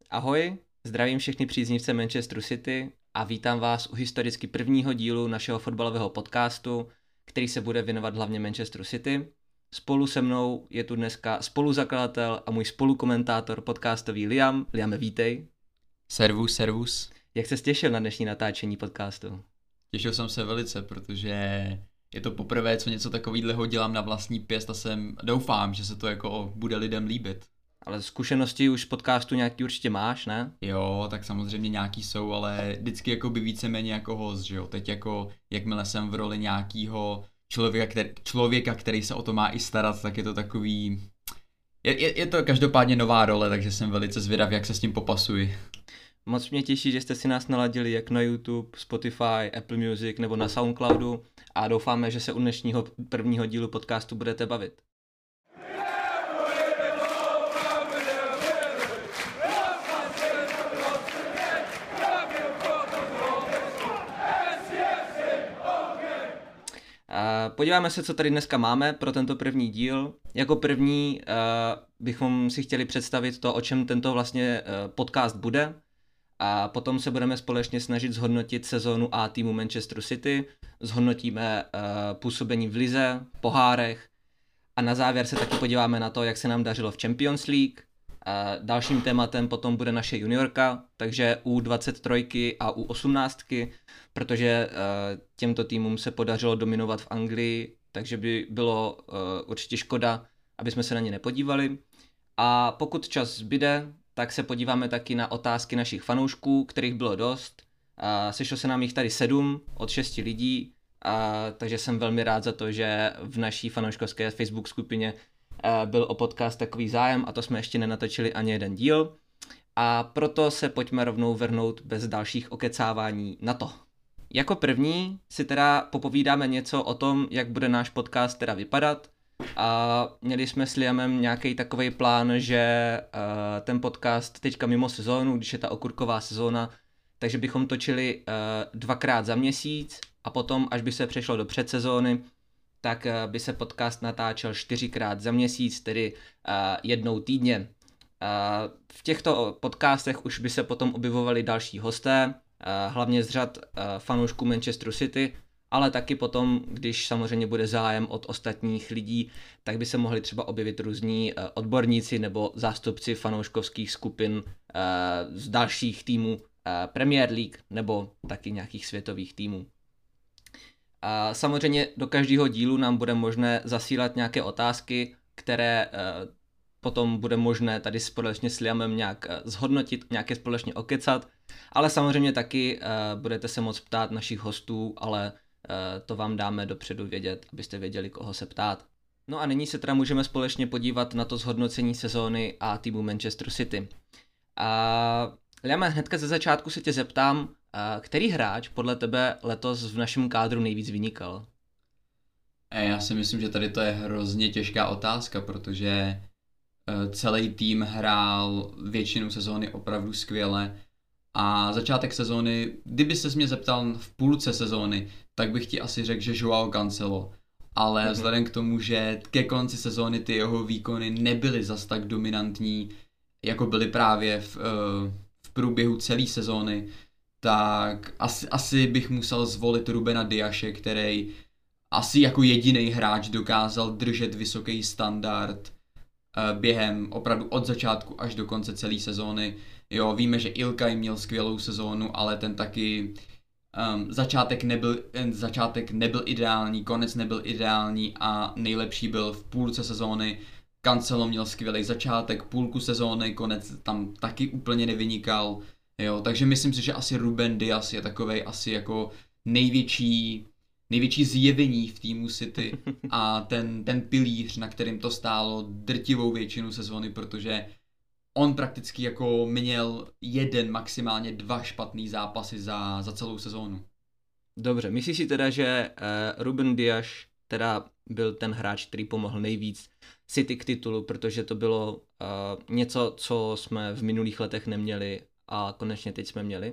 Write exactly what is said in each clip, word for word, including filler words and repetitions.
Ahoj, zdravím všechny příznivce Manchesteru City a vítám vás u historicky prvního dílu našeho fotbalového podcastu, který se bude věnovat hlavně Manchesteru City. Spolu se mnou je tu dneska spoluzakladatel a můj spolukomentátor podcastový Liam. Liame, vítej. Servus, servus. Jak ses těšil na dnešní natáčení podcastu? Těšil jsem se velice, protože je to poprvé, co něco takového dělám na vlastní pěst a jsem, doufám, že se to jako bude lidem líbit. Ale zkušenosti už z podcastu nějaký určitě máš, ne? Jo, tak samozřejmě nějaký jsou, ale vždycky jako by víceméně jako host, že jo. Teď jako, jakmile jsem v roli nějakýho člověka, který, člověka, který se o to má i starat, tak je to takový... Je, je, je to každopádně nová role, takže jsem velice zvědav, jak se s tím popasuji. Moc mě těší, že jste si nás naladili jak na YouTube, Spotify, Apple Music nebo na Soundcloudu a doufáme, že se u dnešního prvního dílu podcastu budete bavit. Podíváme se, co tady dneska máme pro tento první díl. Jako první uh, bychom si chtěli představit to, o čem tento vlastně uh, podcast bude. A potom se budeme společně snažit zhodnotit sezónu A týmu Manchesteru City, zhodnotíme uh, působení v lize, pohárech a na závěr se taky podíváme na to, jak se nám dařilo v Champions League. Uh, dalším tématem potom bude naše juniorka, takže U dvacet tři a U osmnáct, protože uh, těmto týmům se podařilo dominovat v Anglii, takže by bylo uh, určitě škoda, aby jsme se na ně nepodívali. A pokud čas zbyde, tak se podíváme taky na otázky našich fanoušků, kterých bylo dost. Uh, sešlo se nám jich tady sedm od šesti lidí, uh, takže jsem velmi rád za to, že v naší fanouškovské Facebook skupině byl o podcast takový zájem a to jsme ještě nenatočili ani jeden díl. A proto se pojďme rovnou vrhnout bez dalších okecávání na to. Jako první si teda popovídáme něco o tom, jak bude náš podcast teda vypadat. A měli jsme s Liamem nějaký takový plán, že uh, ten podcast teďka mimo sezónu, když je ta okurková sezóna, takže bychom točili uh, dvakrát za měsíc a potom, až by se přešlo do předsezóny, tak by se podcast natáčel čtyřikrát za měsíc, tedy uh, jednou týdně. Uh, v těchto podcastech už by se potom objevovali další hosté, uh, hlavně z řad uh, fanoušků Manchesteru City, ale taky potom, když samozřejmě bude zájem od ostatních lidí, tak by se mohli třeba objevit různí uh, odborníci nebo zástupci fanouškovských skupin uh, z dalších týmů uh, Premier League nebo taky nějakých světových týmů. A samozřejmě do každého dílu nám bude možné zasílat nějaké otázky, které e, potom bude možné tady společně s Liamem nějak e, zhodnotit, nějaké společně okecat, ale samozřejmě taky e, budete se moct ptát našich hostů, ale e, to vám dáme dopředu vědět, abyste věděli, koho se ptát. No a nyní se teda můžeme společně podívat na to zhodnocení sezóny a týmu Manchesteru City. A Liame, hnedka ze začátku se tě zeptám, který hráč podle tebe letos v našem kádru nejvíc vynikal? Já si myslím, že tady to je hrozně těžká otázka, protože celý tým hrál většinu sezóny opravdu skvěle a začátek sezóny, kdyby ses mě zeptal v půlce sezóny, tak bych ti asi řekl, že Joao Cancelo, ale mm-hmm. vzhledem k tomu, že ke konci sezóny ty jeho výkony nebyly zas tak dominantní, jako byly právě v, v průběhu celé sezóny, tak asi, asi bych musel zvolit Rubena Diashe, který asi jako jediný hráč dokázal držet vysoký standard během opravdu od začátku až do konce celé sezóny. Jo, víme, že Ilkay měl skvělou sezónu, ale ten taky um, začátek, nebyl, začátek nebyl ideální, konec nebyl ideální a nejlepší byl v půlce sezóny. Cancelo měl skvělý začátek, půlku sezóny, konec tam taky úplně nevynikal. Jo, takže myslím si, že asi Ruben Dias je takovej asi jako největší, největší zjevení v týmu City a ten, ten pilíř, na kterým to stálo drtivou většinu sezóny, protože on prakticky jako měl jeden, maximálně dva špatný zápasy za, za celou sezónu. Dobře, myslíš si teda, že uh, Ruben Dias teda byl ten hráč, který pomohl nejvíc City k titulu, protože to bylo uh, něco, co jsme v minulých letech neměli a konečně teď jsme měli?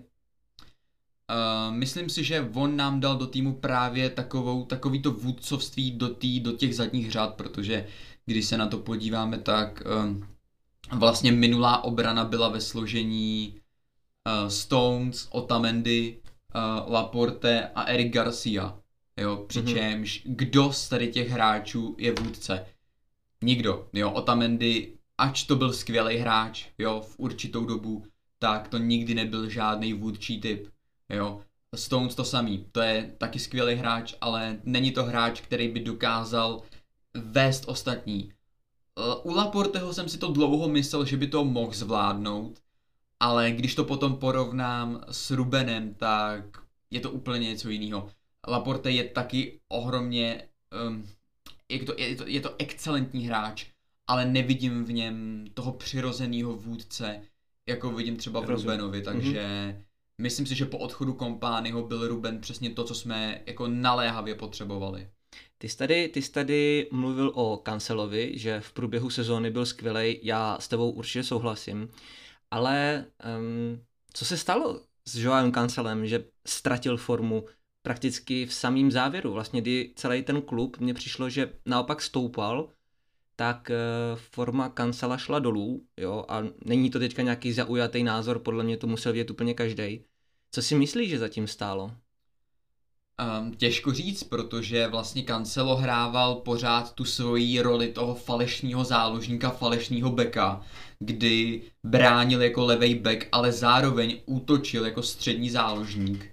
Uh, myslím si, že on nám dal do týmu právě takovou, takový to vůdcovství do, tý, do těch zadních řad, protože když se na to podíváme, tak uh, Vlastně minulá obrana byla ve složení uh, Stones, Otamendi, uh, Laporte a Eric Garcia. Jo, přičemž mm-hmm. kdo z tady těch hráčů je vůdce? Nikdo. Jo, Otamendi, ač to byl skvělý hráč, jo, v určitou dobu, tak to nikdy nebyl žádný vůdčí typ. Jo. Stones to samý, to je taky skvělý hráč, ale není to hráč, který by dokázal vést ostatní. U Laporteho jsem si to dlouho myslel, že by to mohl zvládnout, ale když to potom porovnám s Rubenem, tak je to úplně něco jiného. Laporte je taky ohromně, um, je, to, je, to, je to excelentní hráč, ale nevidím v něm toho přirozeného vůdce, jako vidím třeba v Rubenovi, takže mm-hmm. myslím si, že po odchodu Kompányho byl Ruben přesně to, co jsme jako naléhavě potřebovali. Ty jsi tady, ty jsi tady mluvil o Cancelovi, že v průběhu sezóny byl skvělej, já s tebou určitě souhlasím, ale um, co se stalo s Joaem Cancelem, že ztratil formu prakticky v samém závěru, vlastně kdy celý ten klub mně přišlo, že naopak stoupal, tak uh, forma Cancela šla dolů, jo, a není to teďka nějaký zaujatý názor, podle mě to musel vědět úplně každej. Co si myslíš, že zatím stálo? Um, těžko říct, protože vlastně Cancelo hrával pořád tu svoji roli toho falešného záložníka, falešného beka, kdy bránil jako levej bek, ale zároveň útočil jako střední záložník.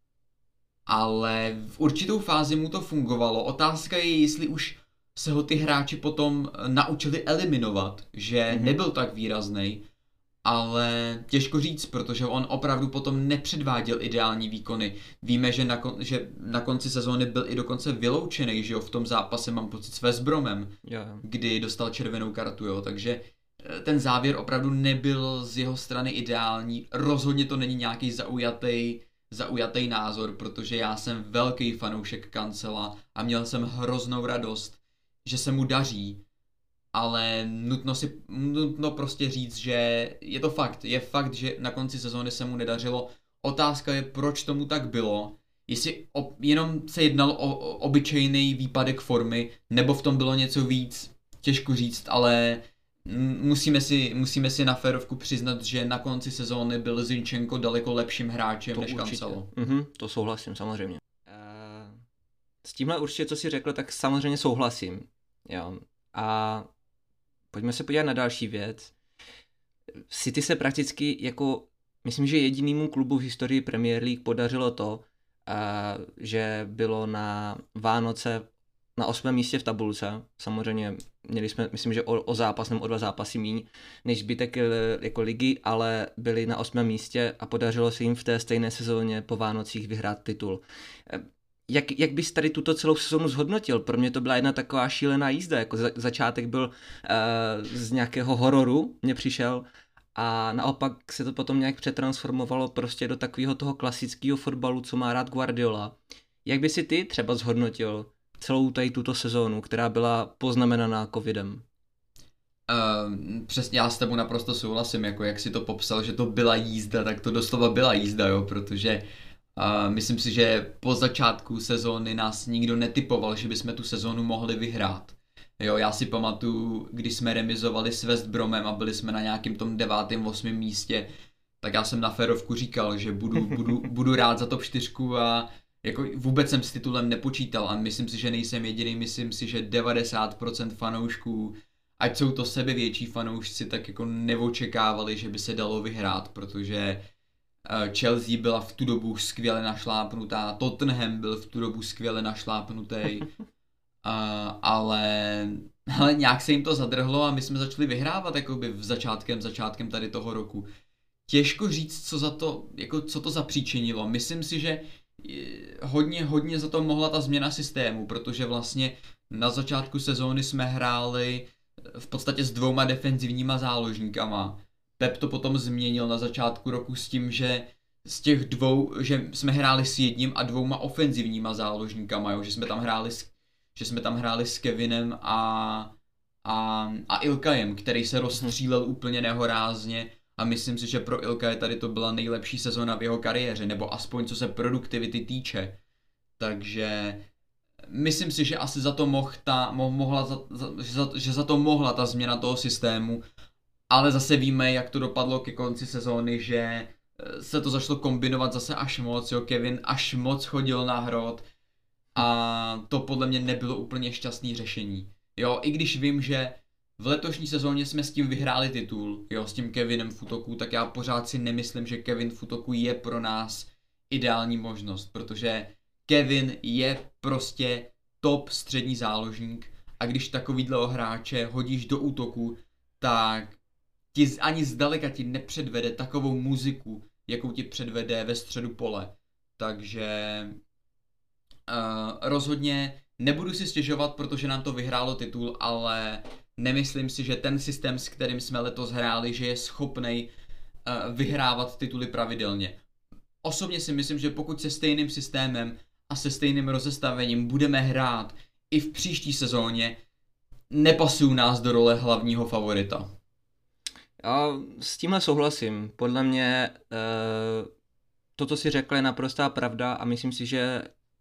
Ale v určitou fázi mu to fungovalo. Otázka je, jestli už se ho ty hráči potom naučili eliminovat, že mm-hmm. nebyl tak výraznej, ale těžko říct, protože on opravdu potom nepředváděl ideální výkony. Víme, že na, kon- že na konci sezóny byl i dokonce vyloučený, že jo, v tom zápase mám pocit s West Bromem, yeah. kdy dostal červenou kartu, jo, takže ten závěr opravdu nebyl z jeho strany ideální. Rozhodně to není nějaký zaujatý, zaujatý názor, protože já jsem velký fanoušek Cancela a měl jsem hroznou radost, že se mu daří. Ale nutno si, nutno prostě říct, že je to fakt, je fakt, že na konci sezóny se mu nedařilo. Otázka je, proč tomu tak bylo. Jestli o, jenom se jednalo o, o obyčejný výpadek formy, nebo v tom bylo něco víc, těžko říct, ale musíme si, musíme si na férovku přiznat, že na konci sezóny byl Zinchenko daleko lepším hráčem to než Cancelo. Mhm, to souhlasím, samozřejmě. Uh, s tímhle určitě, co jsi řekl, tak samozřejmě souhlasím. Jo. A pojďme se podívat na další věc. City se prakticky jako, myslím, že jedinému klubu v historii Premier League podařilo to, uh, že bylo na Vánoce na osmém místě v tabulce. Samozřejmě měli jsme, myslím, že o, o zápas nebo o dva zápasy míň než zbytek jako ligy, ale byli na osmém místě a podařilo se jim v té stejné sezóně po Vánocích vyhrát titul. Jak, jak bys tady tuto celou sezonu zhodnotil? Pro mě to byla jedna taková šílená jízda, jako za, začátek byl uh, z nějakého hororu, mně přišel, a naopak se to potom nějak přetransformovalo prostě do takového toho klasického fotbalu, co má rád Guardiola. Jak by si ty třeba zhodnotil celou tady tuto sezónu, která byla poznamenaná covidem? Uh, přesně, já s tebou naprosto souhlasím, jako jak si to popsal, že to byla jízda, tak to doslova byla jízda, jo, protože Uh, myslím si, že po začátku sezóny nás nikdo netipoval, že bychom tu sezónu mohli vyhrát. Jo, já si pamatuju, když jsme remizovali s West Bromem a byli jsme na nějakém tom devátém, osmém místě, tak já jsem na férovku říkal, že budu, budu, budu rád za top čtyřku a jako vůbec jsem s titulem nepočítal a myslím si, že nejsem jediný, myslím si, že devadesát procent fanoušků, ať jsou to sebevětší fanoušci, tak jako neočekávali, že by se dalo vyhrát, protože Chelsea byla v tu dobu skvěle našlápnutá, Tottenham byl v tu dobu skvěle našlápnutý, uh, ale, ale nějak se jim to zadrhlo a my jsme začali vyhrávat jakoby v začátkem, začátkem tady toho roku. Těžko říct, co za to, jako co to zapříčinilo. Myslím si, že hodně, hodně za to mohla ta změna systému, protože vlastně na začátku sezóny jsme hráli v podstatě s dvouma defenzivníma záložníkama. Pep to potom změnil na začátku roku s tím, že z těch dvou, že jsme hráli s jedním a dvouma ofenzivníma záložníkama, jo? Že jsme tam hráli s, že jsme tam hráli s Kevinem a, a, a Ilkajem, který se rozstřílel úplně nehorázně a myslím si, že pro Ilkaje tady to byla nejlepší sezona v jeho kariéře, nebo aspoň co se produktivity týče. Takže myslím si, že asi za to mohl ta, mo, mohla, za, za, že, za, že za to mohla ta změna toho systému. ale zase víme, jak to dopadlo ke konci sezóny, že se to začalo kombinovat zase až moc, jo, Kevin až moc chodil na hrot a to podle mě nebylo úplně šťastný řešení. Jo, i když vím, že v letošní sezóně jsme s tím vyhráli titul, jo, s tím Kevinem v útoku, tak já pořád si nemyslím, že Kevin v útoku je pro nás ideální možnost, protože Kevin je prostě top střední záložník a když takovýhle hráče hodíš do útoku, tak ti ani zdaleka ti nepředvede takovou muziku, jakou ti předvede ve středu pole. Takže uh, rozhodně nebudu si stěžovat, protože nám to vyhrálo titul, ale nemyslím si, že ten systém, s kterým jsme letos hráli, že je schopnej uh, vyhrávat tituly pravidelně. Osobně si myslím, že pokud se stejným systémem a se stejným rozestavením budeme hrát i v příští sezóně, nepasují nás do role hlavního favorita. Já s tímhle souhlasím. Podle mě to, co si řekl, je naprostá pravda a myslím si, že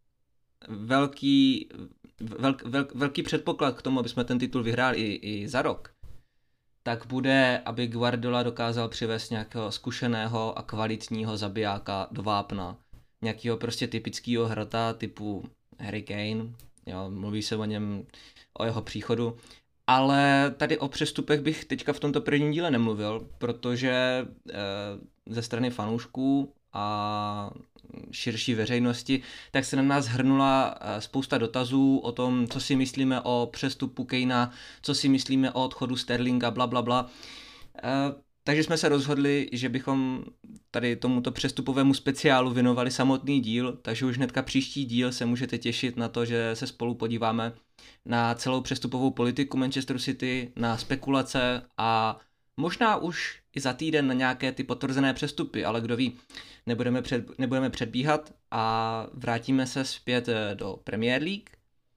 velký, velk, velk, velký předpoklad k tomu, aby jsme ten titul vyhráli i, i za rok, tak bude, aby Guardiola dokázal přivést nějakého zkušeného a kvalitního zabijáka do vápna. Nějakého prostě typického hrota typu Harry Kane, jo, mluví se o něm, o jeho příchodu. Ale tady o přestupech bych teďka v tomto prvním díle nemluvil, protože e, ze strany fanoušků a širší veřejnosti, tak se na nás hrnula spousta dotazů o tom, co si myslíme o přestupu Kanea, co si myslíme o odchodu Sterlinga, bla, bla, bla. E, takže jsme se rozhodli, že bychom tady tomuto přestupovému speciálu věnovali samotný díl, takže už hnedka příští díl se můžete těšit na to, že se spolu podíváme na celou přestupovou politiku Manchesteru City, na spekulace a možná už i za týden na nějaké ty potvrzené přestupy, ale kdo ví, nebudeme, před, nebudeme předbíhat a vrátíme se zpět do Premier League.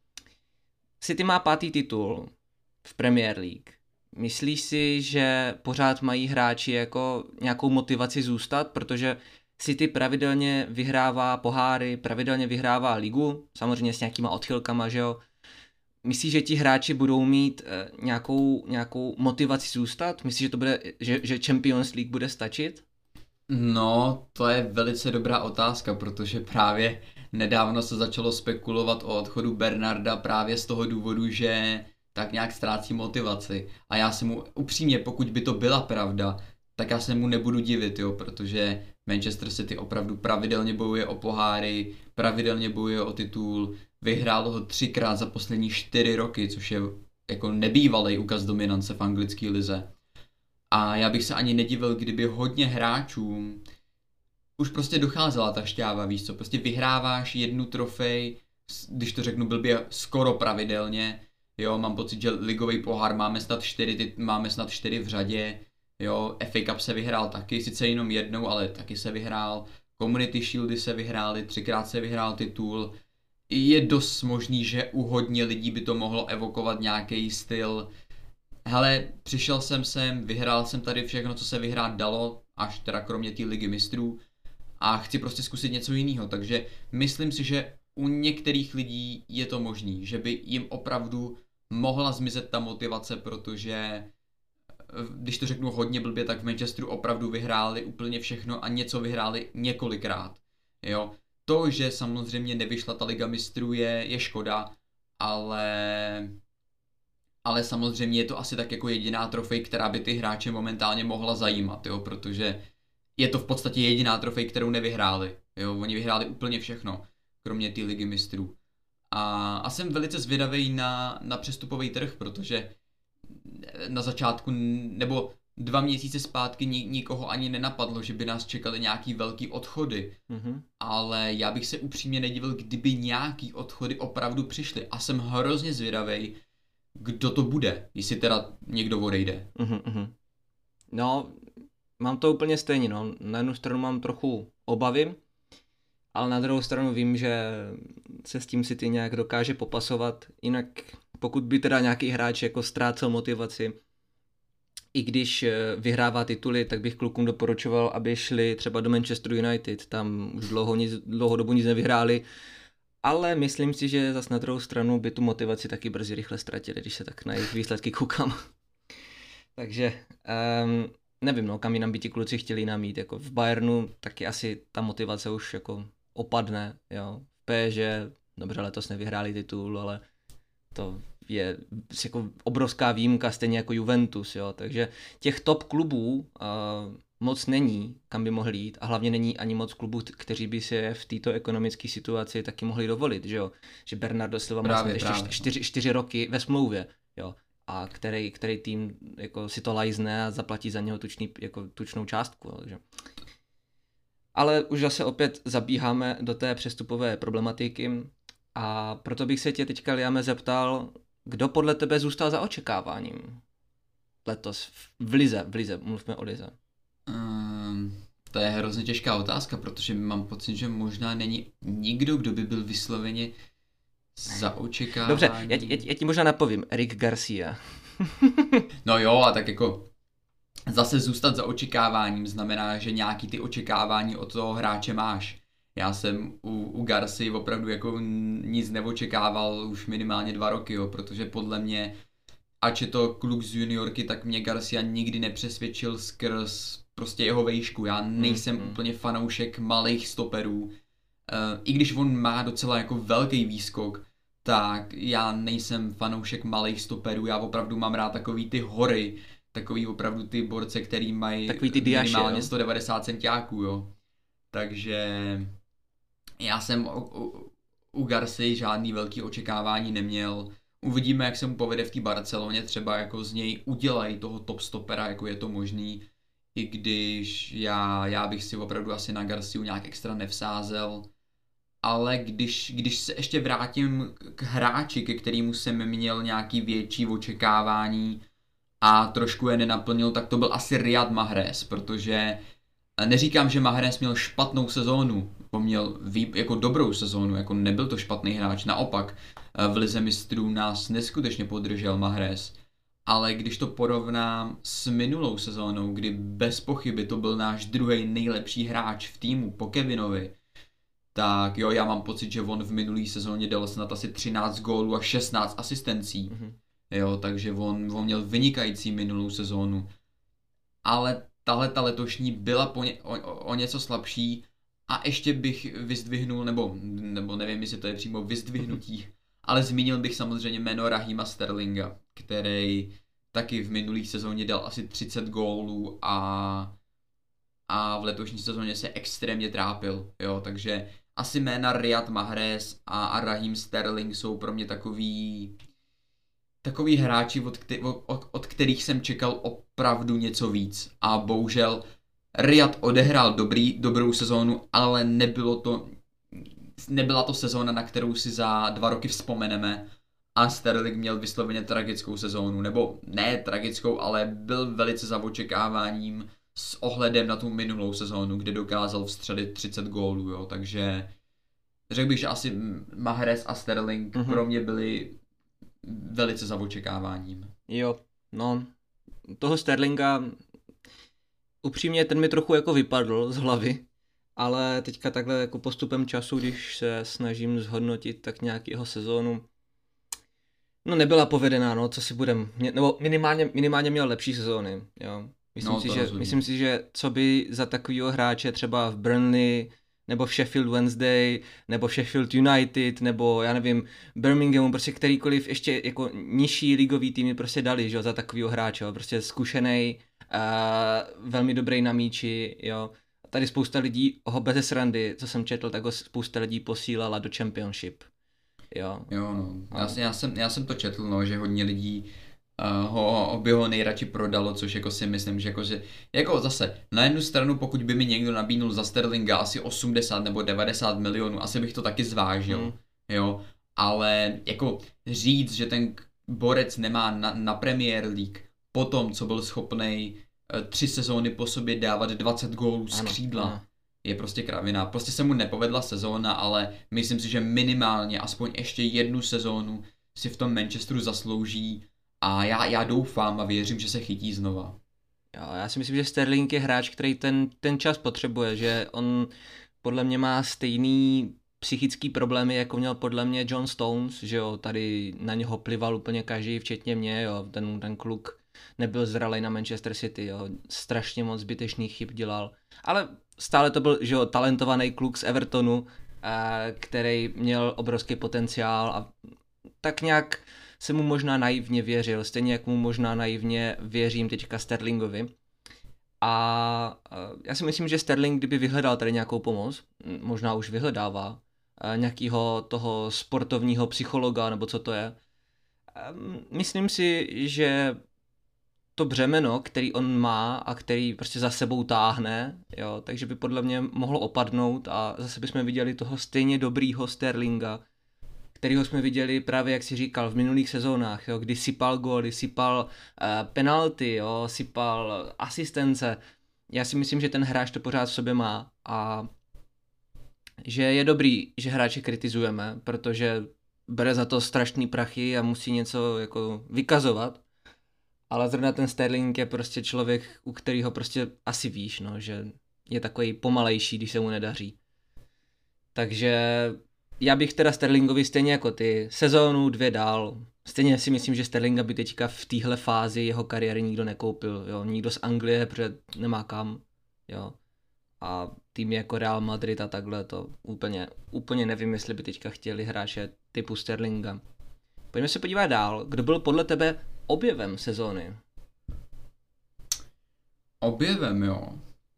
City má pátý titul v Premier League. Myslíš si, že pořád mají hráči jako nějakou motivaci zůstat, protože City pravidelně vyhrává poháry, pravidelně vyhrává ligu, samozřejmě s nějakýma odchylkama, že jo? Myslíš, že ti hráči budou mít eh, nějakou, nějakou motivaci zůstat? Myslíš, že to bude, že, že Champions League bude stačit? No, to je velice dobrá otázka, protože právě nedávno se začalo spekulovat o odchodu Bernarda právě z toho důvodu, že tak nějak ztrácí motivaci. A já se mu upřímně, pokud by to byla pravda, tak já se mu nebudu divit, jo, protože Manchester City opravdu pravidelně bojuje o poháry, pravidelně bojuje o titul, vyhrál ho třikrát za poslední čtyři roky, což je jako nebývalý úkaz dominance v anglické lize. A já bych se ani nedivil, kdyby hodně hráčů už prostě docházela ta šťáva, víš co, prostě vyhráváš jednu trofej, když to řeknu blbě, skoro pravidelně, jo, mám pocit, že ligový pohár máme snad čtyři, máme snad čtyři v řadě, jo, F A Cup se vyhrál taky, sice jenom jednou, ale taky se vyhrál, Community Shieldy se vyhrály, třikrát se vyhrál titul, je dost možný, že u hodně lidí by to mohlo evokovat nějaký styl, hele, přišel jsem sem, vyhrál jsem tady všechno, co se vyhrát dalo, až teda kromě té ligy mistrů a chci prostě zkusit něco jiného, takže myslím si, že u některých lidí je to možný, že by jim opravdu mohla zmizet ta motivace, protože když to řeknu hodně blbě, tak v Manchesteru opravdu vyhráli úplně všechno a něco vyhráli několikrát, jo. To, že samozřejmě nevyšla ta liga mistrů je, je škoda, ale... ale samozřejmě je to asi tak jako jediná trofej, která by ty hráče momentálně mohla zajímat, jo, protože je to v podstatě jediná trofej, kterou nevyhráli, jo, oni vyhráli úplně všechno, kromě té ligy mistrů. A, a jsem velice zvědavý na, na přestupový trh, protože na začátku, nebo dva měsíce zpátky nikoho ani nenapadlo, že by nás čekaly nějaký velký odchody, mm-hmm. ale já bych se upřímně nedivil, kdyby nějaký odchody opravdu přišly a jsem hrozně zvědavý, kdo to bude, jestli teda někdo odejde. Mm-hmm. No, mám to úplně stejně, no. Na jednu stranu mám trochu obavy, ale na druhou stranu vím, že se s tím City nějak dokáže popasovat, jinak pokud by teda nějaký hráč jako ztrácel motivaci, i když vyhrává tituly, tak bych klukům doporučoval, aby šli třeba do Manchester United, tam už dlouho, nic, dlouho dobu nic nevyhráli, ale myslím si, že zas na druhou stranu by tu motivaci taky brzy rychle ztratili, když se tak na jejich výsledky koukám. Takže um, nevím, no, kam jinam by ti kluci chtěli jinam jít, jako v Bayernu taky asi ta motivace už jako opadne, jo, v P S G, dobře, letos nevyhráli titul, ale to je jako obrovská výjimka, stejně jako Juventus, jo, takže těch top klubů uh, moc není, kam by mohli jít a hlavně není ani moc klubů, kteří by se v této ekonomické situaci taky mohli dovolit, že jo, že Bernardo Silva má ještě čtyři, čtyři roky ve smlouvě, jo, a který, který tým jako si to lajzne a zaplatí za něho tučný, jako tučnou částku, jo, takže. Ale už zase opět zabíháme do té přestupové problematiky a proto bych se tě teďka, Liame, zeptal, kdo podle tebe zůstal za očekáváním letos v lize, v lize, mluvme o lize. Um, to je hrozně těžká otázka, protože mám pocit, že možná není nikdo, kdo by byl vysloveně za očekávání. Dobře, já ti, já, ti, já ti možná napovím, Eric Garcia. No jo, a tak jako zase zůstat za očekáváním znamená, že nějaký ty očekávání od toho hráče máš. Já jsem u, u Garci opravdu jako nic neočekával už minimálně dva roky, jo, protože podle mě, ač je to kluk z juniorky, tak mě Garcia nikdy nepřesvědčil skrz prostě jeho vejšku. Já nejsem mm, úplně fanoušek malých stoperů. Uh, I když on má docela jako velký výskok, tak já nejsem fanoušek malých stoperů. Já opravdu mám rád takový ty hory, takový opravdu ty borce, který mají minimálně sto devadesát centiáků, jo. Takže já jsem u, u, u Garci žádný velký očekávání neměl. Uvidíme, jak se mu povede v té Barceloně, třeba jako z něj udělají toho top stopera, jako je to možný, i když já, já bych si opravdu asi na Garciu nějak extra nevsázel. Ale když, když se ještě vrátím k hráči, ke kterému jsem měl nějaký větší očekávání a trošku je nenaplnil, tak to byl asi Riyad Mahrez, protože neříkám, že Mahrez měl špatnou sezónu, on měl vý, jako dobrou sezónu, jako nebyl to špatný hráč, naopak v lize mistrů nás neskutečně podržel Mahrez, ale když to porovnám s minulou sezónou, kdy bez pochyby to byl náš druhý nejlepší hráč v týmu po Kevinovi, tak jo, já mám pocit, že on v minulý sezóně dal snad asi třináct gólů a šestnáct asistencí, mm-hmm. jo, takže on, on měl vynikající minulou sezónu, ale tahle ta letošní byla po ně, o, o něco slabší a ještě bych vyzdvihnul, nebo, nebo nevím, jestli to je přímo vyzdvihnutí, ale zmínil bych samozřejmě jméno Rahima Sterlinga, který taky v minulý sezóně dal asi třicet gólů a, a v letošní sezóně se extrémně trápil, jo, takže asi jména Riyad Mahrez a, a Raheem Sterling jsou pro mě takový takový hráči, od, kte, od, od kterých jsem čekal opravdu něco víc. A bohužel Riyad odehrál dobrý, dobrou sezónu, ale nebylo to, nebyla to sezóna, na kterou si za dva roky vzpomeneme. A Sterling měl vysloveně tragickou sezónu, nebo ne tragickou, ale byl velice za očekáváním s ohledem na tu minulou sezónu, kde dokázal vstřelit třicet gólů, jo, takže řekl bych, že asi Mahrez a Sterling mm-hmm. pro mě byli velice za očekáváním. Jo, no, toho Sterlinga upřímně ten mi trochu jako vypadl z hlavy, ale teďka takhle jako postupem času, když se snažím zhodnotit tak nějak jeho sezónu, no nebyla povedená, no, co si budem, nebo minimálně, minimálně měl lepší sezóny, jo. Myslím, no, si, že, myslím si, že co by za takovýho hráče třeba v Burnley, nebo v Sheffield Wednesday, nebo Sheffield United, nebo já nevím, Birminghamu, prostě kterýkoliv ještě jako nižší ligový týmy prostě dali, že jo, za takovýho hráče, jo, prostě zkušenej, uh, velmi dobrý na míči, jo. A tady spousta lidí ho bez srandy, co jsem četl, tak ho spousta lidí posílala do Championship, jo. Jo, no, já, já, jsem, já jsem to četl, no, že hodně lidí Uh, ho, by ho nejradši prodalo, což jako si myslím, že jako, že jako zase, na jednu stranu, pokud by mi někdo nabídnul za Sterlinga asi osmdesát nebo devadesát milionů, asi bych to taky zvážil, mm. jo, ale jako říct, že ten borec nemá na, na Premier League po tom, co byl schopnej uh, tři sezóny po sobě dávat dvacet gólů z křídla, ano, ano. je prostě kravina. Prostě se mu nepovedla sezóna, ale myslím si, že minimálně aspoň ještě jednu sezónu si v tom Manchesteru zaslouží. A já, já doufám a věřím, že se chytí znova. Jo, já si myslím, že Sterling je hráč, který ten, ten čas potřebuje, že on podle mě má stejný psychický problémy, jako měl podle mě John Stones, že jo, tady na něho plival úplně každý, včetně mě, jo, ten, ten kluk nebyl zralej na Manchester City, jo. Strašně moc zbytečných chyb dělal, ale stále to byl, že jo, talentovaný kluk z Evertonu, který měl obrovský potenciál a tak nějak se mu možná naivně věřil, stejně jak mu možná naivně věřím teďka Sterlingovi. A já si myslím, že Sterling, kdyby vyhledal tady nějakou pomoc, možná už vyhledává, nějakého toho sportovního psychologa, nebo co to je, myslím si, že to břemeno, který on má a který prostě za sebou táhne, jo, takže by podle mě mohlo opadnout a zase bychom viděli toho stejně dobrýho Sterlinga, kterýho jsme viděli právě, jak si říkal, v minulých sezónách, jo, kdy sypal góly, sypal uh, penalty, jo, sypal asistence. Já si myslím, že ten hráč to pořád v sobě má a že je dobrý, že hráče kritizujeme, protože bere za to strašný prachy a musí něco jako vykazovat. Ale zrovna ten Sterling je prostě člověk, u kterého prostě asi víš, no, že je takový pomalejší, když se mu nedaří. Takže já bych teda Sterlingovi stejně jako ty sezónu dvě dal. Stejně si myslím, že Sterlinga by teďka v téhle fázi jeho kariéry nikdo nekoupil. Jo? Nikdo z Anglie, protože nemá kam. Jo? A týmy jako Real Madrid a takhle to úplně, úplně nevím, jestli by teďka chtěli hráče typu Sterlinga. Pojďme se podívat dál. Kdo byl podle tebe objevem sezóny? Objevem, jo.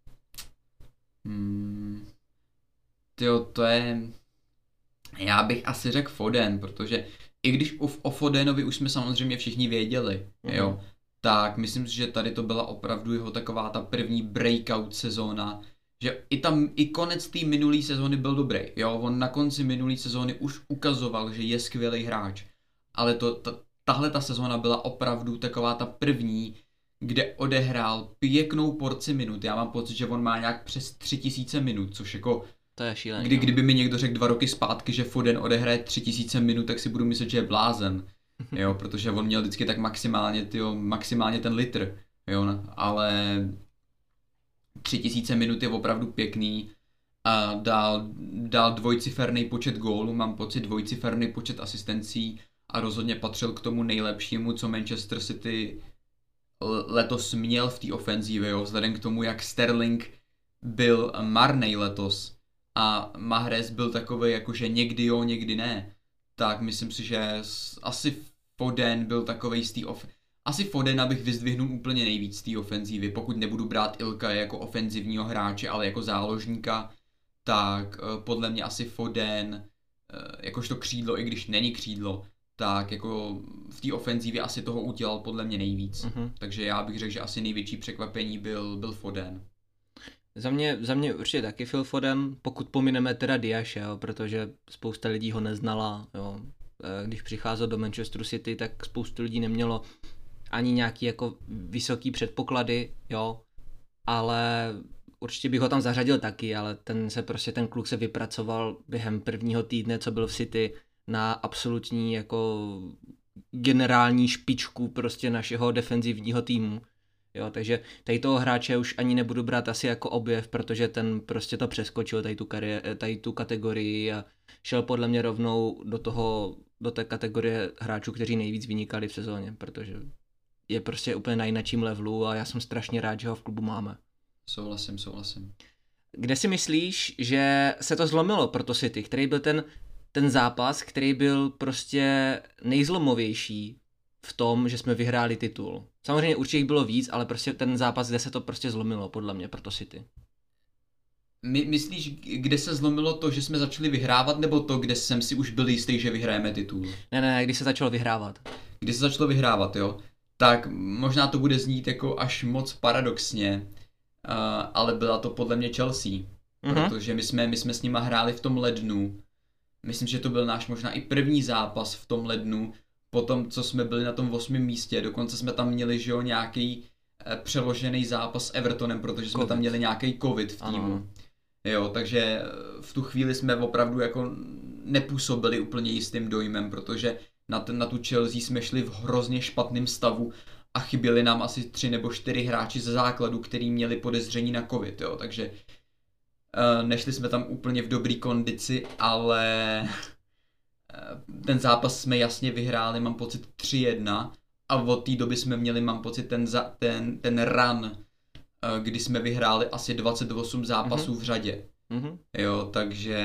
Hmm. Tyjo, to je... Já bych asi řekl Foden, protože i když o, o Fodenovi už jsme samozřejmě všichni věděli, mm. jo, tak myslím si, že tady to byla opravdu jeho taková ta první breakout sezóna, že i tam, i konec té minulé sezóny byl dobrý, jo, on na konci minulé sezóny už ukazoval, že je skvělý hráč, ale to, ta, tahle ta sezóna byla opravdu taková ta první, kde odehrál pěknou porci minut, já mám pocit, že on má nějak přes tři tisíce minut, což jako... To je šílený. Kdy, kdyby mi někdo řekl dva roky zpátky, že Foden odehraje tři tisíce minut, tak si budu myslet, že je blázen. Jo, protože on měl vždycky tak maximálně, tyjo, maximálně ten litr. Jo, ale tři tisíce minut je opravdu pěkný. A dal, dal dvojciferný počet gólů, mám pocit dvojciferný počet asistencí a rozhodně patřil k tomu nejlepšímu, co Manchester City letos měl v té ofenzívě. Jo, vzhledem k tomu, jak Sterling byl marnej letos a Mahrez byl takový, jakože někdy jo, někdy ne, tak myslím si, že asi Foden byl takovej z té of... Asi Fodena bych vyzdvihnul úplně nejvíc z té ofenzívy, pokud nebudu brát Ilka jako ofenzivního hráče, ale jako záložníka, tak uh, podle mě asi Foden, uh, jakožto křídlo, i když není křídlo, tak jako v té ofenzívě asi toho udělal podle mě nejvíc. Mm-hmm. Takže já bych řekl, že asi největší překvapení byl, byl Foden. Za mě, za mě určitě taky Phil Foden, pokud pomineme teda Diashe, jo, protože spousta lidí ho neznala, jo. Když přicházel do Manchesteru City, tak spoustu lidí nemělo ani nějaký jako vysoký předpoklady, jo, ale určitě bych ho tam zařadil taky, ale ten se prostě, ten kluk se vypracoval během prvního týdne, co byl v City, na absolutní jako generální špičku prostě našeho defenzivního týmu. Jo, takže tady toho hráče už ani nebudu brát asi jako objev, protože ten prostě to přeskočil, tady tu, kariér, tady tu kategorii a šel podle mě rovnou do toho, do té kategorie hráčů, kteří nejvíc vynikali v sezóně, protože je prostě úplně na jinačím levelu a já jsem strašně rád, že ho v klubu máme. Souhlasím, souhlasím. Kde si myslíš, že se to zlomilo pro to City, který byl ten, ten zápas, který byl prostě nejzlomovější v tom, že jsme vyhráli titul? Samozřejmě určitě jich bylo víc, ale prostě ten zápas, kde se to prostě zlomilo, podle mě, pro to City. My, myslíš, kde se zlomilo to, že jsme začali vyhrávat, nebo to, kde jsem si už byl jistý, že vyhrajeme titul? Ne, ne, když se začalo vyhrávat. Když se začalo vyhrávat, jo. Tak možná to bude znít jako až moc paradoxně, uh, ale byla to podle mě Chelsea. Mm-hmm. Protože my jsme, my jsme s nima hráli v tom lednu. Myslím, že to byl náš možná i první zápas v tom lednu, po tom, co jsme byli na tom osmém místě. Dokonce jsme tam měli, že jo, nějaký eh, přeložený zápas s Evertonem, protože jsme COVID. Tam měli nějaký covid v týmu. Ano. Jo, takže v tu chvíli jsme opravdu jako nepůsobili úplně jistým dojmem, protože na, ten, na tu Chelsea jsme šli v hrozně špatném stavu a chyběli nám asi tři nebo čtyři hráči ze základu, který měli podezření na covid, jo, takže uh, nešli jsme tam úplně v dobrý kondici, ale uh, ten zápas jsme jasně vyhráli, mám pocit tři jedna a od té doby jsme měli, mám pocit, ten, za, ten, ten run, kdy jsme vyhráli asi dvacet osm zápasů mm-hmm. v řadě. Mm-hmm. Jo, takže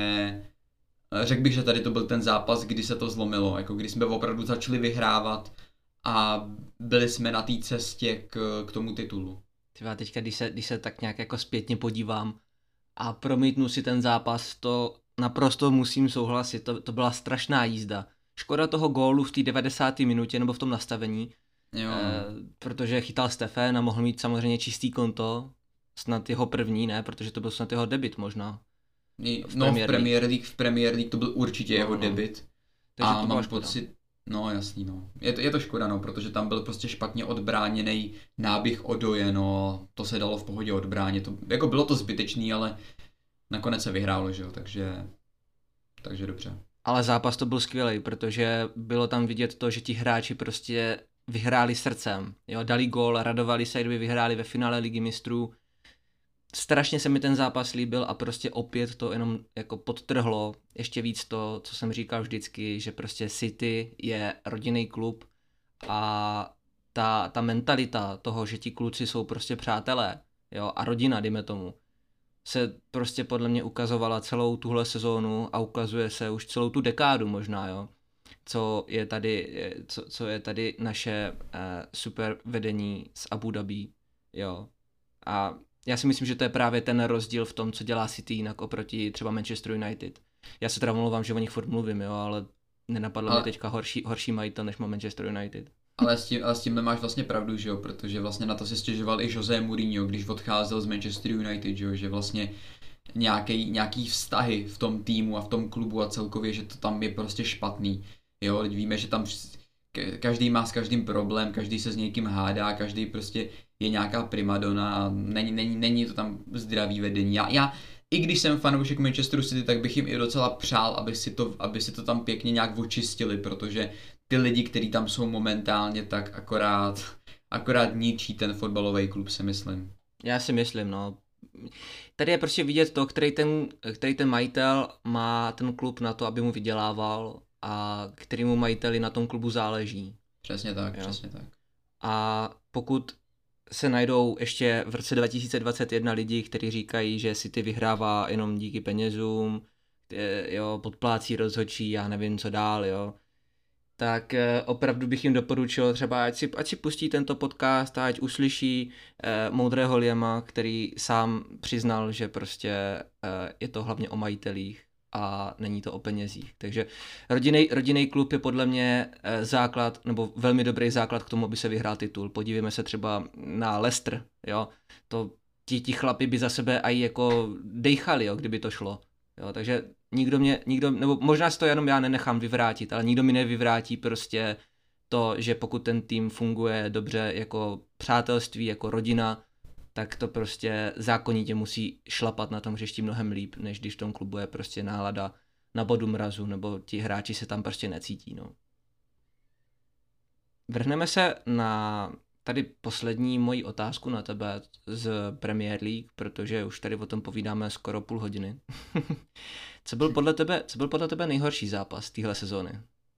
řekl bych, že tady to byl ten zápas, kdy se to zlomilo, jako kdy jsme opravdu začali vyhrávat a byli jsme na té cestě k, k tomu titulu. Tyva, teďka, když se, když se tak nějak jako zpětně podívám a promítnu si ten zápas, to naprosto musím souhlasit, to, to byla strašná jízda. Škoda toho gólu v té devadesáté minutě nebo v tom nastavení, jo. Eh, protože chytal Stefan a mohl mít samozřejmě čistý konto, snad jeho první, ne, protože to byl snad jeho debut možná. V no Premier v Premier League, v Premier League to byl určitě no, jeho no. debut. Takže a to mám pocit, no jasný no, je to, je to škoda no, protože tam byl prostě špatně odbráněný náběh Odoje, no, to se dalo v pohodě odbránit, to, jako bylo to zbytečný, ale nakonec se vyhrálo, že jo, takže, takže dobře. Ale zápas to byl skvělý, protože bylo tam vidět to, že ti hráči prostě vyhráli srdcem, jo, dali gól, radovali se, kdyby vyhráli ve finále Ligy mistrů. Strašně se mi ten zápas líbil a prostě opět to jenom jako podtrhlo ještě víc to, co jsem říkal vždycky, že prostě City je rodinný klub a ta, ta mentalita toho, že ti kluci jsou prostě přátelé, jo, a rodina, dejme tomu, se prostě podle mě ukazovala celou tuhle sezónu a ukazuje se už celou tu dekádu možná, jo, co je tady, co, co je tady naše eh, super vedení z Abu Dhabi, jo, a já si myslím, že to je právě ten rozdíl v tom, co dělá City jinak oproti třeba Manchester United. Já se teda mluvám, že o nich furt mluvím, jo, ale nenapadlo ale... mě teďka horší, horší majitel, než má Manchester United. Ale s tím, ale s tím nemáš vlastně pravdu, že jo, protože vlastně na to se stěžoval i José Mourinho, když odcházel z Manchester United, že jo, že vlastně nějaký, nějaký vztahy v tom týmu a v tom klubu a celkově, že to tam je prostě špatný, jo, teď víme, že tam každý má s každým problém, každý se s někým hádá, každý prostě je nějaká primadona a není, není, není to tam zdravý vedení. Já, já, i když jsem fanoušek Manchesteru City, tak bych jim i docela přál, aby si to, aby si to tam pěkně nějak očistili, protože ty lidi, kteří tam jsou momentálně, tak akorát, akorát ničí ten fotbalový klub, si myslím. Já si myslím, no. Tady je prostě vidět to, který ten, který ten majitel má ten klub na to, aby mu vydělával a kterému majiteli na tom klubu záleží. Přesně tak, jo. Přesně tak. A pokud se najdou ještě v roce dva tisíce dvacet jedna lidi, kteří říkají, že City vyhrává jenom díky penězům, jo, podplácí rozhodčí, já nevím co dál, jo, tak eh, opravdu bych jim doporučil třeba, ať si, ať si pustí tento podcast a ať uslyší eh, moudrého Liama, který sám přiznal, že prostě eh, je to hlavně o majitelích a není to o penězích. Takže rodinný, rodinný klub je podle mě eh, základ, nebo velmi dobrý základ k tomu, aby se vyhrál titul. Podívejme se třeba na Leicester, jo, to ti, ti chlapi by za sebe aj jako dejchali, jo, kdyby to šlo. Jo, takže nikdo mě, nikdo, nebo možná si to jenom já nenechám vyvrátit, ale nikdo mi nevyvrátí prostě to, že pokud ten tým funguje dobře jako přátelství, jako rodina, tak to prostě zákonitě musí šlapat na tom hřišti mnohem líp, než když v tom klubu je prostě nálada na bodu mrazu, nebo ti hráči se tam prostě necítí, no. Vrhneme se na tady poslední moji otázku na tebe z Premier League, protože už tady o tom povídáme skoro půl hodiny. Co byl podle tebe, co byl podle tebe nejhorší zápas téhle sezóny?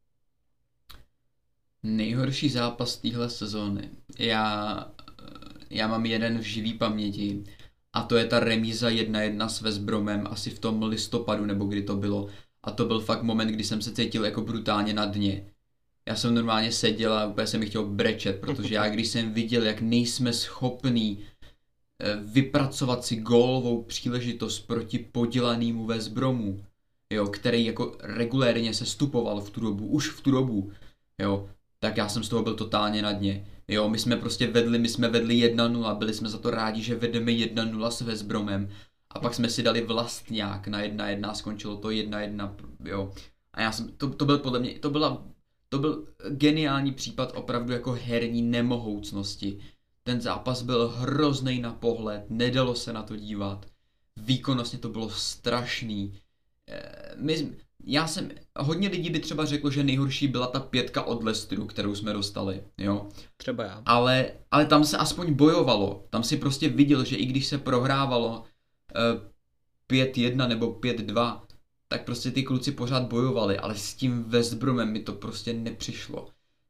Nejhorší zápas téhle sezóny? Já, já mám jeden v živý paměti a to je ta remíza jedna jedna s West Bromem asi v tom listopadu, nebo kdy to bylo. A to byl fakt moment, kdy jsem se cítil jako brutálně na dně. Já jsem normálně seděl a úplně jsem mi chtěl brečet, protože já když jsem viděl, jak nejsme schopní vypracovat si gólovou příležitost proti podělanému West Bromu, jo, který jako regulérně se stupoval v tu dobu, už v tu dobu, jo, tak já jsem z toho byl totálně na dně. Jo, my jsme prostě vedli, my jsme vedli jedna nula, byli jsme za to rádi, že vedeme jedna nula s West Bromem a pak jsme si dali vlastňák na jedna jedna, skončilo to jedna jedna, jo. A já jsem, to, to byl podle mě, to byla To byl geniální případ opravdu jako herní nemohoucnosti. Ten zápas byl hroznej na pohled, nedalo se na to dívat. Výkonnostně to bylo strašný. My, já jsem, hodně lidí by třeba řeklo, že nejhorší byla ta pětka od Leicesteru, kterou jsme dostali, jo. Třeba já. Ale, ale tam se aspoň bojovalo. Tam si prostě viděl, že i když se prohrávalo pět jedna nebo pět dva, tak prostě ty kluci pořád bojovali, ale s tím West Bromem mi to prostě nepřišlo.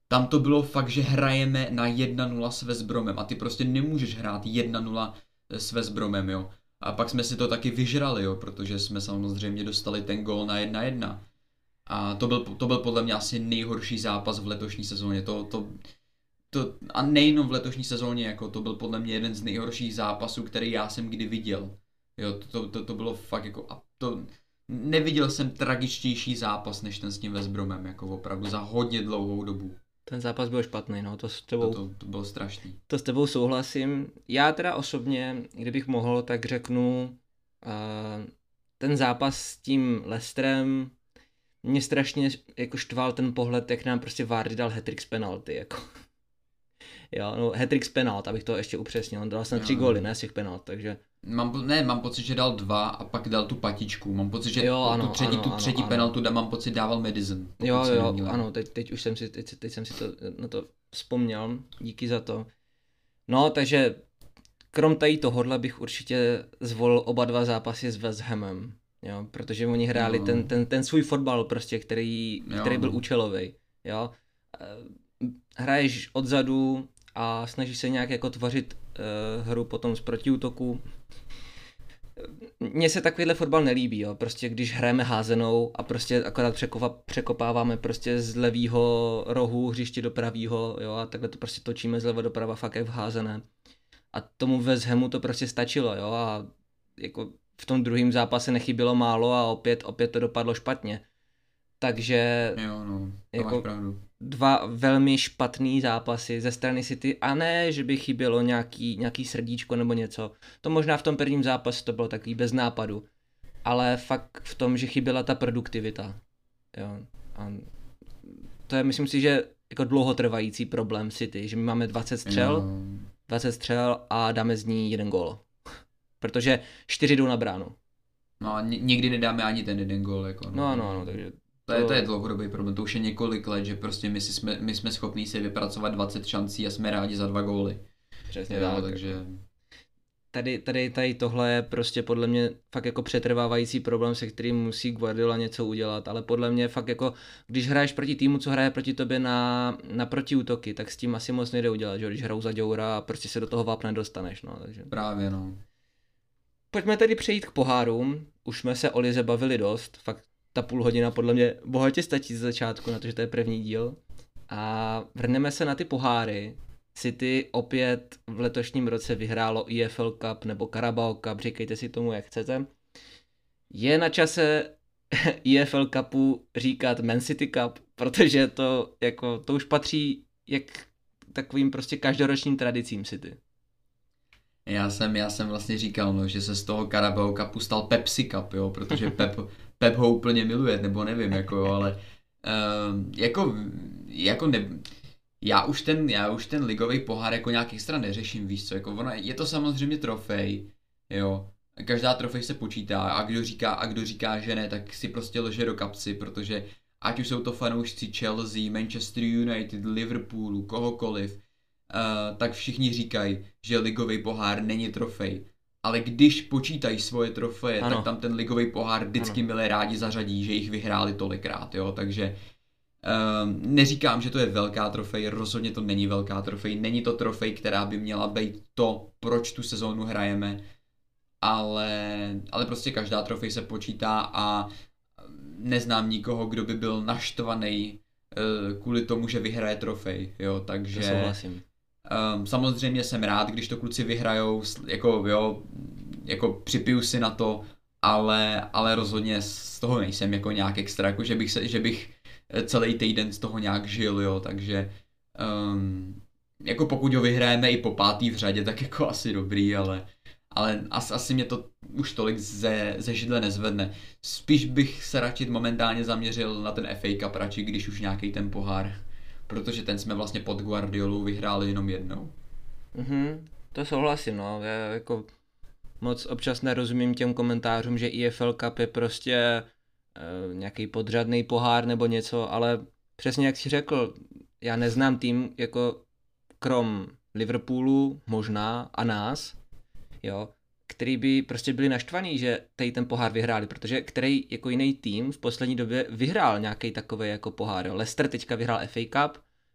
Tam to bylo fakt, že hrajeme na jedna nula s West Bromem a ty prostě nemůžeš hrát jedna nula s West Bromem, jo. A pak jsme si to taky vyžrali, jo, protože jsme samozřejmě dostali ten gól na jedna jedna. A to byl, to byl podle mě asi nejhorší zápas v letošní sezóně. To, to, to, a nejenom v letošní sezóně, jako to byl podle mě jeden z nejhorších zápasů, který já jsem kdy viděl. Jo, to, to, to bylo fakt jako, a to, neviděl jsem tragičtější zápas než ten s tím West Bromem, jako opravdu za hodně dlouhou dobu. Ten zápas byl špatný, no, to s tebou, to, to, to bylo strašný. To s tebou souhlasím. Já teda osobně, kdybych mohl, tak řeknu, uh, ten zápas s tím Leicesterem, mě strašně jako štval ten pohled, jak nám prostě Vardy dal hat-trick z penalty, jako. Jo, no hat-trick z penalt, abych to ještě upřesnil, on dal jsem tři góly, ne z těch penalt, takže... Mám, ne, mám pocit, že dal dva a pak dal tu patičku, mám pocit, že jo, ano, tu třetí, ano, tu ano, třetí ano. penaltu dá, mám pocit, dával Madison. Jo, jo, ano, teď, teď už jsem si, teď, teď jsem si to, na to vzpomněl, díky za to. No, takže krom tady tohohle bych určitě zvolil oba dva zápasy s West Hamem, jo, protože oni hráli ten, ten, ten svůj fotbal prostě, který, který jo. byl účelový, jo. Hraješ odzadu a snažíš se nějak jako tvořit uh, hru potom z protiútoku. Mně se takovýhle fotbal nelíbí, jo. Prostě když hrajeme házenou a prostě akorát překopa, překopáváme prostě z levýho rohu hřiště do pravýho, jo, a takhle to prostě točíme zleva doprava fakt jak v házené. A tomu West Hamu to prostě stačilo, jo, a jako v tom druhém zápase nechybělo málo a opět, opět to dopadlo špatně. Takže jo, no, to jako máš pravdu. Dva velmi špatný zápasy ze strany City a ne, že by chybělo nějaký, nějaký srdíčko nebo něco. To možná v tom prvním zápase to bylo takový bez nápadu, ale fakt v tom, že chyběla ta produktivita. Jo. A to je, myslím si, že jako dlouhotrvající problém City, že my máme dvacet střel, jo. dvacet střel a dáme z ní jeden gól. Protože čtyři jdou na bránu. No a nikdy nedáme ani ten jeden gól, jako no. No, no, no, takže To je, to je dlouhodobý problém, to už je několik let, že prostě my, si jsme, my jsme schopní si vypracovat dvacet šancí a jsme rádi za dva góly. Přesně jo, tak. takže... Tady, tady, tady tohle je prostě podle mě fakt jako přetrvávající problém, se kterým musí Guardiola něco udělat, ale podle mě fakt jako, když hraješ proti týmu, co hraje proti tobě na, na protiútoky, tak s tím asi moc nejde udělat, že když hrajou za Děura a prostě se do toho vápna nedostaneš, no, takže... Právě, no. Pojďme tedy přejít k pohárům, už jsme se o lize bavili dost, fakt ta půl hodina podle mě bohatě stačí z začátku na to, že to je první díl. A vrhneme se na ty poháry. City opět v letošním roce vyhrálo E F L Cup nebo Carabao Cup, říkejte si tomu, jak chcete. Je na čase E F L Cupu říkat Man City Cup, protože to, jako, to už patří jak takovým prostě každoročním tradicím City. Já jsem, já jsem vlastně říkal, no, že se z toho Carabao Cupu stal Pepsi Cup, jo, protože Pep, Pep ho úplně miluje, nebo nevím, jako jo, ale uh, jako, jako ne, já už ten, já už ten ligový pohár jako nějak extra neřeším, víš co, jako ona, je to samozřejmě trofej, jo, každá trofej se počítá a kdo říká, a kdo říká, že ne, tak si prostě lže do kapsy, protože ať už jsou to fanoušci Chelsea, Manchester United, Liverpoolu, kohokoliv, Uh, tak všichni říkají, že ligový pohár není trofej. Ale když počítají svoje trofeje, ano. tak tam ten ligový pohár vždycky milé rádi zařadí, že jich vyhráli tolikrát, jo, takže uh, neříkám, že to je velká trofej, rozhodně to není velká trofej, není to trofej, která by měla být to, proč tu sezónu hrajeme, ale, ale prostě každá trofej se počítá a neznám nikoho, kdo by byl naštvaný uh, kvůli tomu, že vyhraje trofej, jo, takže... To souhlasím. Um, samozřejmě jsem rád, když to kluci vyhrajou, jako jo, jako připiju si na to, ale, ale rozhodně z toho nejsem jako nějak extra, jako že bych, se, že bych celý týden z toho nějak žil, jo, takže um, jako pokud ho vyhrajeme i po pátý v řadě, tak jako asi dobrý, ale, ale asi, asi mě to už tolik ze, ze židle nezvedne. Spíš bych se radši momentálně zaměřil na ten F A Cup radši, když už nějaký ten pohár. Protože ten jsme vlastně pod Guardiolou vyhráli jenom jednou. Mhm, to souhlasím, no. Já jako moc občas nerozumím těm komentářům, že E F L Cup je prostě e, nějaký podřadný pohár nebo něco, ale přesně jak jsi řekl, já neznám tým jako krom Liverpoolu možná a nás, jo, který by prostě byli naštvaný, že tady ten pohár vyhráli, protože který jako jiný tým v poslední době vyhrál nějaký takový jako pohár, jo. Leicester teďka vyhrál F A Cup,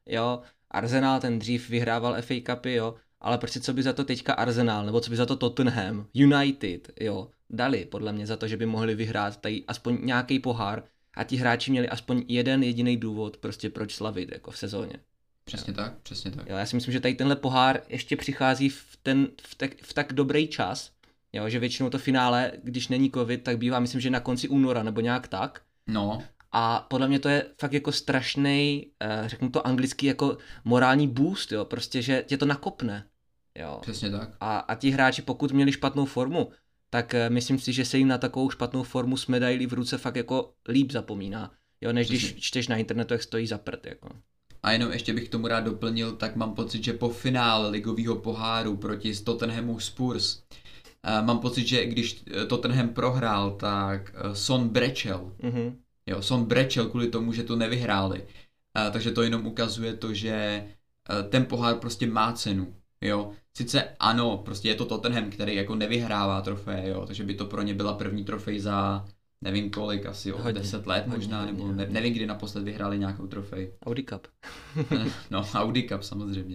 jo, Arsenal ten dřív vyhrával F A Cupy, jo, ale prostě co by za to teďka Arsenal, nebo co by za to Tottenham, United, jo, dali podle mě za to, že by mohli vyhrát tady aspoň nějaký pohár a ti hráči měli aspoň jeden jediný důvod prostě proč slavit jako v sezóně. Přesně jo. tak, přesně tak. Jo, já si myslím, že tady tenhle pohár ještě přichází v, ten, v, tak, v tak dobrý čas, jo, že většinou to finále, když není covid, tak bývá, myslím, že na konci února nebo nějak tak. No. A podle mě to je fakt jako strašnej, řeknu to anglicky, jako morální boost, jo, prostě, že tě to nakopne. Jo. Přesně tak. A, a ti hráči, pokud měli špatnou formu, tak myslím si, že se jim na takovou špatnou formu s medailí v ruce fakt jako líp zapomíná. Jo, než Přesně. Když čteš na internetu, jak stojí za prd, jako. A jenom ještě bych tomu rád doplnil, tak mám pocit, že po finále ligového poháru proti Tottenhamu Spurs, uh, mám pocit, že když Tottenham prohrál, tak uh, Son brečel. Mm-hmm. Jo, Son brečel kvůli tomu, že to nevyhráli. Uh, takže to jenom ukazuje to, že uh, ten pohár prostě má cenu. Jo, sice ano, prostě je to Tottenham, který jako nevyhrává trofeje, jo, takže by to pro ně byla první trofej za nevím kolik, asi o deset let možná, hodně, nebo ne, nevím, kdy naposled vyhráli nějakou trofej. Audi Cup. No, Audi Cup samozřejmě.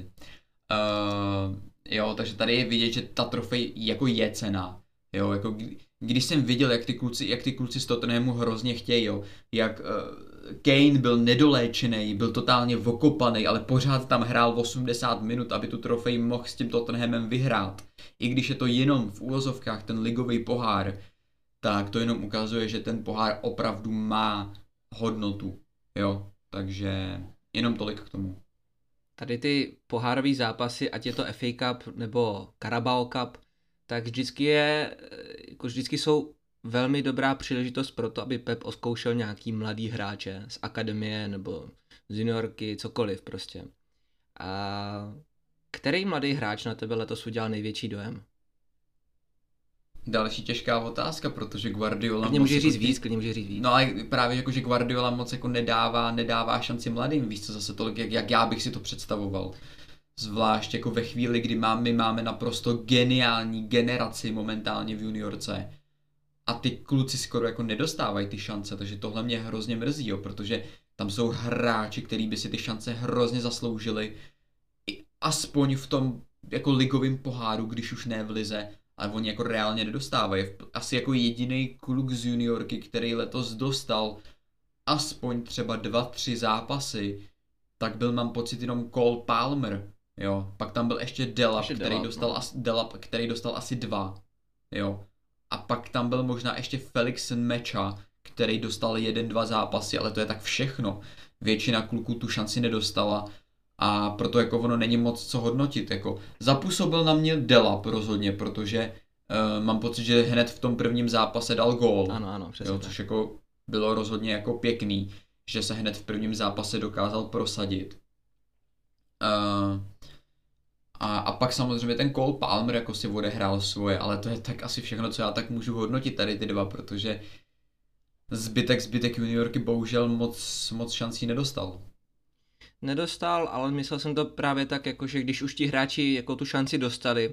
Uh, jo, takže tady je vidět, že ta trofej jako je cena. Jo, jako kdy, když jsem viděl, jak ty kluci, jak ty kluci z Tottenhamu hrozně chtějí, jo, jak uh, Kane byl nedoléčený, byl totálně okopaný, ale pořád tam hrál osmdesát minut, aby tu trofej mohl s tím Tottenhamem vyhrát. I když je to jenom v úvozovkách ten ligový pohár, tak to jenom ukazuje, že ten pohár opravdu má hodnotu, jo, takže jenom tolik k tomu. Tady ty pohárové zápasy, ať je to F A Cup nebo Carabao Cup, tak vždycky je, jako vždycky jsou velmi dobrá příležitost pro to, aby Pep oskoušel nějaký mladý hráče z akademie nebo z juniorky, cokoliv prostě. A který mladý hráč na tebe letos udělal největší dojem? Další těžká otázka, protože Guardiola... Klidně může říct víc, klidně může říct víc. No ale právě jako, že Guardiola moc jako nedává, nedává šanci mladým, víš co, zase tolik, jak, jak já bych si to představoval. Zvlášť jako ve chvíli, kdy má, my máme naprosto geniální generaci momentálně v juniorce. A ty kluci skoro jako nedostávají ty šance, takže tohle mě hrozně mrzí, jo, protože tam jsou hráči, kteří by si ty šance hrozně zasloužili. I aspoň v tom jako ligovém poháru, když už ne v lize, ale oni jako reálně nedostávají. Asi jako jediný kluk z juniorky, který letos dostal aspoň třeba dva, tři zápasy, tak byl, mám pocit, jenom Cole Palmer, jo. Pak tam byl ještě Delap, ještě který, Delap, dostal no. as, Delap, který dostal asi dva, jo. A pak tam byl možná ještě Felix Meča, který dostal jeden, dva zápasy, ale to je tak všechno. Většina kluků tu šanci nedostala. A proto jako ono není moc co hodnotit, jako zapůsobil na mě Delap rozhodně, protože uh, mám pocit, že hned v tom prvním zápase dal gól, ano, ano, přesně jo, což jako bylo rozhodně jako pěkný, že se hned v prvním zápase dokázal prosadit. Uh, a, a pak samozřejmě ten Cole Palmer jako si odehrál svoje, ale to je tak asi všechno, co já tak můžu hodnotit tady ty dva, protože zbytek, zbytek juniorky bohužel moc, moc šancí nedostal. Nedostal, ale myslel jsem to právě tak, jako že když už ti hráči jako tu šanci dostali,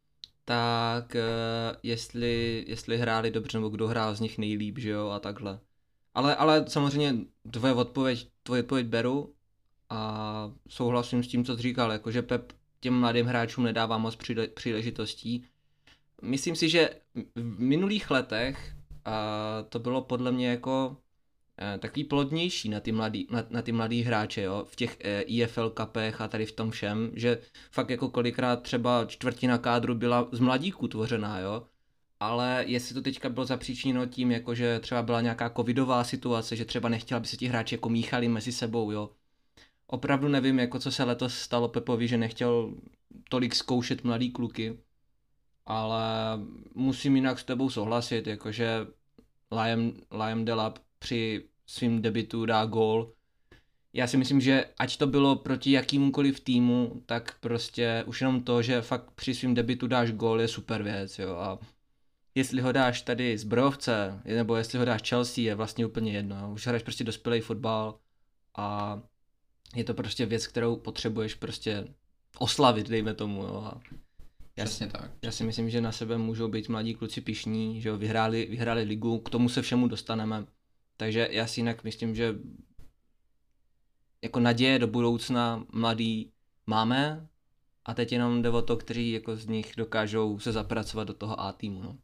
tak uh, jestli, jestli hráli dobře, nebo kdo hrál z nich nejlíp, že jo, a takhle. Ale, ale samozřejmě tvoje odpověď, tvoje odpověď beru a souhlasím s tím, co jsi říkal, jakože Pep těm mladým hráčům nedává moc příležitostí. Myslím si, že v minulých letech uh, to bylo podle mě jako takový plodnější na ty mladý, na, na ty mladý hráče, jo, v těch e, I F L Cupech a tady v tom všem, že fakt jako kolikrát třeba čtvrtina kádru byla z mladíků tvořená, jo, ale jestli to teďka bylo zapříčiněno tím, jako že třeba byla nějaká covidová situace, že třeba nechtěla, aby se ti hráči jako míchali mezi sebou, jo. Opravdu nevím, jako co se letos stalo Pepovi, že nechtěl tolik zkoušet mladý kluky, ale musím jinak s tebou souhlasit, jakože Liam, Liam Delap při svým debutu dá gól. Já si myslím, že ať to bylo proti jakýmukoliv týmu, tak prostě už jenom to, že fakt při svým debutu dáš gól, je super věc, jo. A jestli ho dáš tady z Brovce, nebo jestli ho dáš Chelsea, je vlastně úplně jedno. Jo. Už hraješ prostě dospělý fotbal a je to prostě věc, kterou potřebuješ prostě oslavit, dejme tomu, jo. A já, Přesně tak. Já si myslím, že na sebe můžou být mladí kluci pyšní, že jo, vyhráli, vyhráli ligu, k tomu se všemu dostaneme. Takže já si jinak myslím, že jako naděje do budoucna mladý máme a teď jenom jde o to, kteří jako z nich dokážou se zapracovat do toho A týmu. No.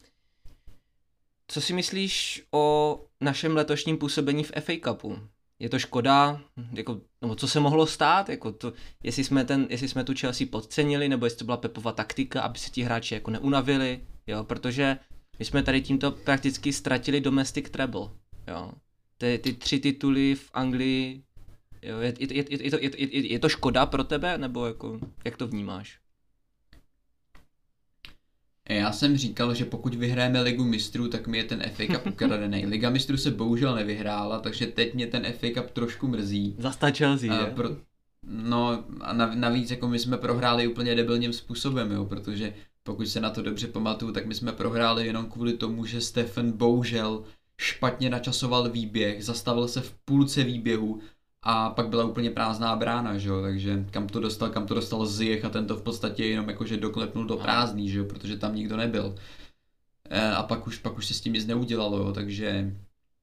Co si myslíš o našem letošním působení v F A Cupu? Je to škoda? Jako, nebo co se mohlo stát? Jako to, jestli, jsme ten, jestli jsme tu Chelsea podcenili, nebo jestli to byla Pepova taktika, aby se ti hráči jako neunavili, jo? Protože my jsme tady tímto prakticky ztratili domestic treble. Jo? Ty, ty tři tituly v Anglii, jo? Je, je, je, je, to, je, je, je to škoda pro tebe, nebo jako, jak to vnímáš? Já jsem říkal, že pokud vyhráme Ligu mistrů, tak mi je ten F A Cup ukradený. Liga mistrů se bohužel nevyhrála, takže teď mě ten F A Cup trošku mrzí. Zasta Chelsea, že? Pro, no a navíc jako my jsme prohráli úplně debilním způsobem, jo, protože pokud se na to dobře pamatuju, tak my jsme prohráli jenom kvůli tomu, že Stefan bohužel špatně načasoval výběh, zastavil se v půlce výběhu a pak byla úplně prázdná brána, že jo, takže kam to dostal, kam to dostal Ziyech a ten to v podstatě jenom jakože doklepnul do prázdný, že jo, protože tam nikdo nebyl. E, a pak už, pak už se s tím nic neudělalo, jo, takže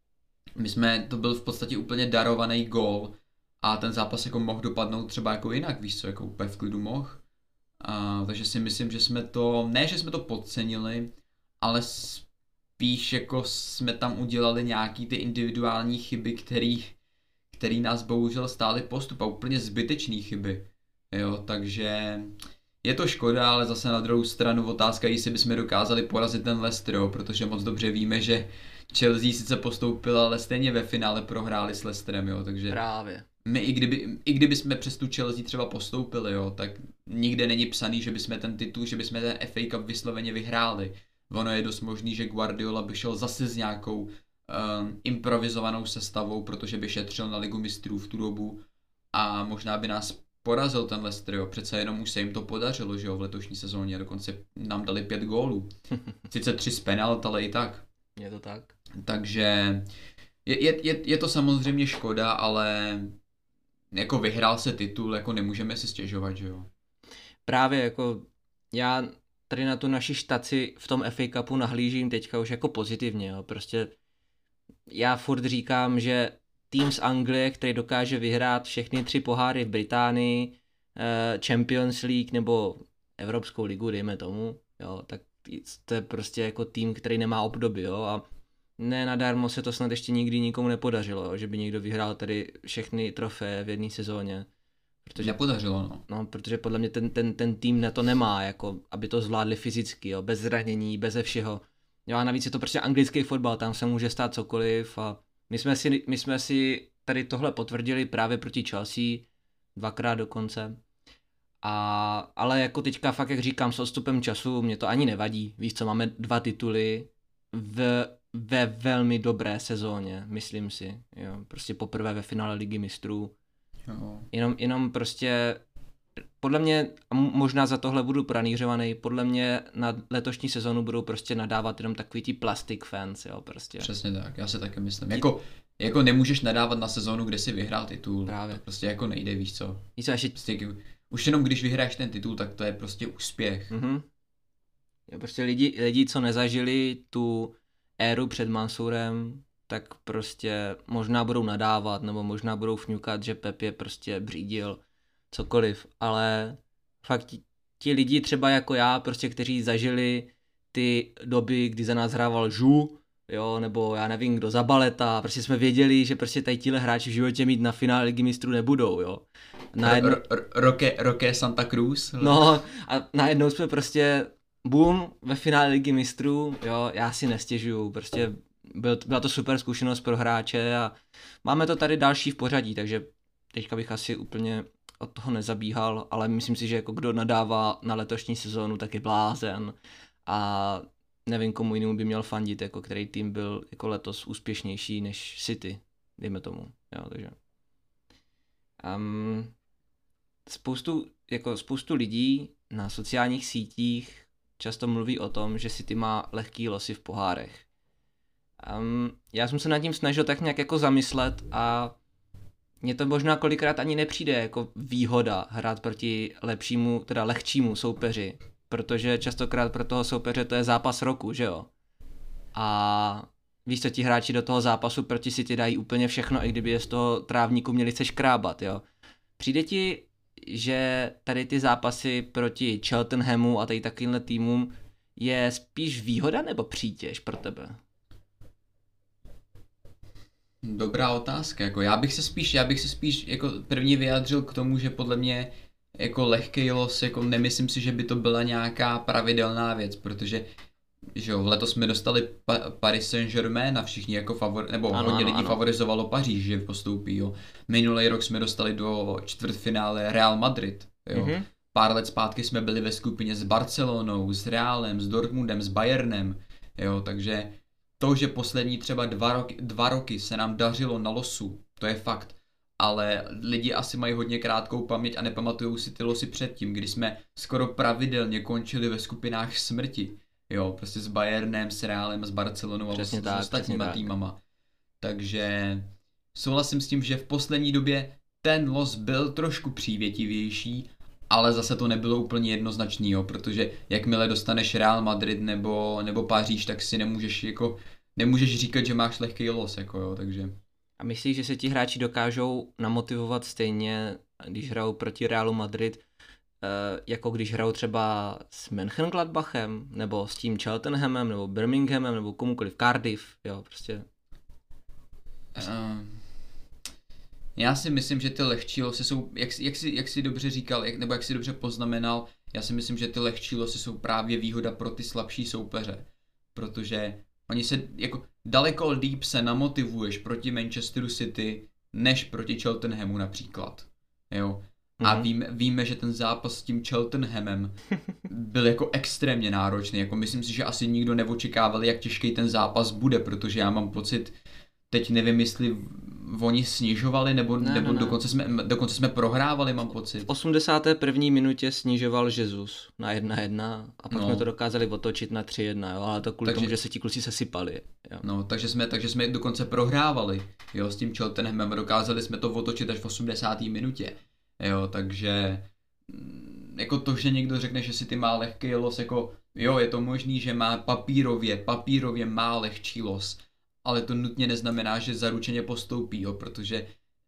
my jsme, to byl v podstatě úplně darovaný gól a ten zápas jako mohl dopadnout třeba jako jinak, víš co, jako úplně v klidu mohl. A, takže si myslím, že jsme to, ne, že jsme to podcenili, ale spíš jako jsme tam udělali nějaký ty individuální chyby, který který nás bohužel stály postup a úplně zbytečný chyby, jo, takže je to škoda, ale zase na druhou stranu otázka, jestli bychom dokázali porazit ten Leicester, jo, protože moc dobře víme, že Chelsea sice postoupila, ale stejně ve finále prohráli s Leicesterem, jo, takže právě. My i kdyby, i kdyby jsme přes tu Chelsea třeba postoupili, jo, tak nikde není psaný, že bychom ten titul, že bychom ten F A Cup vysloveně vyhráli. Ono je dost možný, že Guardiola by šel zase s nějakou Um, improvizovanou sestavou, protože by šetřil na Ligu mistrů v tu dobu a možná by nás porazil ten Leicester, jo. Přece jenom už se jim to podařilo, že jo, v letošní sezóně, dokonce nám dali pět gólů. Sice tři z penalt, ale i tak. Je to tak. Takže je, je, je, je to samozřejmě škoda, ale jako vyhrál se titul, jako nemůžeme si stěžovat, že jo. Právě jako já tady na tu naši štaci v tom F A Cupu nahlížím teďka už jako pozitivně, jo. Prostě já furt říkám, že tým z Anglie, který dokáže vyhrát všechny tři poháry v Británii, Champions League nebo Evropskou ligu, dejme tomu, jo, tak to je prostě jako tým, který nemá obdoby, jo, a ne nadarmo se to snad ještě nikdy nikomu nepodařilo, jo, že by někdo vyhrál tady všechny trofeje v jedné sezóně. Protože nepodařilo, no. No, protože podle mě ten, ten, ten tým na to nemá, jako, aby to zvládli fyzicky, jo, bez zranění, beze všeho. Jo, a navíc je to prostě anglický fotbal, tam se může stát cokoliv a my jsme si, my jsme si tady tohle potvrdili právě proti Chelsea, dvakrát dokonce. A, ale jako teďka fakt, jak říkám, s odstupem času mě to ani nevadí. Víš co, máme dva tituly v, ve velmi dobré sezóně, myslím si. Jo, prostě poprvé ve finále Ligy mistrů. Jo. Jenom, jenom prostě podle mě, a možná za tohle budu pranířovaný, podle mě na letošní sezonu budou prostě nadávat jenom takový ti plastic fans, jo, prostě. Přesně tak, já si taky myslím. Jako, jako nemůžeš nadávat na sezonu, kde si vyhrál titul. Právě. To prostě jako nejde, víš co. Víš co, ještě... Prostě, už jenom když vyhráš ten titul, tak to je prostě úspěch. Mhm. Jo, prostě lidi, lidi, co nezažili tu éru před Mansourem, tak prostě možná budou nadávat, nebo možná budou fňukat, že Pep je prostě břídil, cokoliv, ale fakt ti, ti lidi třeba jako já, prostě kteří zažili ty doby, kdy za nás hrával Žu, jo, nebo já nevím kdo, Zabaleta, prostě jsme věděli, že prostě tady tíhle hráči v životě mít na finále Ligy mistrů nebudou, jo. Najednou... Roque, Roque Santa Cruz. No a najednou jsme prostě boom ve finále Ligy mistrů, jo, já si nestěžuju, prostě byl, byla to super zkušenost pro hráče a máme to tady další v pořadí, takže teďka bych asi úplně od toho nezabíhal, ale myslím si, že jako kdo nadává na letošní sezónu, tak je blázen a nevím, komu jinému by měl fandit, jako který tým byl jako letos úspěšnější než City, dejme tomu, jo, takže um, spoustu, jako spoustu lidí na sociálních sítích často mluví o tom, že City má lehký losy v pohárech. Um, já jsem se nad tím snažil tak nějak jako zamyslet a mně to možná kolikrát ani nepřijde jako výhoda hrát proti lepšímu, teda lehčímu soupeři, protože častokrát pro toho soupeře to je zápas roku, že jo? A víš co, ti hráči do toho zápasu proti City dají úplně všechno, i kdyby je z toho trávníku měli seškrábat, jo. Přijde ti, že tady ty zápasy proti Cheltenhamu a tady takovýmhle týmům je spíš výhoda nebo přítěž pro tebe? Dobrá otázka, jako já bych se spíš, já bych se spíš jako první vyjádřil k tomu, že podle mě jako lehký los, jako nemyslím si, že by to byla nějaká pravidelná věc, protože že jo, letos jsme dostali pa- Paris Saint-Germain a všichni jako favor, nebo ano, hodně ano, lidí ano. favorizovalo Paříž, že postoupí, jo. Minulý rok jsme dostali do čtvrtfinále Real Madrid, jo. Mhm. Pár let zpátky jsme byli ve skupině s Barcelonou, s Realem, s Dortmundem, s Bayernem, jo, takže to, že poslední třeba dva roky, dva roky se nám dařilo na losu, to je fakt, ale lidi asi mají hodně krátkou paměť a nepamatujou si ty losy předtím, kdy jsme skoro pravidelně končili ve skupinách smrti. Jo, prostě s Bayernem, s Realem, s Barcelonou a Přesně s, tak, s ostatníma přesně tak. týmama. Takže souhlasím s tím, že v poslední době ten los byl trošku přívětivější, ale zase to nebylo úplně jednoznačný, jo, protože jakmile dostaneš Real Madrid nebo, nebo Paříž, tak si nemůžeš jako nemůžeš říkat, že máš lehký los, jako jo, takže. A myslíš, že se ti hráči dokážou namotivovat stejně, když hrajou proti Realu Madrid, eh, jako když hrajou třeba s Mönchengladbachem, nebo s tím Cheltenhamem, nebo Birminghamem, nebo komukoliv, Cardiff, jo, prostě. Uh, já si myslím, že ty lehčí losy jsou, jak, jak, jsi, jak jsi dobře říkal, jak, nebo jak jsi dobře poznamenal, já si myslím, že ty lehčí losy jsou právě výhoda pro ty slabší soupeře, protože oni se jako daleko líp se namotivuješ proti Manchesteru City, než proti Cheltenhamu například, jo. A Mhm. víme, víme, že ten zápas s tím Cheltenhamem byl jako extrémně náročný, jako myslím si, že asi nikdo neočekával, jak těžký ten zápas bude, protože já mám pocit, teď nevím, jestli oni snižovali, nebo, Ne, nebo ne, ne. Dokonce, jsme, dokonce jsme prohrávali, mám pocit. V osmdesáté první minutě snižoval Jesus na jedna jedna a pak No. jsme to dokázali otočit na tři jedna, jo, ale to kvůli Takže- tomu, že se ti kluci sesypali, jo. No, takže jsme, takže jsme dokonce prohrávali, jo, s tím Cheltenhamem, dokázali jsme to otočit až v osmdesáté minutě, jo, takže mm, jako to, že někdo řekne, že si ty má lehký los, jako jo, je to možný, že má papírově, papírově má lehčí los, ale to nutně neznamená, že zaručeně postoupí, jo, protože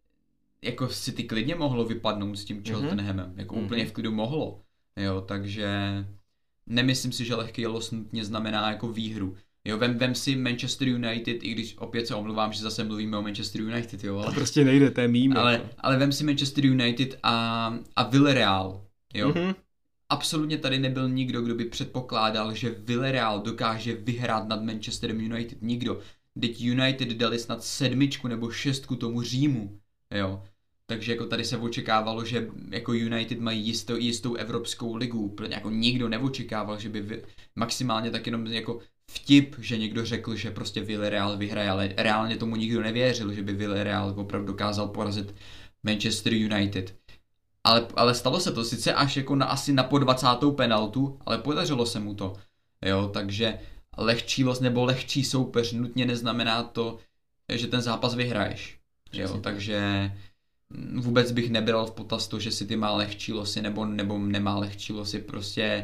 jako si ty klidně mohlo vypadnout s tím Cheltenhamem, jako Mhm. úplně v klidu mohlo, jo, takže nemyslím si, že lehký los nutně znamená jako výhru. Jo, vem, vem si Manchester United, i když opět se omlouvám, že zase mluvíme o Manchester United, jo, To ale, prostě nejde, to je mým, ale, jako. ale vem si Manchester United a, a Villarreal, jo. Mhm. Absolutně tady nebyl nikdo, kdo by předpokládal, že Villarreal dokáže vyhrát nad Manchesterem United. Nikdo. Teď United dali snad sedmičku nebo šestku tomu Římu, jo. Takže jako tady se očekávalo, že jako United mají jistou, jistou evropskou ligu. Úplně jako nikdo neočekával, že by vy, maximálně tak jenom jako vtip, že někdo řekl, že prostě Villarreal vyhraje, ale reálně tomu nikdo nevěřil, že by Villarreal opravdu dokázal porazit Manchester United. Ale, ale stalo se to sice až jako na, asi na po dvacátou penaltu, ale podařilo se mu to. Jo, takže lehčí los nebo lehčí soupeř nutně neznamená to, že ten zápas vyhraješ. Jo, Přesně. takže vůbec bych nebral v potaz to, že si ty má lehčí losy nebo, nebo nemá lehčí losy, prostě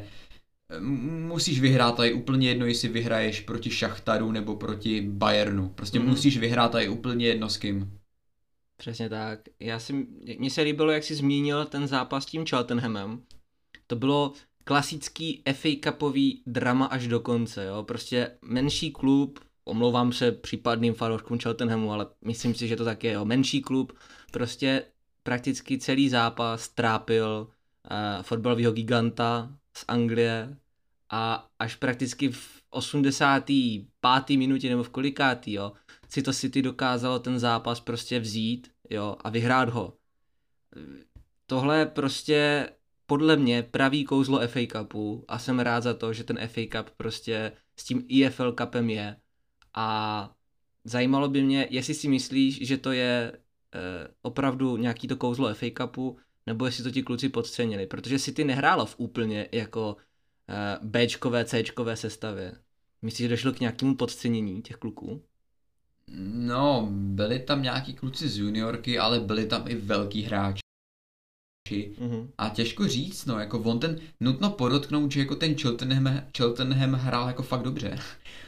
m- musíš vyhrát a je úplně jedno, jestli vyhraješ proti Šachtaru nebo proti Bayernu. Prostě Mhm. musíš vyhrát a je úplně jedno s kým. Přesně tak. Já si, mně se líbilo, jak jsi zmínil ten zápas s tím Cheltenhamem. To bylo klasický F A Cupový drama až do konce, jo. Prostě menší klub, omlouvám se případným fanouškům Cheltenhamu, ale myslím si, že to tak je, jo. Menší klub, prostě prakticky celý zápas trápil uh, fotbalového giganta z Anglie a až prakticky v osmdesáté páté minutě nebo v kolikátý, jo, si to City dokázalo ten zápas prostě vzít, jo, a vyhrát ho. Tohle je prostě podle mě pravý kouzlo F A Cupu a jsem rád za to, že ten F A Cup prostě s tím E F L Cupem je a zajímalo by mě, jestli si myslíš, že to je eh, opravdu nějaký to kouzlo F A Cupu, nebo jestli to ti kluci podcenili, protože City nehrálo v úplně jako eh, Bčkové, Cčkové sestavě. Myslíš, že došlo k nějakému podcenění těch kluků? No, byli tam nějaký kluci z juniorky, ale byli tam i velký hráči. Mhm. A těžko říct, no, jako on ten, nutno podotknout, že jako ten Cheltenham, Cheltenham hrál jako fakt dobře.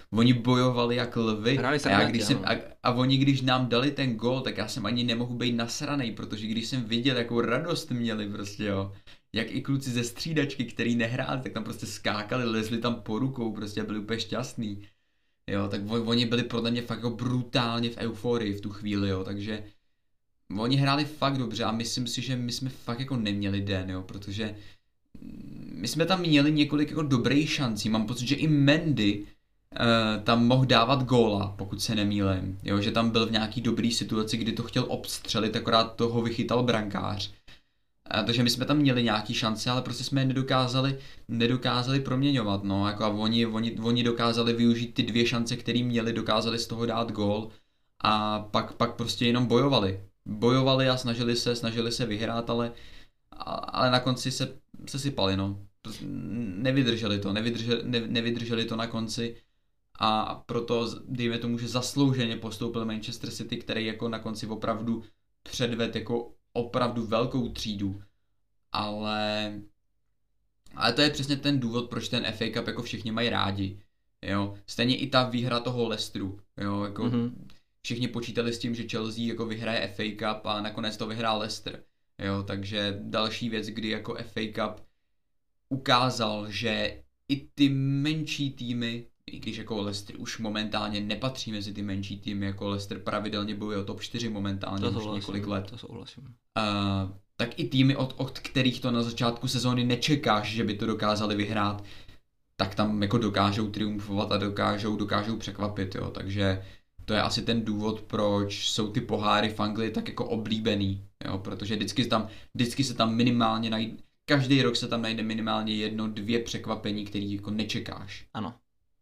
Oni bojovali jak lvy Hráli a, já, srdnatě, když jsem, ano. a, a oni když nám dali ten gól, tak já jsem ani nemohl být nasranej, protože když jsem viděl, jakou radost měli prostě, jo. Jak i kluci ze střídačky, který nehráli, tak tam prostě skákali, lezli tam po rukou, prostě byli úplně šťastný. Jo, tak oni byli podle mě fakt jako brutálně v euforii v tu chvíli, jo, takže oni hráli fakt dobře a myslím si, že my jsme fakt jako neměli den, jo, protože my jsme tam měli několik jako dobrých šancí, mám pocit, že i Mendy uh, tam mohl dávat góla, pokud se nemýlím, jo, že tam byl v nějaký dobrý situaci, kdy to chtěl obstřelit, akorát toho vychytal brankář. A takže my jsme tam měli nějaký šance, ale prostě jsme je nedokázali, nedokázali proměňovat, no, jako a oni, oni, oni dokázali využít ty dvě šance, které měli, dokázali z toho dát gól a pak, pak prostě jenom bojovali. Bojovali a snažili se, snažili se vyhrát, ale, ale na konci se, se sypali, no. Prostě nevydrželi to, nevydrželi, ne, nevydrželi to na konci a proto, dejme tomu, že zaslouženě postoupil Manchester City, který jako na konci opravdu předved jako opravdu velkou třídu, ale ale to je přesně ten důvod, proč ten F A Cup jako všichni mají rádi, jo, stejně i ta výhra toho Leicesteru, jo, jako mm-hmm. všichni počítali s tím, že Chelsea jako vyhraje F A Cup a nakonec to vyhrál Leicester, jo, takže další věc, kdy jako F A Cup ukázal, že i ty menší týmy, i když jako Leicester už momentálně nepatří mezi ty menší týmy, jako Leicester pravidelně bojuje o top čtyři momentálně to už několik let. To souhlasím. Uh, tak i týmy, od, od kterých to na začátku sezóny nečekáš, že by to dokázali vyhrát, tak tam jako dokážou triumfovat a dokážou, dokážou překvapit, jo, takže to je asi ten důvod, proč jsou ty poháry v Anglii tak jako oblíbený, jo, protože vždycky tam, vždycky se tam minimálně najde, každý rok se tam najde minimálně jedno, dvě překvapení, který jako nečekáš. Ano.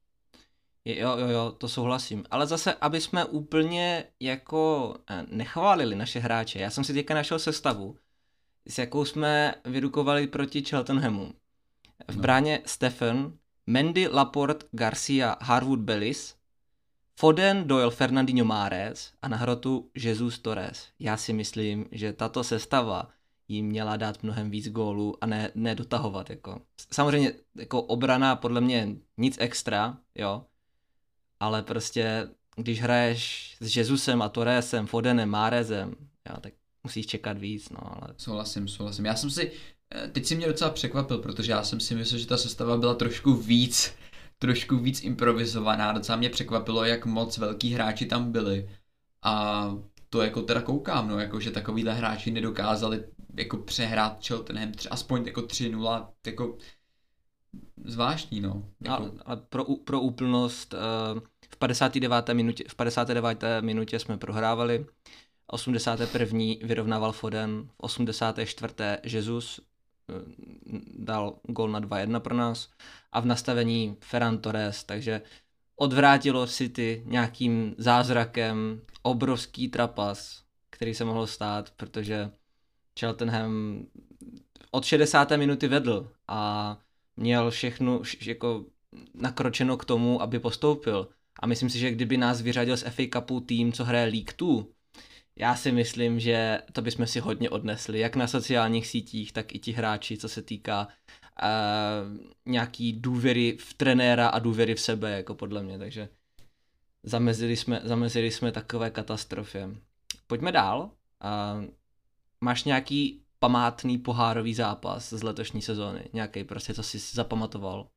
Jo, jo, jo, to souhlasím. Ale zase, aby jsme úplně jako nechválili naše hráče. Já jsem si teďka našel sestavu, s jakou jsme vyrukovali proti Cheltenhamu. V no. bráně Stephen, Mendy, Laporte, Garcia, Harwood, Bellis, Foden, Doyle, Fernandinho, Mahrez a na hrotu Jesus, Torres. Já si myslím, že tato sestava jim měla dát mnohem víc gólů a ne, ne dotahovat. Jako. Samozřejmě jako obrana podle mě nic extra, jo. Ale prostě, když hraješ s Jesusem a Torresem, Fodenem, Mahrezem, jo, tak musíš čekat víc, no, ale... Souhlasím, souhlasím. Já jsem si, teď si mě docela překvapil, protože já jsem si myslel, že ta sestava byla trošku víc, trošku víc improvizovaná, docela mě překvapilo, jak moc velký hráči tam byli. A to jako teda koukám, no, jako že takovýhle hráči nedokázali jako přehrát Cheltenham, aspoň jako tři nula, jako... Zvláštní, no. Jako... A, a pro, pro úplnost, uh, v padesáté deváté minutě, v padesáté deváté minutě jsme prohrávali, osmdesáté první vyrovnával Foden, v osmdesáté čtvrté Jesus uh, dal gol na dva jedna pro nás a v nastavení Ferran Torres, takže odvrátilo City nějakým zázrakem obrovský trapas, který se mohl stát, protože Cheltenham od šedesáté minuty vedl a měl všechno jako nakročeno k tomu, aby postoupil. A myslím si, že kdyby nás vyřadil z F A Cupu tým, co hraje League dva, já si myslím, že to bychom si hodně odnesli, jak na sociálních sítích, tak i ti hráči, co se týká uh, nějaký důvěry v trenéra a důvěry v sebe, jako podle mě. Takže zamezili jsme, zamezili jsme takové katastrofě. Pojďme dál. Uh, máš nějaký památný pohárový zápas z letošní sezóny? Nějaký prostě, co jsi zapamatoval?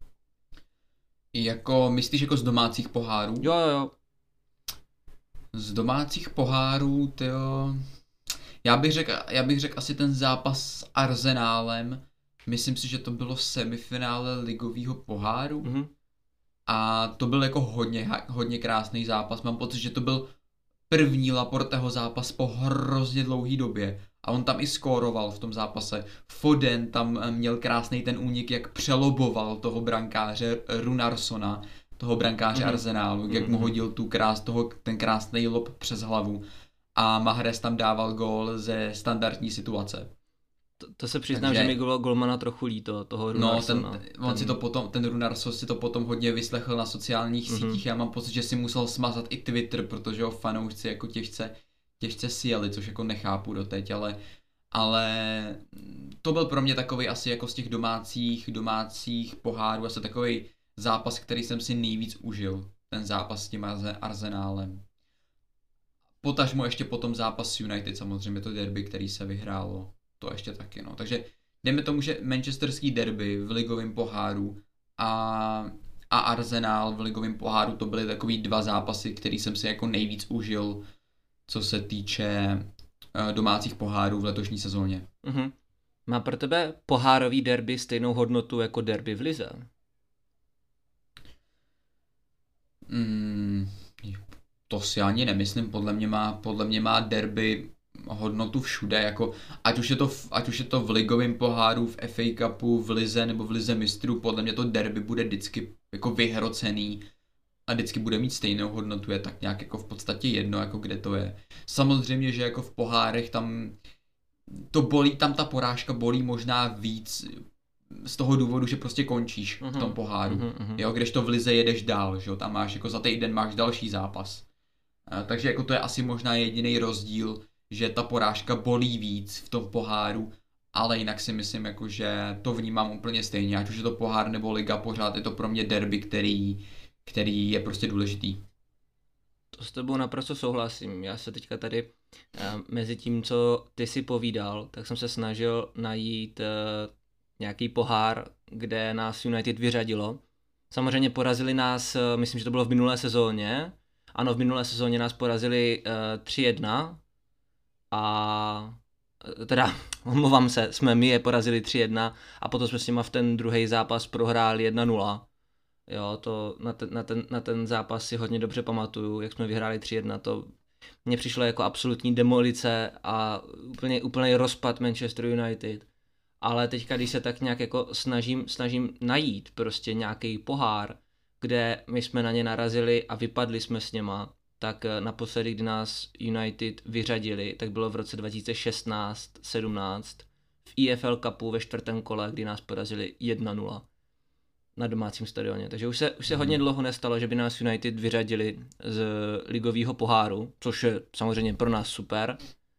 Jako, myslíš jako z domácích pohárů? Jo, jo, jo. Z domácích pohárů, tyjo... Já bych řekl, já bych řekl asi ten zápas s Arsenálem. Myslím si, že to bylo semifinále ligového poháru. Mm-hmm. A to byl jako hodně, hodně krásný zápas. Mám pocit, že to byl první Laporteho zápas po hrozně dlouhý době. A on tam i skóroval v tom zápase. Foden tam měl krásný ten únik, jak přeloboval toho brankáře Runarsona, toho brankáře mm-hmm. Arsenálu, jak mm-hmm. mu hodil tu krás, toho, ten krásný lob přes hlavu. A Mahrez tam dával gól ze standardní situace. To, to se přiznám, Takže, že mi bylo golmana trochu líto, toho Runarsona. No, ten, on ten... si to potom, ten Runarson si to potom hodně vyslechl na sociálních mm-hmm. sítích. Já mám pocit, že si musel smazat i Twitter, protože ho fanoušci jako těžce těžce sjeli, což jako nechápu doteď, ale, ale to byl pro mě takový asi jako z těch domácích, domácích pohárů, asi takový zápas, který jsem si nejvíc užil. ten zápas s tím Arsenálem. Potažmo ještě potom zápas s United, samozřejmě to derby, který se vyhrálo, to ještě taky, no. Takže dejme tomu, že manchesterský derby v ligovém poháru a, a Arsenal v ligovém poháru, to byly takový dva zápasy, který jsem si jako nejvíc užil, co se týče uh, domácích pohárů v letošní sezóně. Mm-hmm. Má pro tebe pohárový derby stejnou hodnotu jako derby v lize? Mm, to si ani nemyslím, podle mě má, podle mě má derby hodnotu všude, jako ať už je to v, ať už je to v ligovém poháru, v F A Cupu, v lize nebo v lize mistrů, podle mě to derby bude vždycky jako vyhrocený a vždycky bude mít stejnou hodnotu, je tak nějak jako v podstatě jedno, jako kde to je. Samozřejmě, že jako v pohárech tam to bolí, tam ta porážka bolí možná víc z toho důvodu, že prostě končíš uh-huh. v tom poháru, uh-huh. jo, kdežto v lize jedeš dál, že jo, tam máš jako za týden máš další zápas. A, takže jako to je asi možná jediný rozdíl, že ta porážka bolí víc v tom poháru, ale jinak si myslím, jako, že to vnímám úplně stejně, ať už je to pohár nebo liga, pořád je to pro mě derby, který, který je prostě důležitý. To s tebou naprosto souhlasím, já se teďka tady uh, mezi tím, co ty si povídal, tak jsem se snažil najít uh, nějaký pohár, kde nás United vyřadilo. Samozřejmě porazili nás, uh, myslím, že to bylo v minulé sezóně, ano, v minulé sezóně nás porazili uh, tři jedna, a teda, omlouvám se, jsme my je porazili tři jedna a potom jsme s nima v ten druhý zápas prohráli jedna nula. Jo, to na ten, na, ten, na ten zápas si hodně dobře pamatuju, jak jsme vyhráli tři jedna, to mně přišlo jako absolutní demolice a úplně, úplný rozpad Manchester United. Ale teďka, když se tak nějak jako snažím, snažím najít prostě nějaký pohár, kde my jsme na ně narazili a vypadli jsme s něma, tak naposledy, kdy nás United vyřadili, tak bylo v roce dva tisíce šestnáct sedmnáct v E F L Cupu ve čtvrtém kole, kdy nás porazili jedna nula na domácím stadioně. Takže už se, už se hodně dlouho nestalo, že by nás United vyřadili z ligového poháru, což je samozřejmě pro nás super.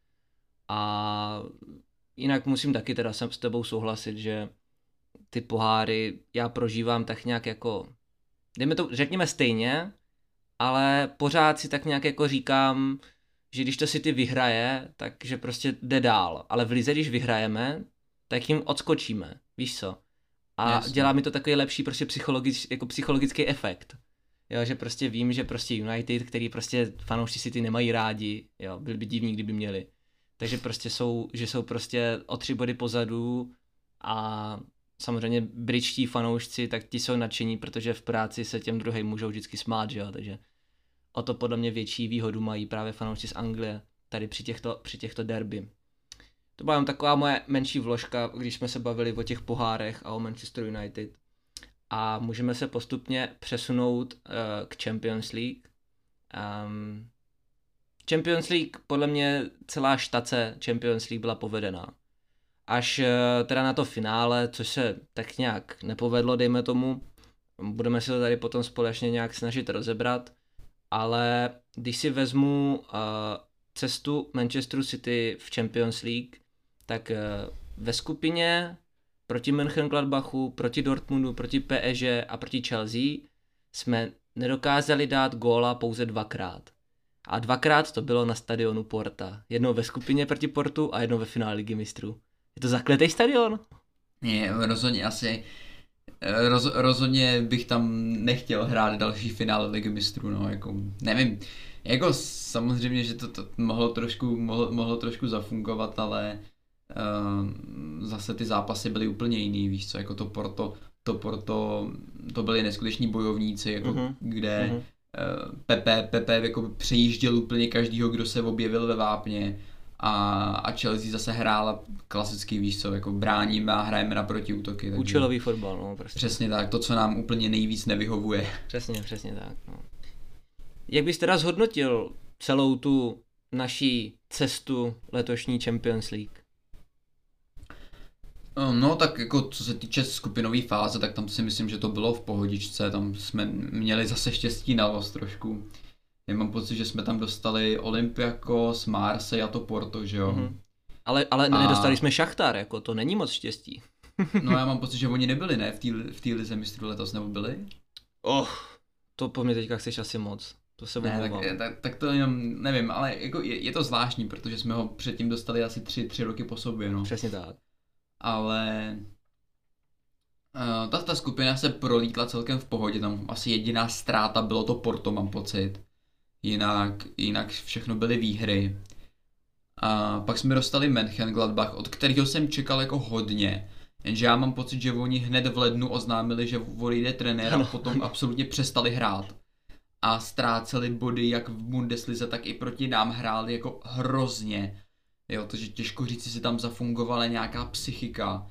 A jinak musím taky teda s tebou souhlasit, že ty poháry já prožívám tak nějak jako, dejme to, řekněme stejně, ale pořád si tak nějak jako říkám, že když to City vyhraje, takže prostě jde dál. Ale v lize, když vyhrajeme, tak jim odskočíme, víš co? A Jasně. dělá mi to takový lepší prostě psychologic, jako psychologický efekt. Jo, že prostě vím, že prostě United, který prostě fanoušci City nemají rádi, jo, byli by divní, kdyby měli. Takže prostě jsou, že jsou prostě o tři body pozadu a samozřejmě britští fanoušci, tak ti jsou nadšení, protože v práci se těm druhým můžou vždycky smát, že jo, takže o to podle mě větší výhodu mají právě fanoušci z Anglie tady při těchto, při těchto derby. To byla jen taková moje menší vložka, když jsme se bavili o těch pohárech a o Manchester United. A můžeme se postupně přesunout uh, k Champions League. Um, Champions League, podle mě celá štace Champions League byla povedená. Až uh, teda na to finále, což se tak nějak nepovedlo, dejme tomu. Budeme se to tady potom společně nějak snažit rozebrat. Ale když si vezmu uh, cestu Manchesteru City v Champions League, tak uh, ve skupině proti Mönchengladbachu, proti Dortmundu, proti P S G a proti Chelsea jsme nedokázali dát góla pouze dvakrát. A dvakrát to bylo na stadionu Porta. Jednou ve skupině proti Portu a jednou ve finále Ligy mistrů. Je to zakletý stadion? Ne, rozhodně asi. Roz, rozhodně bych tam nechtěl hrát další finále Ligy mistrů, no, jako, nevím, jako samozřejmě, že to, to mohlo trošku, mohlo, mohlo trošku zafungovat, ale uh, zase ty zápasy byly úplně jiný, víš co, jako to Porto, to Porto, to byli neskuteční bojovníci, jako, uh-huh. kde uh-huh. Uh, Pepe, Pepe jako přejížděl úplně každýho, kdo se objevil ve vápně. A, a Chelsea zase hrála klasický, víš co, jako bráníme a hrajeme na protiútoky. Takže účelový fotbal, no prostě. Přesně tak, to, co nám úplně nejvíc nevyhovuje. Přesně, přesně tak, no. Jak bys teda zhodnotil celou tu naší cestu letošní Champions League? No tak jako co se týče skupinové fáze, tak tam si myslím, že to bylo v pohodičce, tam jsme měli zase štěstí na los trošku. Já mám pocit, že jsme tam dostali Olympiakos, Marseille a to Porto, že jo. Mm-hmm. Ale, ale a... nedostali jsme Šachtar, jako to není moc štěstí. No já mám pocit, že oni nebyli, ne? V té v té lize mistrů letos, nebo byli? Oh, to po mě teďka chceš asi moc. To se ne, tak, tak, tak to jenom nevím, ale jako je, je to zvláštní, protože jsme ho předtím dostali asi tři, tři roky po sobě, no. Přesně tak. Ale uh, ta, ta skupina se prolítla celkem v pohodě, tam asi jediná ztráta bylo to Porto, mám pocit. Jinak, jinak všechno byly výhry. A pak jsme dostali Mönchengladbach, od kterého jsem čekal jako hodně. Jenže já mám pocit, že oni hned v lednu oznámili, že odejde trenér a potom absolutně přestali hrát. A ztráceli body jak v Bundeslize, tak i proti nám hráli jako hrozně. Jo, takže těžko říct, jestli tam zafungovala nějaká psychika.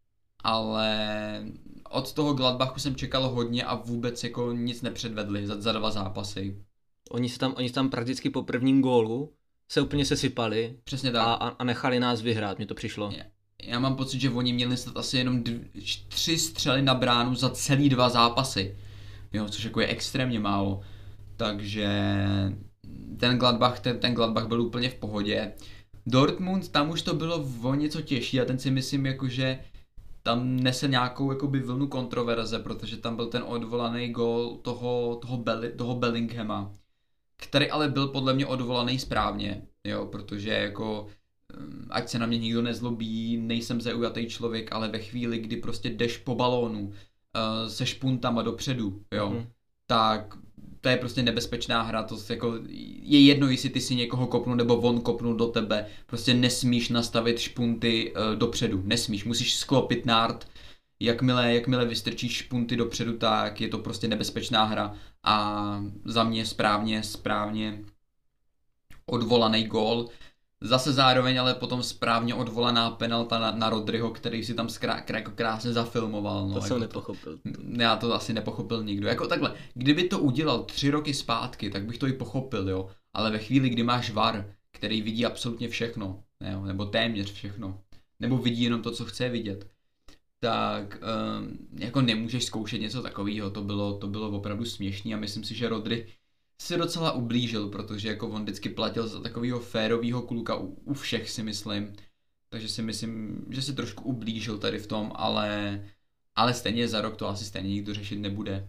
Ale od toho Gladbachu jsem čekal hodně a vůbec jako nic nepředvedli za, za dva zápasy. Oni se tam, oni se tam prakticky po prvním gólu se úplně sesypali. Přesně tak. A, a nechali nás vyhrát, mně to přišlo. Já, já mám pocit, že oni měli snad asi jenom dv, tři střely na bránu za celý dva zápasy. Jo, což jako je extrémně málo. Takže ten Gladbach, ten, ten Gladbach byl úplně v pohodě. Dortmund, tam už to bylo o něco těžší a ten si myslím jako, že tam nese nějakou jakoby vlnu kontroverze, protože tam byl ten odvolaný gól toho, toho, Belli, toho Bellinghama, který ale byl podle mě odvolaný správně, jo, protože jako ať se na mě nikdo nezlobí, nejsem zaujatý člověk, ale ve chvíli, kdy prostě jdeš po balónu uh, se špuntama dopředu, jo, mm. tak to je prostě nebezpečná hra, to jako, je jedno, jestli ty si někoho kopnul nebo on kopnul do tebe, prostě nesmíš nastavit špunty uh, dopředu, nesmíš, musíš sklopit nárt, jakmile, jakmile vystrčíš špunty dopředu, tak je to prostě nebezpečná hra a za mě správně, správně odvolaný gól. Zase zároveň ale potom správně odvolaná penalta na, na Rodryho, který si tam skrá, krá, jako krásně zafilmoval. No, to jako jsem nepochopil. To, já to asi nepochopil nikdo. Jako takhle, kdyby to udělal tři roky zpátky, tak bych to i pochopil, jo. Ale ve chvíli, kdy máš V A R, který vidí absolutně všechno, jo, nebo téměř všechno, nebo vidí jenom to, co chce vidět, tak um, jako nemůžeš zkoušet něco takového. To bylo, to bylo opravdu směšný a myslím si, že Rodry si docela ublížil, protože jako on vždycky platil za takového férového kluka u, u všech, si myslím. Takže si myslím, že si trošku ublížil tady v tom, ale, ale stejně za rok to asi stejně nikdo řešit nebude.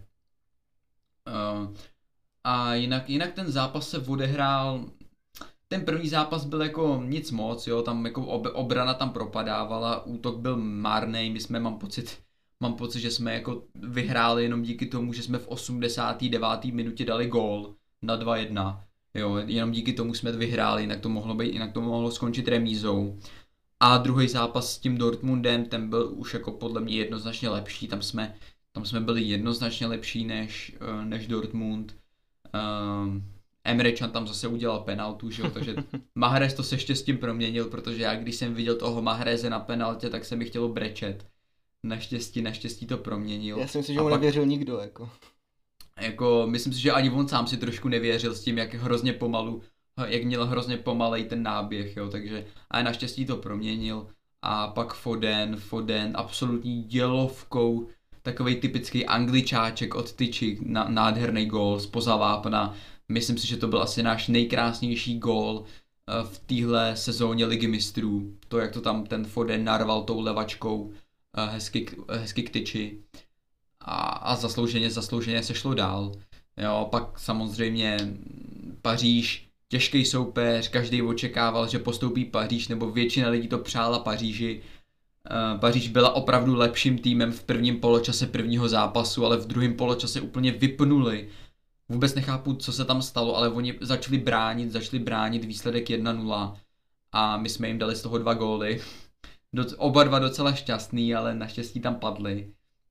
Uh, a jinak, jinak ten zápas se odehrál, ten první zápas byl jako nic moc, jo, tam jako ob, obrana tam propadávala, útok byl marný, my jsme, mám pocit, mám pocit, že jsme jako vyhráli jenom díky tomu, že jsme v osmdesáté deváté minutě dali gól na dva jedna. Jo, jenom díky tomu jsme vyhráli, jinak to mohlo být, jinak to mohlo skončit remízou. A druhý zápas s tím Dortmundem, ten byl už jako podle mě jednoznačně lepší, tam jsme, tam jsme byli jednoznačně lepší než, než Dortmund. Um, Emre Can tam zase udělal penaltu, že jo, takže Mahrez to se štěstím proměnil, protože já když jsem viděl toho Mahreze na penaltě, tak se mi chtělo brečet. Naštěstí, naštěstí to proměnil. Já si myslím, že mu nevěřil nikdo, jako. Jako, myslím si, že ani on sám si trošku nevěřil s tím, jak hrozně pomalu, jak měl hrozně pomalej ten náběh, jo, takže, ale naštěstí to proměnil. A pak Foden, Foden, absolutní dělovkou, takovej typický Angličáček od tyči, nádherný gól spoza vápna. Myslím si, že to byl asi náš nejkrásnější gól v téhle sezóně Ligy mistrů. To, jak to tam ten Foden narval tou levačkou hezky, hezky k tyči. A, a zaslouženě, zaslouženě se šlo dál. Jo, pak samozřejmě Paříž, těžký soupeř, každý očekával, že postoupí Paříž, nebo většina lidí to přála Paříži. Paříž byla opravdu lepším týmem v prvním poločase prvního zápasu, ale v druhém poločase úplně vypnuli. Vůbec nechápu, co se tam stalo, ale oni začali bránit, začali bránit výsledek jedna nula a my jsme jim dali z toho dva góly. Oba dva docela šťastný, ale naštěstí tam padli.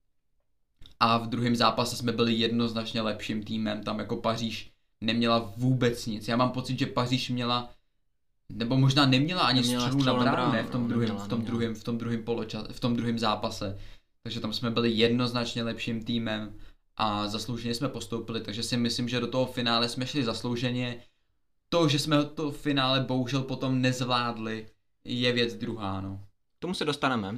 A v druhém zápase jsme byli jednoznačně lepším týmem, tam jako Paříž neměla vůbec nic. Já mám pocit, že Paříž měla, nebo možná neměla ani střelu na bránu, ne, v tom druhém, v tom druhém, v tom druhém poločase, v tom druhém zápase. Takže tam jsme byli jednoznačně lepším týmem a zaslouženě jsme postoupili, takže si myslím, že do toho finále jsme šli zaslouženě. To, že jsme to finále bohužel potom nezvládli, je věc druhá, no. K tomu se dostaneme,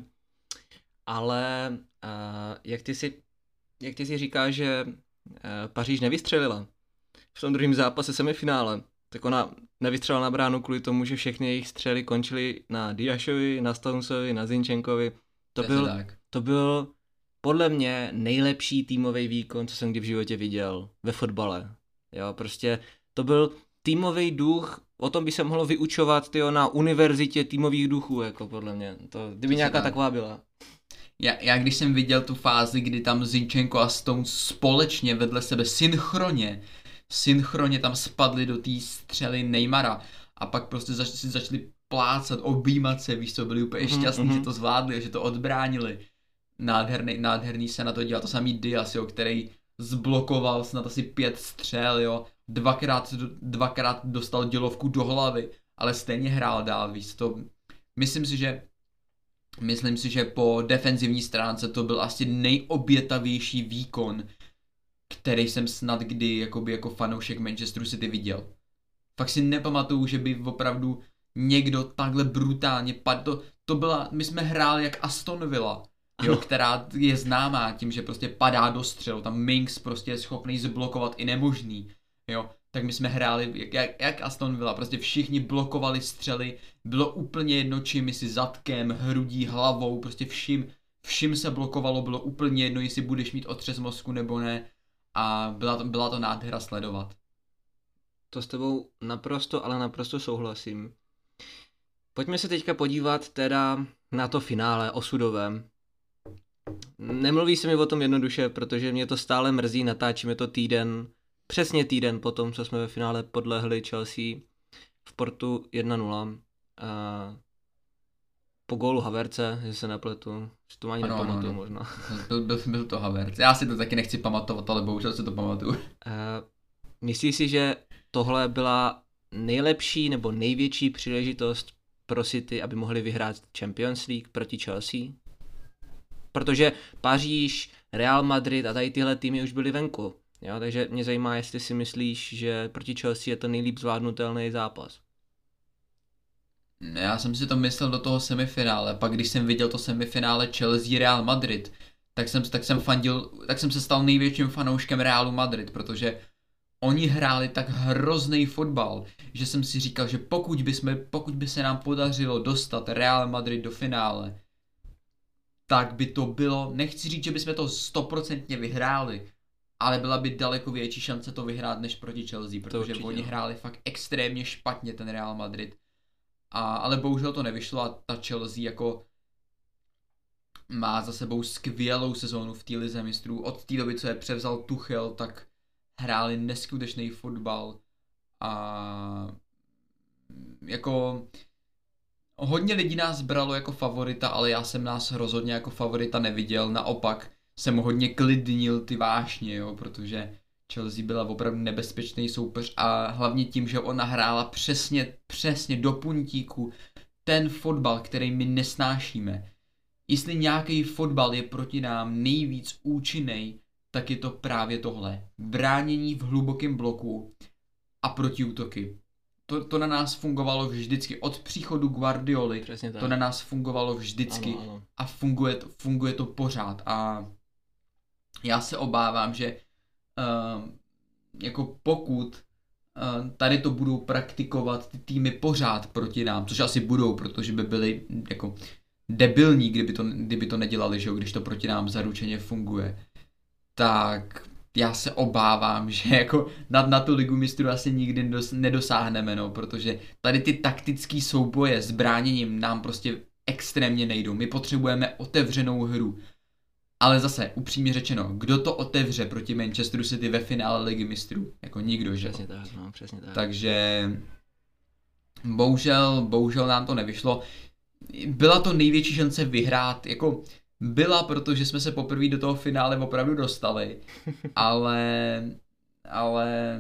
ale uh, jak ty si, jak ty si říkáš, že uh, Paříž nevystřelila v tom druhém zápase semifinále, tak ona nevystřelila na bránu kvůli tomu, že všechny jejich střely končily na Diashovi, na Stonesovi, na Zinčenkovi. To byl, to byl podle mě nejlepší týmový výkon, co jsem kdy v životě viděl ve fotbale. Jo, prostě to byl týmový duch, o tom by se mohlo vyučovat tyjo, na univerzitě týmových duchů, jako podle mě. To, kdyby to nějaká taková byla. Já, já když jsem viděl tu fázi, kdy tam Zinchenko a Stones společně vedle sebe synchronně, synchronně tam spadli do té střely Neymara a pak prostě zač, si začali plácat, objímat se, víš co, byli úplně šťastní, mm-hmm. že to zvládli, že to odbránili. Nádherný, nádherný se na to dělal, to samý Diaz, jo, který zblokoval snad asi pět střel, jo, dvakrát, dvakrát dostal dělovku do hlavy, ale stejně hrál dál, víš to. Myslím si, že Myslím si, že po defenzivní stránce to byl asi nejobětavější výkon, který jsem snad kdy jakoby jako fanoušek Manchesteru City viděl. Fakt si nepamatuju, že by opravdu někdo takhle brutálně padl. To, to byla, my jsme hráli jak Aston Villa, jo, která je známá tím, že prostě padá do střelu. Tam Minks prostě je schopný zblokovat i nemožný, jo. Tak my jsme hráli jak, jak Aston Villa, prostě všichni blokovali střely, bylo úplně jedno čím, jestli zadkem, hrudí, hlavou, prostě vším, vším se blokovalo, bylo úplně jedno, jestli budeš mít otřes mozku nebo ne a byla to, byla to nádhera sledovat. To s tebou naprosto, ale naprosto souhlasím. Pojďme se teďka podívat teda na to finále osudové. Nemluví se mi o tom jednoduše, protože mě to stále mrzí, natáčíme to týden, přesně týden po tom, co jsme ve finále podlehli Chelsea v Portu jedna nula. A po gólu Havertze, že se nepletu, že to ani ano, nepamatuju ano. možná. Byl, byl, byl to Havertz, já si to taky nechci pamatovat, ale bohužel si to pamatuju. Uh, myslíš si, že tohle byla nejlepší nebo největší příležitost pro City, aby mohli vyhrát Champions League proti Chelsea? Protože Paříž, Real Madrid a tady tyhle týmy už byly venku. Jo, takže mě zajímá, jestli si myslíš, že proti Chelsea je to nejlíp zvládnutelný zápas. Já jsem si to myslel do toho semifinále, pak když jsem viděl to semifinále Chelsea Real Madrid, tak jsem, tak jsem fandil, tak jsem se stal největším fanouškem Realu Madrid, protože oni hráli tak hrozný fotbal, že jsem si říkal, že pokud by, jsme, pokud by se nám podařilo dostat Real Madrid do finále, tak by to bylo, nechci říct, že bychom to stoprocentně vyhráli, ale byla by daleko větší šance to vyhrát než proti Chelsea, protože oni hráli fakt extrémně špatně ten Real Madrid. A, ale bohužel to nevyšlo a ta Chelsea jako má za sebou skvělou sezónu v té lize mistrů. Od té doby, co je převzal Tuchel, tak hráli neskutečný fotbal a jako hodně lidí nás bralo jako favorita, ale já jsem nás rozhodně jako favorita neviděl, naopak jsem hodně klidnil ty vášně, jo, protože Chelsea byla opravdu nebezpečný soupeř a hlavně tím, že ona hrála přesně, přesně do puntíku ten fotbal, který my nesnášíme. Jestli nějaký fotbal je proti nám nejvíc účinný, tak je to právě tohle. Bránění v hlubokém bloku a protiútoky. To, to na nás fungovalo vždycky. Od příchodu Guardioli to na nás fungovalo vždycky ano, ano. a funguje to, funguje to pořád. A já se obávám, že Uh, jako pokud uh, tady to budou praktikovat ty týmy pořád proti nám, což asi budou, protože by byli jako debilní, kdyby to, kdyby to nedělali, že jo, když to proti nám zaručeně funguje, tak já se obávám, že jako na, na tu ligu mistrů asi nikdy dos, nedosáhneme, no, protože tady ty taktický souboje s bráněním nám prostě extrémně nejdou. My potřebujeme otevřenou hru. Ale zase, upřímně řečeno, kdo to otevře proti Manchesteru City ve finále ligy mistrů? Jako nikdo, že? Přesně tak, no, přesně tak. Takže bohužel, bohužel nám to nevyšlo. Byla to největší šance vyhrát, jako byla, protože jsme se poprvé do toho finále opravdu dostali, ale, ale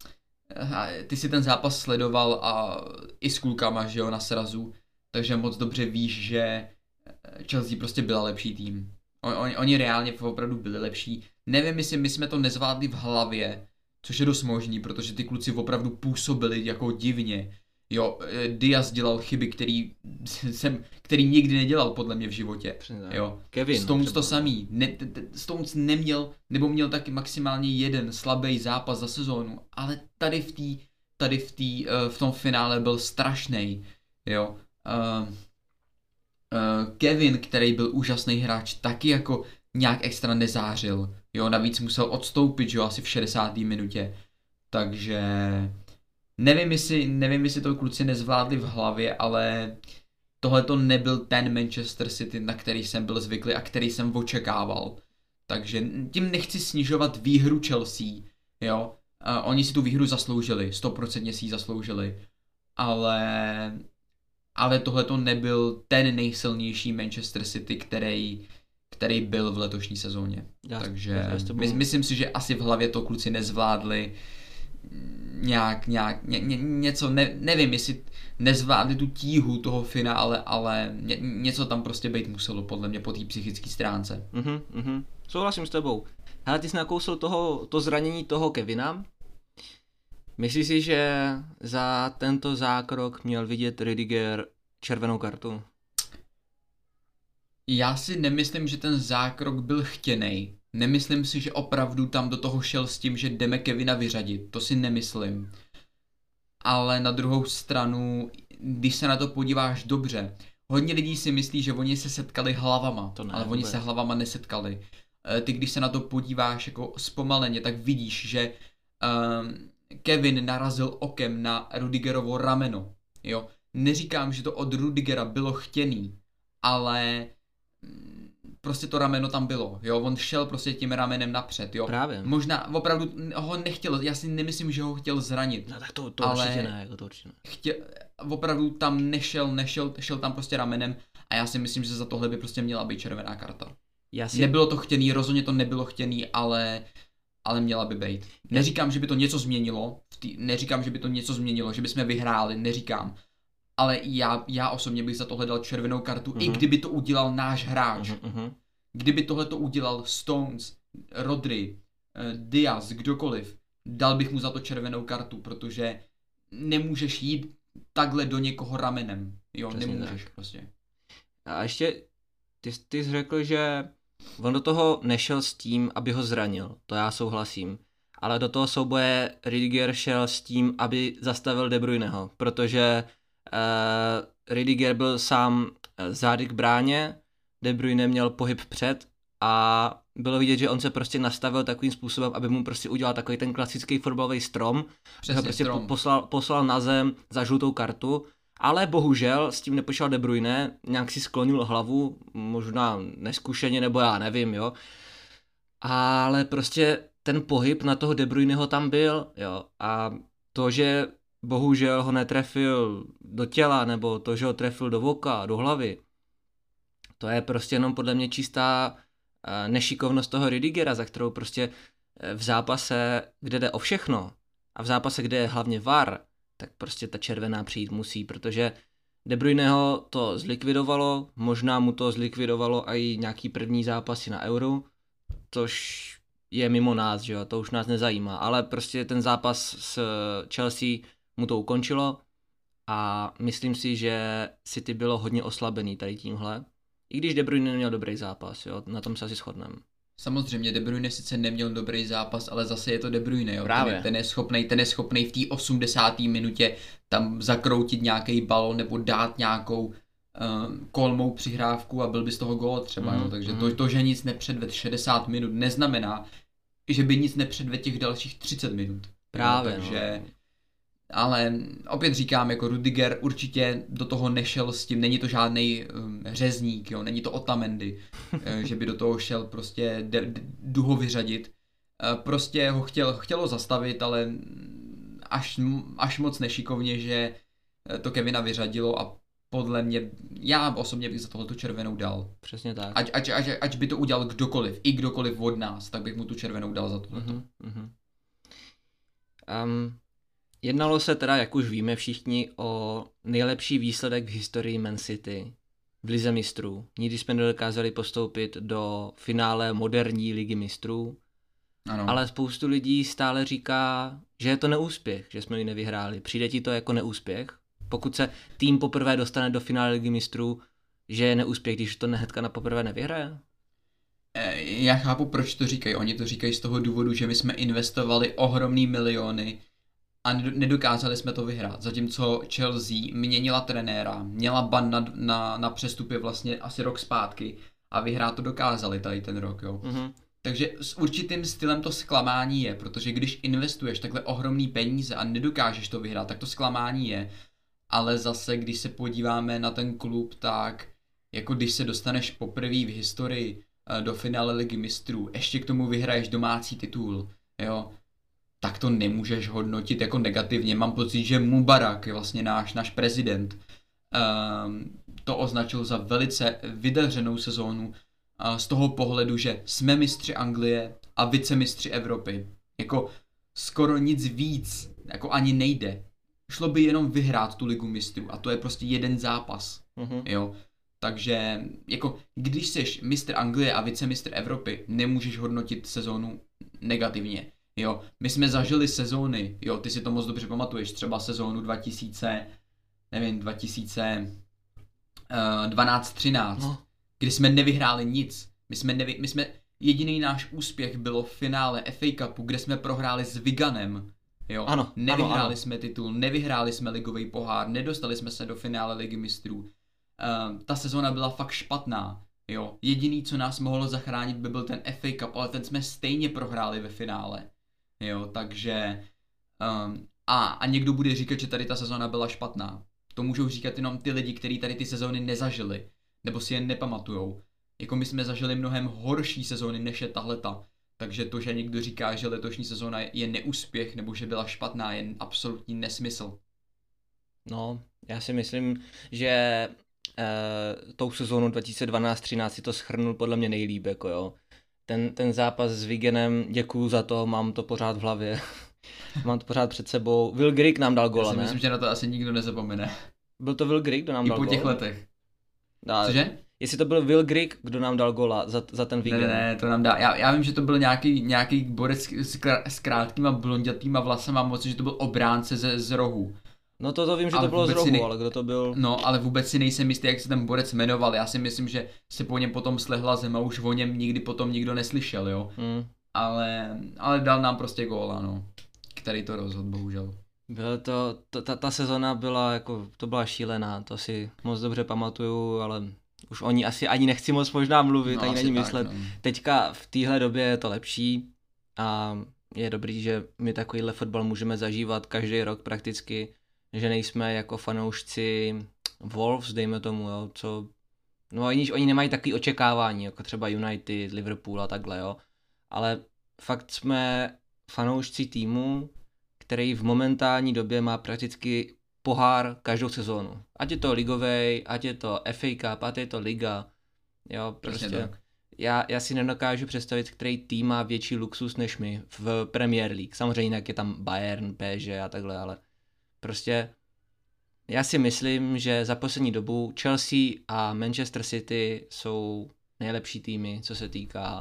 ty si ten zápas sledoval a i s klukama, že jo, na srazu, takže moc dobře víš, že Chelsea prostě byla lepší tým. Oni, oni reálně opravdu byli lepší. Nevím, jestli my jsme to nezvládli v hlavě, což je dost možný, protože ty kluci opravdu působili jako divně. Jo, Diaz dělal chyby, který jsem, který nikdy nedělal podle mě v životě. Jo. Kevin. Stones to samý. Ne, Stones neměl, nebo měl taky maximálně jeden slabý zápas za sezónu, ale tady v té, tady v té, v tom finále byl strašný. Jo. Uh, Uh, Kevin, který byl úžasný hráč, taky jako nějak extra nezářil. Jo, navíc musel odstoupit, jo, asi v šedesáté minutě. Takže nevím, jestli, nevím, jestli to kluci nezvládli v hlavě, ale tohle to nebyl ten Manchester City, na který jsem byl zvyklý a který jsem očekával. Takže tím nechci snižovat výhru Chelsea, jo. Uh, oni si tu výhru zasloužili, stoprocentně si ji zasloužili, ale, ale tohle to nebyl ten nejsilnější Manchester City, který, který byl v letošní sezóně. Já, Takže já my, myslím si, že asi v hlavě to kluci nezvládli nějak, nějak ně, ně, něco, ne, nevím, jestli nezvládli tu tíhu toho finále, ale ně, něco tam prostě být muselo, podle mě, po té psychické stránce. Mhm, mhm. Souhlasím s tebou. Hele, ty jsi nakousl toho, to zranění toho Kevina. Myslíš si, že za tento zákrok měl vidět Rüdiger červenou kartu? Já si nemyslím, že ten zákrok byl chtěnej. Nemyslím si, že opravdu tam do toho šel s tím, že jdeme Kevina vyřadit. To si nemyslím. Ale na druhou stranu, když se na to podíváš dobře, hodně lidí si myslí, že oni se setkali hlavama, to ne, ale oni se hlavama nesetkali. Ty, když se na to podíváš jako zpomaleně, tak vidíš, že um, Kevin narazil okem na Rüdigerovo rameno. Jo? Neříkám, že to od Rüdigera bylo chtěný, ale prostě to rameno tam bylo, jo, on šel prostě tím ramenem napřed, jo. Právě. Možná opravdu ho nechtěl, já si nemyslím, že ho chtěl zranit. No tak to, to ale určitě ne, jako to určitě ne. Chtěl, opravdu tam nešel, nešel, šel tam prostě ramenem a já si myslím, že za tohle by prostě měla být červená karta. Já si... Nebylo to chtěný, rozhodně to nebylo chtěný, ale, ale měla by být. Neříkám, že by to něco změnilo, neříkám, že by to něco změnilo, že bychom vyhráli, neříkám. Ale já, já osobně bych za tohle dal červenou kartu, uh-huh. i kdyby to udělal náš hráč. Uh-huh. Kdyby tohle to udělal Stones, Rodri, Diaz, kdokoliv, dal bych mu za to červenou kartu, protože nemůžeš jít takhle do někoho ramenem. Jo, přesně nemůžeš tak. Prostě. A ještě ty, ty jsi řekl, že on do toho nešel s tím, aby ho zranil. To já souhlasím. Ale do toho souboje Rüdiger šel s tím, aby zastavil De Bruyneho, protože Uh, Rüdiger byl sám zády k bráně, De Bruyne měl pohyb před a bylo vidět, že on se prostě nastavil takovým způsobem, aby mu prostě udělal takový ten klasický fotbalový strom, že ho prostě strom. Poslal, poslal na zem za žlutou kartu, ale bohužel s tím nepočal De Bruyne, nějak si sklonil hlavu, možná neskušeně nebo já nevím, jo, ale prostě ten pohyb na toho De Bruyneho tam byl, jo, a to, že bohužel ho netrefil do těla, nebo to, že ho trefil do voka, do hlavy, to je prostě jenom podle mě čistá nešikovnost toho Rüdigera, za kterou prostě v zápase, kde jde o všechno, a v zápase, kde je hlavně V A R, tak prostě ta červená přijít musí, protože De Bruyneho to zlikvidovalo, možná mu to zlikvidovalo i nějaký první zápasy na Euro, což je mimo nás, že jo, to už nás nezajímá, ale prostě ten zápas s Chelsea mu to ukončilo a myslím si, že City bylo hodně oslabený tady tímhle. I když De Bruyne neměl dobrý zápas, jo, na tom se asi shodneme. Samozřejmě De Bruyne sice neměl dobrý zápas, ale zase je to De Bruyne, jo. Právě. Ten, ten je schopnej, ten je schopnej v té osmdesáté minutě tam zakroutit nějaký balon nebo dát nějakou uh, kolmou přihrávku a byl by z toho gól třeba, mm, jo. Takže mm. to, to, že nic nepředved šedesát minut, neznamená, že by nic nepředved těch dalších třicet minut. Právě, jo, takže... No. Ale opět říkám, jako Rüdiger určitě do toho nešel s tím, není to žádný um, řezník, jo, není to Otamendi, že by do toho šel prostě de, de, jdu ho vyřadit. Uh, prostě ho chtěl, chtělo zastavit, ale až, až moc nešikovně, že to Kevina vyřadilo a podle mě, já osobně bych za tohle tu červenou dal. Přesně tak. Ať, ať, ať, ať by to udělal kdokoliv, i kdokoliv od nás, tak bych mu tu červenou dal za tohle. Uh-huh, uh-huh. Um... Jednalo se teda, jak už víme všichni, o nejlepší výsledek v historii Man City v lize mistrů. Nikdy jsme nedokázali postoupit do finále moderní ligy mistrů, ano. Ale spoustu lidí stále říká, že je to neúspěch, že jsme ji nevyhráli. Přijde ti to jako neúspěch? Pokud se tým poprvé dostane do finále ligy mistrů, že je neúspěch, když to hnedka na poprvé nevyhraje? Já chápu, proč to říkají. Oni to říkají z toho důvodu, že my jsme investovali ohromný miliony a nedokázali jsme to vyhrát. Zatímco Chelsea měnila trenéra, měla ban na, na, na přestupy vlastně asi rok zpátky a vyhrát to dokázali tady ten rok, jo. Mm-hmm. Takže s určitým stylem to zklamání je, protože když investuješ takhle ohromný peníze a nedokážeš to vyhrát, tak to zklamání je. Ale zase, když se podíváme na ten klub, tak jako když se dostaneš poprvé v historii do finále Ligy mistrů, ještě k tomu vyhraješ domácí titul, jo, tak to nemůžeš hodnotit jako negativně. Mám pocit, že Mubarak, vlastně náš, náš prezident, um, to označil za velice vydařenou sezónu uh, z toho pohledu, že jsme mistři Anglie a vicemistři Evropy. Jako skoro nic víc, jako ani nejde. Šlo by jenom vyhrát tu Ligu mistrů a to je prostě jeden zápas, mm-hmm. jo. Takže jako když seš mistr Anglie a vicemistr Evropy, nemůžeš hodnotit sezónu negativně. Jo, my jsme zažili sezóny, jo, ty si to moc dobře pamatuješ, třeba sezónu dva tisíce, nevím, dva tisíce dvanáct třináct, no. Kdy jsme nevyhráli nic. My jsme, nevy, my jsme, jediný náš úspěch bylo v finále F A Cupu, kde jsme prohráli s Wiganem. Jo, ano, nevyhráli ano, ano. jsme titul, nevyhráli jsme ligový pohár, nedostali jsme se do finále Ligy mistrů. Uh, ta sezóna byla fakt špatná. Jo, jediný, co nás mohlo zachránit, by byl ten F A Cup, ale ten jsme stejně prohráli ve finále. Jo, takže um, a, a někdo bude říkat, že tady ta sezóna byla špatná. To můžou říkat jenom ty lidi, kteří tady ty sezóny nezažili, nebo si je nepamatujou. Jako my jsme zažili mnohem horší sezóny, než je tahleta. Takže to, že někdo říká, že letošní sezóna je neúspěch, nebo že byla špatná, je absolutní nesmysl. No, já si myslím, že eh, tou sezónu dva tisíce dvanáct třináct si to shrnul podle mě nejlíp, jako jo. Ten, ten zápas s Wiganem, děkuju za to, mám to pořád v hlavě. Mám to pořád před sebou. Will Grigg nám dal gola, ne? Já si ne? myslím, že na to asi nikdo nezapomene. Byl to Will Grigg, kdo nám I dal po těch gola? letech. Dá, Cože? Jestli to byl Will Grigg, kdo nám dal gola za, za ten Wigan. Ne, ne, to nám dá. Já, já vím, že to byl nějaký, nějaký borec s, s krátkýma blondětýma vlasama, mám pocit, že to byl obránce ze, z rohu. No to, to vím, že ale to bylo z rohu, nej... ale kdo to byl? No, ale vůbec si nejsem jistý, jak se ten borec jmenoval. Já si myslím, že se po něm potom slehla zem a už o něm nikdy potom nikdo neslyšel, jo. Hmm. Ale, ale dal nám prostě góla, no. Který to rozhodl, bohužel. Bylo to, to ta, ta sezona byla jako, to byla šílená, to si moc dobře pamatuju, ale už o ní asi ani nechci moc možná mluvit, no, ani není myslet. Tak, no. Teďka v téhle době je to lepší a je dobrý, že my takovýhle fotbal můžeme zažívat každý rok prakticky, že nejsme jako fanoušci Wolves, dejme tomu, jo, co, no oni, oni nemají takový očekávání, jako třeba United, Liverpool a takhle, jo, ale fakt jsme fanoušci týmu, který v momentální době má prakticky pohár každou sezónu. Ať je to ligovej, ať je to F A Cup, ať je to liga, jo, prostě. Já, já si nedokážu představit, který tým má větší luxus než my v Premier League. Samozřejmě jinak je tam Bayern, P S G a takhle, ale prostě já si myslím, že za poslední dobu Chelsea a Manchester City jsou nejlepší týmy, co se týká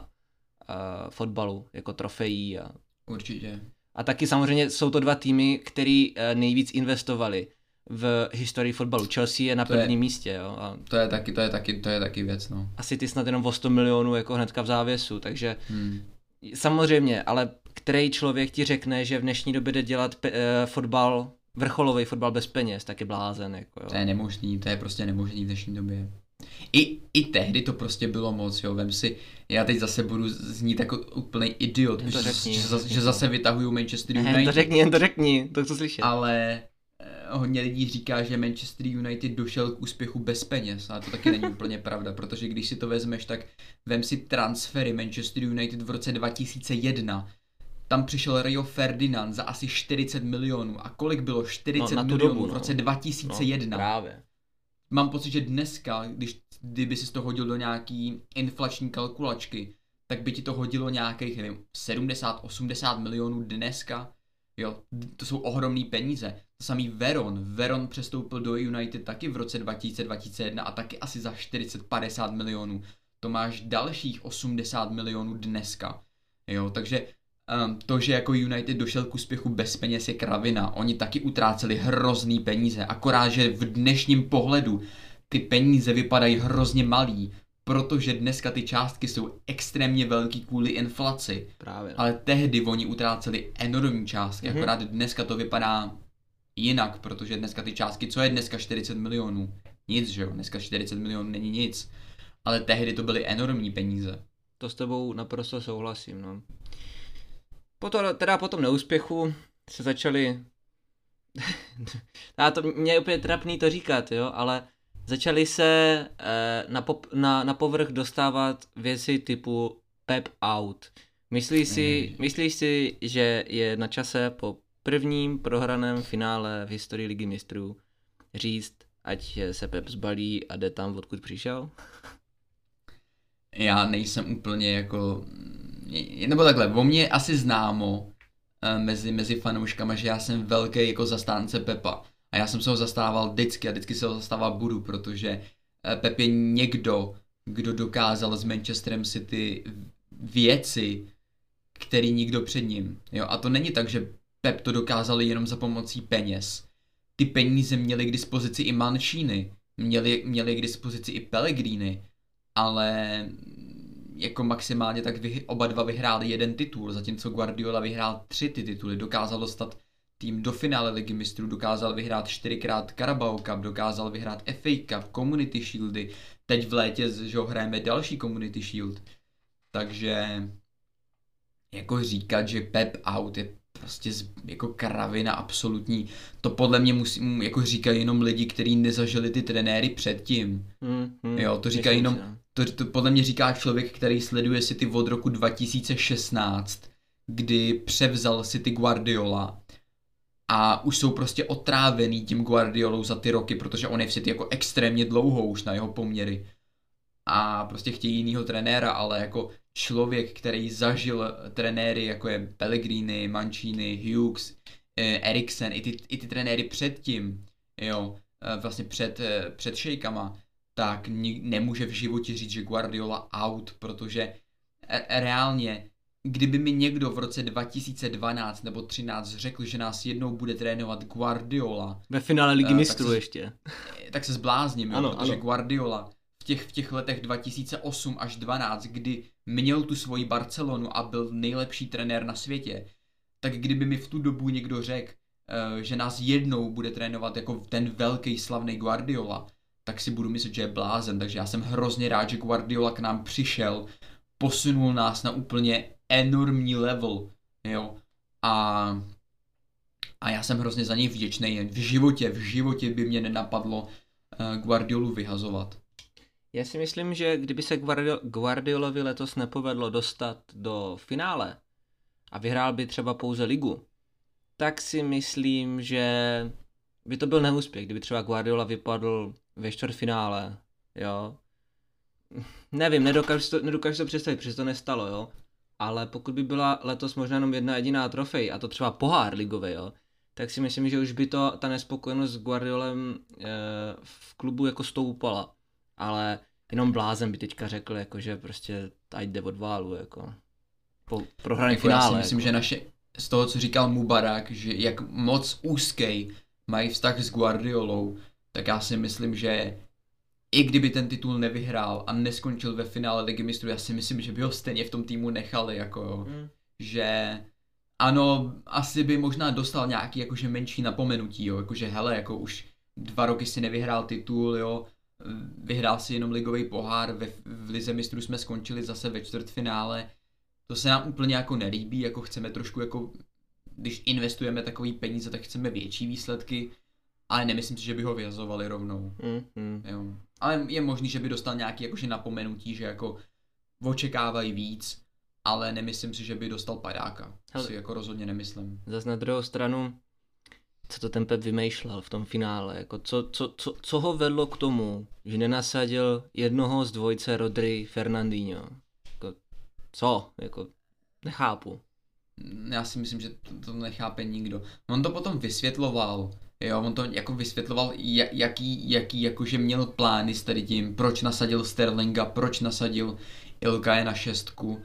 uh, fotbalu, jako trofejí. A... Určitě. A taky samozřejmě jsou to dva týmy, který uh, nejvíc investovali v historii fotbalu. Chelsea je na prvním místě, jo. A to je taky, to je taky, to je taky věc, no. Asi ty snad jenom o sto milionů jako hnedka v závěsu, takže hmm. samozřejmě, ale který člověk ti řekne, že v dnešní době jde dělat pe- uh, fotbal, vrcholový fotbal bez peněz, tak je blázen, jako jo. To je nemožný, to je prostě nemožný v dnešní době. I, I tehdy to prostě bylo moc, jo, vem si, já teď zase budu znít jako úplný idiot, že, řekni, že, že, že zase vytahuju Manchester United. Jen to řekni, jen to řekni, to chci slyšet. Ale eh, hodně lidí říká, že Manchester United došel k úspěchu bez peněz, ale to taky není úplně pravda, protože když si to vezmeš, tak vem si transfery Manchester United v roce dva tisíce jedna. Tam přišel Rio Ferdinand za asi čtyřicet milionů. A kolik bylo čtyřicet no, milionů dobu, v roce no. dva tisíce jedna? No, právě. Mám pocit, že dneska, když, kdyby si to hodil do nějaký inflační kalkulačky, tak by ti to hodilo nějakých, nevím, sedmdesát osmdesát milionů dneska. Jo, to jsou ohromný peníze. To samý Veron. Veron přestoupil do United taky v roce dva tisíce, dva tisíce jedna a taky asi za čtyřicet padesát milionů. To máš dalších osmdesát milionů dneska. Jo, takže Um, to, že jako United došel k úspěchu bez peněz, je kravina. Oni taky utráceli hrozný peníze, akorát, že v dnešním pohledu ty peníze vypadají hrozně malý, protože dneska ty částky jsou extrémně velký kvůli inflaci. Právě. Ale tehdy oni utráceli enormní částky, mm-hmm. akorát dneska to vypadá jinak, protože dneska ty částky, co je dneska čtyřicet milionů? Nic, že jo, dneska čtyřicet milionů není nic. ale tehdy to byly enormní peníze. To s tebou naprosto souhlasím, no. Potom, teda po tom neúspěchu se začali, a to mě je úplně trapný to říkat, jo, ale začali se eh, na, pop, na, na povrch dostávat věci typu Pep out. Myslíš si, myslíš si, že je na čase po prvním prohraném finále v historii Ligy mistrů říct, ať se Pep zbalí a jde tam, odkud přišel? Já nejsem úplně jako, nebo takhle, o mě asi známo mezi, mezi fanouškama, že já jsem velký jako zastánce Pepa. A já jsem se ho zastával vždycky a vždycky se ho zastávat budu, protože Pep je někdo, kdo dokázal s Manchesterem City věci, který nikdo před ním. Jo? A to není tak, že Pep to dokázal jenom za pomocí peněz. Ty peníze měly k dispozici i Mancini, měli, měli k dispozici i Pellegrini, ale jako maximálně tak vy, oba dva vyhráli jeden titul, zatímco Guardiola vyhrál tři ty tituly, dokázal dostat tým do finále Ligy mistrů, dokázal vyhrát čtyřikrát Carabao Cup, dokázal vyhrát F A Cup, Community Shieldy, teď v létě, že ho hrajeme další Community Shield, takže jako říkat, že Pep out je prostě jako kravina absolutní, to podle mě musí, jako říkají jenom lidi, kteří nezažili ty trenéry předtím, Hmm, hmm, jo, to říká jenom, to, to podle mě říká člověk, který sleduje City od roku dva tisíce šestnáct, kdy převzal City Guardiola a už jsou prostě otrávený tím Guardiolou za ty roky, protože on je v City jako extrémně dlouho už na jeho poměry a prostě chtějí jinýho trenéra, ale jako člověk, který zažil trenéry jako je Pellegrini, Mancini, Hughes, eh, Eriksen, i ty, i ty trenéry předtím, jo, eh, vlastně před, eh, před šejkama, tak ni- nemůže v životě říct, že Guardiola out, protože e- reálně, kdyby mi někdo v roce dva tisíce dvanáct nebo třináct řekl, že nás jednou bude trénovat Guardiola. Ve finále Ligy uh, mistrů se, ještě. Tak se zblázním, jo, ano, protože ano. Guardiola v těch, v těch letech dva tisíce osm až dvanáct, kdy měl tu svoji Barcelonu a byl nejlepší trenér na světě, tak kdyby mi v tu dobu někdo řekl, uh, že nás jednou bude trénovat jako ten velký slavný Guardiola, tak si budu myslet, že je blázen, takže já jsem hrozně rád, že Guardiola k nám přišel, posunul nás na úplně enormní level, jo, a, a já jsem hrozně za něj vděčný, v životě, v životě by mě nenapadlo uh, Guardiolu vyhazovat. Já si myslím, že kdyby se Guardio- Guardiolovi letos nepovedlo dostat do finále a vyhrál by třeba pouze ligu, tak si myslím, že by to byl neúspěch, kdyby třeba Guardiola vypadl ve čtvrtfinále, jo. Nevím, nedokážu to, nedokážu to představit, protože to nestalo, jo. Ale pokud by byla letos možná jenom jedna jediná trofej, a to třeba pohár ligový, jo, tak si myslím, že už by to, ta nespokojenost s Guardiolem e, v klubu jako stoupala. Ale jenom blázen by teďka řekl, jako, že prostě ať jde od válu, jako. Po prohrané jako finále. Já si myslím, jako. že naše, z toho, co říkal Mubarak, že jak moc úzký mají vztah s Guardiolou, tak já si myslím, že i kdyby ten titul nevyhrál a neskončil ve finále Ligy mistrů, já si myslím, že by ho stejně v tom týmu nechali, jako jo. Hmm. Že ano, asi by možná dostal nějaký jakože menší napomenutí, jo, jakože hele, jako už dva roky si nevyhrál titul, jo, vyhrál si jenom ligový pohár, ve, v Lize mistrů jsme skončili zase ve čtvrtfinále, to se nám úplně jako nelíbí, jako chceme trošku jako, když investujeme takový peníze, tak chceme větší výsledky, ale nemyslím si, že by ho vyhazovali rovnou. Mm, mm. Jo. Ale je možný, že by dostal nějaký jakože napomenutí, že jako očekávají víc, ale nemyslím si, že by dostal padáka. To si jako rozhodně nemyslím. Zas na druhou stranu, co to ten Pep vymýšlel v tom finále, jako co, co, co, co ho vedlo k tomu, že nenasadil jednoho z dvojce Rodri Fernandinho. Jako, co? Jako, nechápu. Já si myslím, že to, to nechápe nikdo. On to potom vysvětloval, jo, on to jako vysvětloval, jaký, jaký jakože měl plány s tady tím, proč nasadil Sterlinga, proč nasadil Ilkaje na šestku,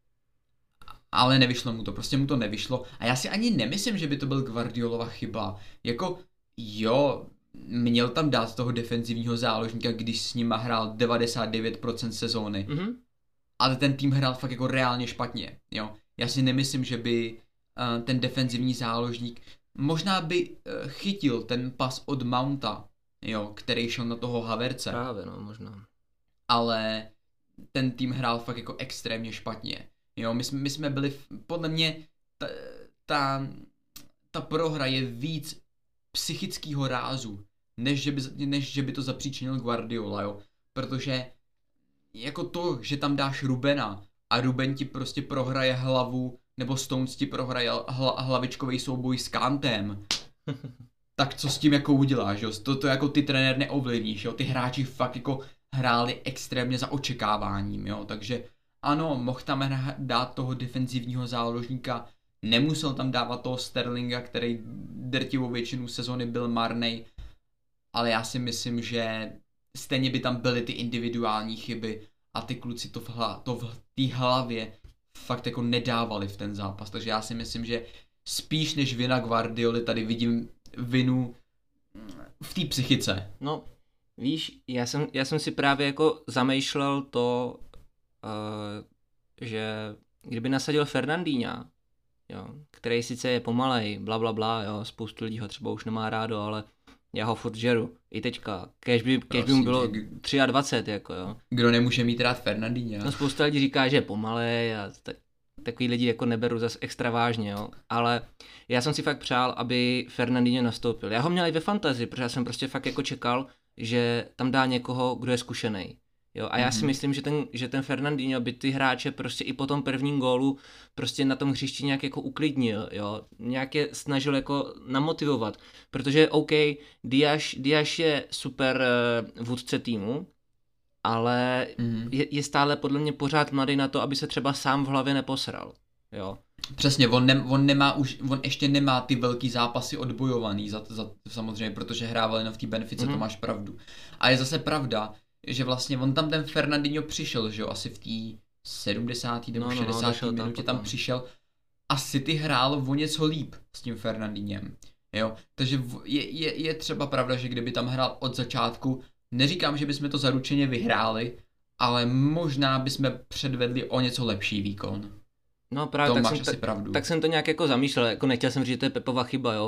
ale nevyšlo mu to, prostě mu to nevyšlo a já si ani nemyslím, že by to byl Guardiolova chyba, jako jo, měl tam dát toho defenzivního záložníka, když s ním hrál devadesát devět procent sezóny, mm-hmm. ale ten tým hrál fakt jako reálně špatně, jo. Já si nemyslím, že by uh, ten defenzivní záložník, možná by uh, chytil ten pas od Mounta, jo, který šel na toho Havertze. Právě, no, možná. Ale ten tým hrál fakt jako extrémně špatně. Jo, my jsme, my jsme byli, podle mě, ta, ta, ta prohra je víc psychického rázu, než že by, než že by to zapříčinil Guardiola, jo. Protože jako to, že tam dáš Rubena a Ruben ti prostě prohraje hlavu, nebo Stones ti prohraje hla, hlavičkový souboj s Kantem, tak co s tím jako uděláš, jo? To, to jako ty trenér neovlivníš, jo? Ty hráči fakt jako hráli extrémně za očekáváním, jo? Takže ano, mohl tam dát toho defenzivního záložníka, nemusel tam dávat toho Sterlinga, který drtivou většinu sezony byl marnej, ale já si myslím, že stejně by tam byly ty individuální chyby a ty kluci to v, hla, to v té hlavě fakt jako nedávali v ten zápas, takže já si myslím, že spíš než vina Guardioli tady vidím vinu v té psychice. No, víš, já jsem, já jsem si právě jako zamýšlel to, uh, že kdyby nasadil Fernandíňa, jo, který sice je pomalej, bla bla bla, jo, spoustu lidí ho třeba už nemá rádo, ale já ho furt žeru, i teďka, kež by, kež by mu bylo dvacet tři, jako jo. Kdo nemůže mít rád Fernandíňa? No spousta lidí říká, že je pomalej a tak, takový lidi jako neberu zas extra vážně, jo, ale já jsem si fakt přál, aby Fernandinho nastoupil. Já ho měl i ve fantazii, protože já jsem prostě fakt jako čekal, že tam dá někoho, kdo je zkušenej. Jo, a já si myslím, že ten, že ten Fernandinho by ty hráče prostě i po tom prvním gólu prostě na tom hřišti nějak jako uklidnil, jo, nějak je snažil jako namotivovat, protože OK, Diaz, Diaz je super uh, vůdce týmu, ale mm. je, je stále podle mě pořád mladý na to, aby se třeba sám v hlavě neposral, jo. Přesně, on, ne, on nemá už, on ještě nemá ty velký zápasy odbojovaný, za, za, samozřejmě, protože hrával jenom v té Benfice, mm. to máš pravdu. A je zase pravda, že vlastně on tam ten Fernandinho přišel, že jo, asi v té sedmdesáté nebo no, šedesáté no, no, minutě tam, tam přišel a City hrál o něco líp s tím Fernandinhem, jo. Takže je, je, je třeba pravda, že kdyby tam hrál od začátku, neříkám, že bychom to zaručeně vyhráli, ale možná bychom předvedli o něco lepší výkon. No právě, to tak, máš jsem, asi tak, pravdu. tak jsem to nějak jako zamýšlel, jako nechtěl jsem říct, že to je Pepova chyba, jo,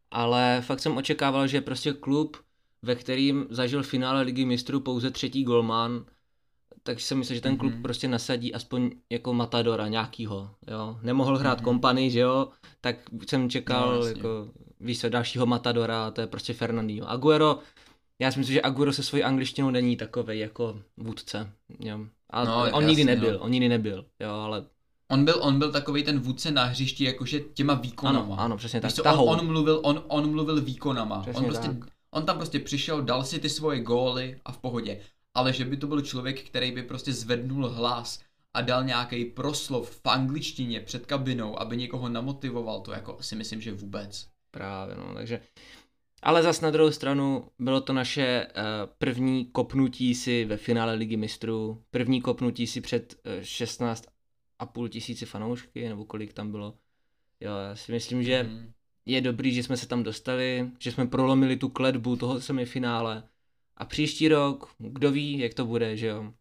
ale fakt jsem očekával, že prostě klub, ve kterým zažil finále Ligy mistrů pouze třetí golman, takže jsem myslel, že ten klub mm-hmm. prostě nasadí aspoň jako matadora nějakýho, jo, nemohl hrát mm-hmm. Kompany, že jo, tak jsem čekal no, jako, víš co, dalšího matadora, a to je prostě Fernandinho. Aguero, já si myslím, že Aguero se svojí angličtinou není takovej jako vůdce, jo, a no, on jasný, nikdy nebyl, no. on nikdy nebyl, jo, ale On byl, on byl takovej ten vůdce na hřišti, jakože těma výkonama. Ano, ano, přesně tak. On, on, mluvil, on, on mluvil výkonama. Přesně on, prostě, tak. on tam prostě přišel, dal si ty svoje góly a v pohodě. Ale že by to byl člověk, který by prostě zvednul hlas a dal nějaký proslov v angličtině před kabinou, aby někoho namotivoval, to jako si myslím, že vůbec. Právě, no, takže... Ale zas na druhou stranu bylo to naše uh, první kopnutí si ve finále Ligy mistrů, první kopnutí si před uh, šestnáct a půl tisíci fanoušky, nebo kolik tam bylo. Jo, já si myslím, že mm. je dobrý, že jsme se tam dostali, že jsme prolomili tu kletbu toho semifinále a příští rok, kdo ví, jak to bude, že jo.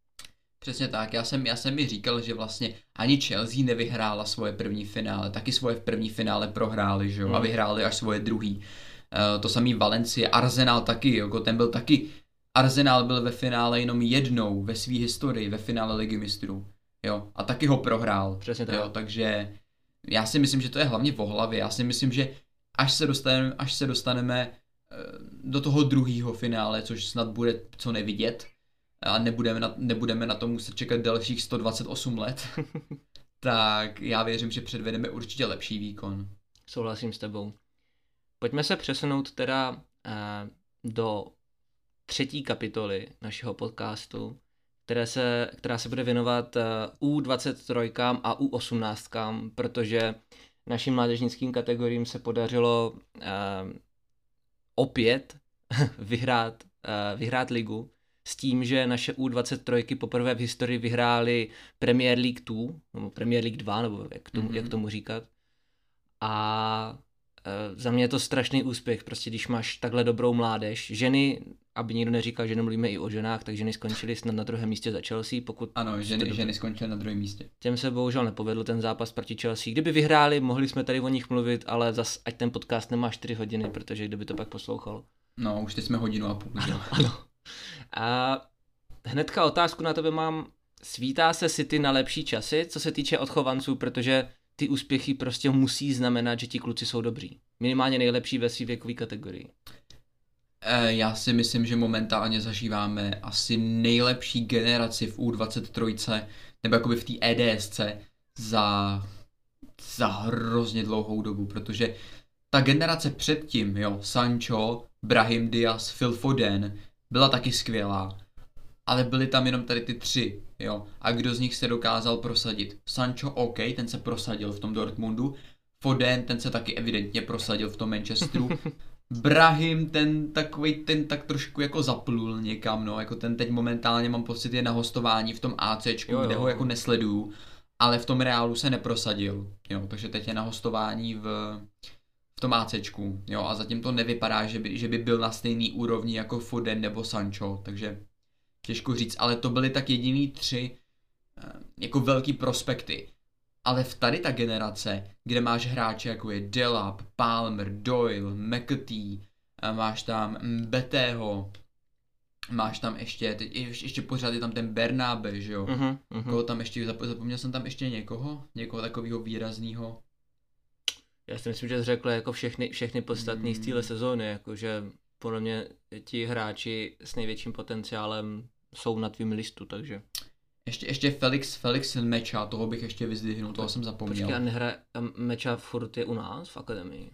Přesně tak, já jsem, já jsem mi říkal, že vlastně ani Chelsea nevyhrála svoje první finále, taky svoje první finále prohráli, že jo, mm. a vyhráli až svoje druhý. Uh, to samý Valencie, Arsenal taky, jo, ten byl taky, Arsenal byl ve finále jenom jednou ve své historii, ve finále Ligy mistrů. Jo, a taky ho prohrál. Přesně tak. Jo, takže já si myslím, že to je hlavně v hlavě. Já si myslím, že až se dostaneme, až se dostaneme do toho druhého finále, což snad bude co nevidět, a nebudeme na, nebudeme na to muset čekat dalších sto dvacet osm let, tak já věřím, že předvedeme určitě lepší výkon. Souhlasím s tebou. Pojďme se přesunout teda eh, do třetí kapitoly našeho podcastu, které se, která se bude věnovat U dvacet tři a U osmnáct, protože našim mládežnickým kategoriím se podařilo eh, opět vyhrát, eh, vyhrát ligu s tím, že naše U dvacet tři poprvé v historii vyhráli Premier League dva, nebo Premier League dva, nebo jak tomu, mm-hmm. jak tomu říkat. A eh, za mě je to strašný úspěch, prostě když máš takhle dobrou mládež. Ženy, aby nikdo neříkal, že nemluvíme i o ženách, tak ženy skončily snad na druhém místě za Chelsea. Pokud ano, ženy, do... ženy skončily na druhém místě. Těm se bohužel nepovedl ten zápas proti Chelsea. Kdyby vyhráli, mohli jsme tady o nich mluvit, ale zas ať ten podcast nemá čtyři hodiny, protože kdyby to pak poslouchalo. No, už teď jsme hodinu a půl. Ano, ano. A hnedka otázku na tebe mám. Svítá se City na lepší časy, co se týče odchovanců, protože ty úspěchy prostě musí znamenat, že ti kluci jsou dobří. Minimálně nejlepší ve své věkové kategorii. Já si myslím, že momentálně zažíváme asi nejlepší generaci v U dvacet tři, nebo jakoby v té E D S C za, za hrozně dlouhou dobu, protože ta generace předtím, jo, Sancho, Brahim Diaz, Phil Foden, byla taky skvělá, ale byly tam jenom tady ty tři, jo, a kdo z nich se dokázal prosadit? Sancho, OK, ten se prosadil v tom Dortmundu, Foden, ten se taky evidentně prosadil v tom Manchesteru, Brahim, ten takový, ten tak trošku jako zaplul někam, no, jako ten teď momentálně mám pocit je na hostování v tom ACčku, jo, jo. kde ho jako nesleduju, ale v tom Reálu se neprosadil, jo, takže teď je na hostování v, v tom ACčku, jo, a zatím to nevypadá, že by, že by byl na stejný úrovni jako Foden nebo Sancho, takže těžko říct, ale to byly tak jediný tři jako velký prospekty. Ale v tady ta generace, kde máš hráče jako je Delap, Palmer, Doyle, McAtee, máš tam Betého, máš tam ještě, teď ještě pořád je tam ten Bernabe, že jo? Uh-huh, uh-huh. Koho tam ještě, zapomněl jsem tam ještě někoho? Někoho takového výrazného? Já si myslím, že jsi řekl jako všechny, všechny podstatné mm. z téhle sezóny, jakože podle mě ti hráči s největším potenciálem jsou na tvým listu, takže... Ještě, ještě Felix, Felix Meča, toho bych ještě vyzdvihnul, toho jsem zapomněl. Počkej, a nehraje Meča furt je u nás v akademii?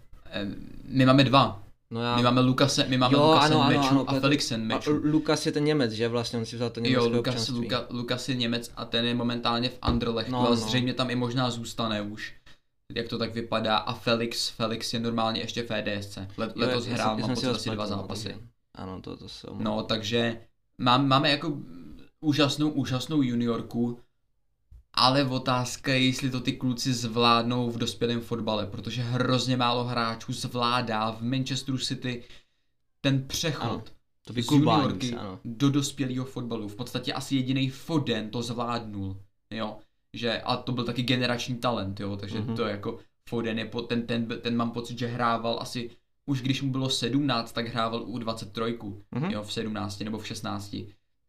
My máme dva. No já... My máme Lukase, my máme jo, Lukase ano, Meču ano, ano, a Felixen Meču. A Lukas je ten Němec, že vlastně on si vzal to německé Jo, Lukas, občanství. Luka, Lukas je Němec a ten je momentálně v Anderlechtu no, a no. zřejmě tam i možná zůstane už. Jak to tak vypadá a Felix, Felix je normálně ještě v E D S C. Let, jo, letos hrál, mám pocit asi dva zápasy. Ano, to, to jsou. No, takže mám, máme jako úžasnou, úžasnou juniorku, ale otázka je, jestli to ty kluci zvládnou v dospělém fotbale, protože hrozně málo hráčů zvládá v Manchesteru City ten přechod ano, to z juniorky do dospělého fotbalu. V podstatě asi jediný Foden to zvládnul, jo. Že, a to byl taky generační talent, jo, takže mm-hmm. to jako Foden je, ten, ten, ten mám pocit, že hrával asi, už když mu bylo sedmnáct, tak hrával U dvacet tři, mm-hmm. jo, v sedmnácti nebo v šestnácti.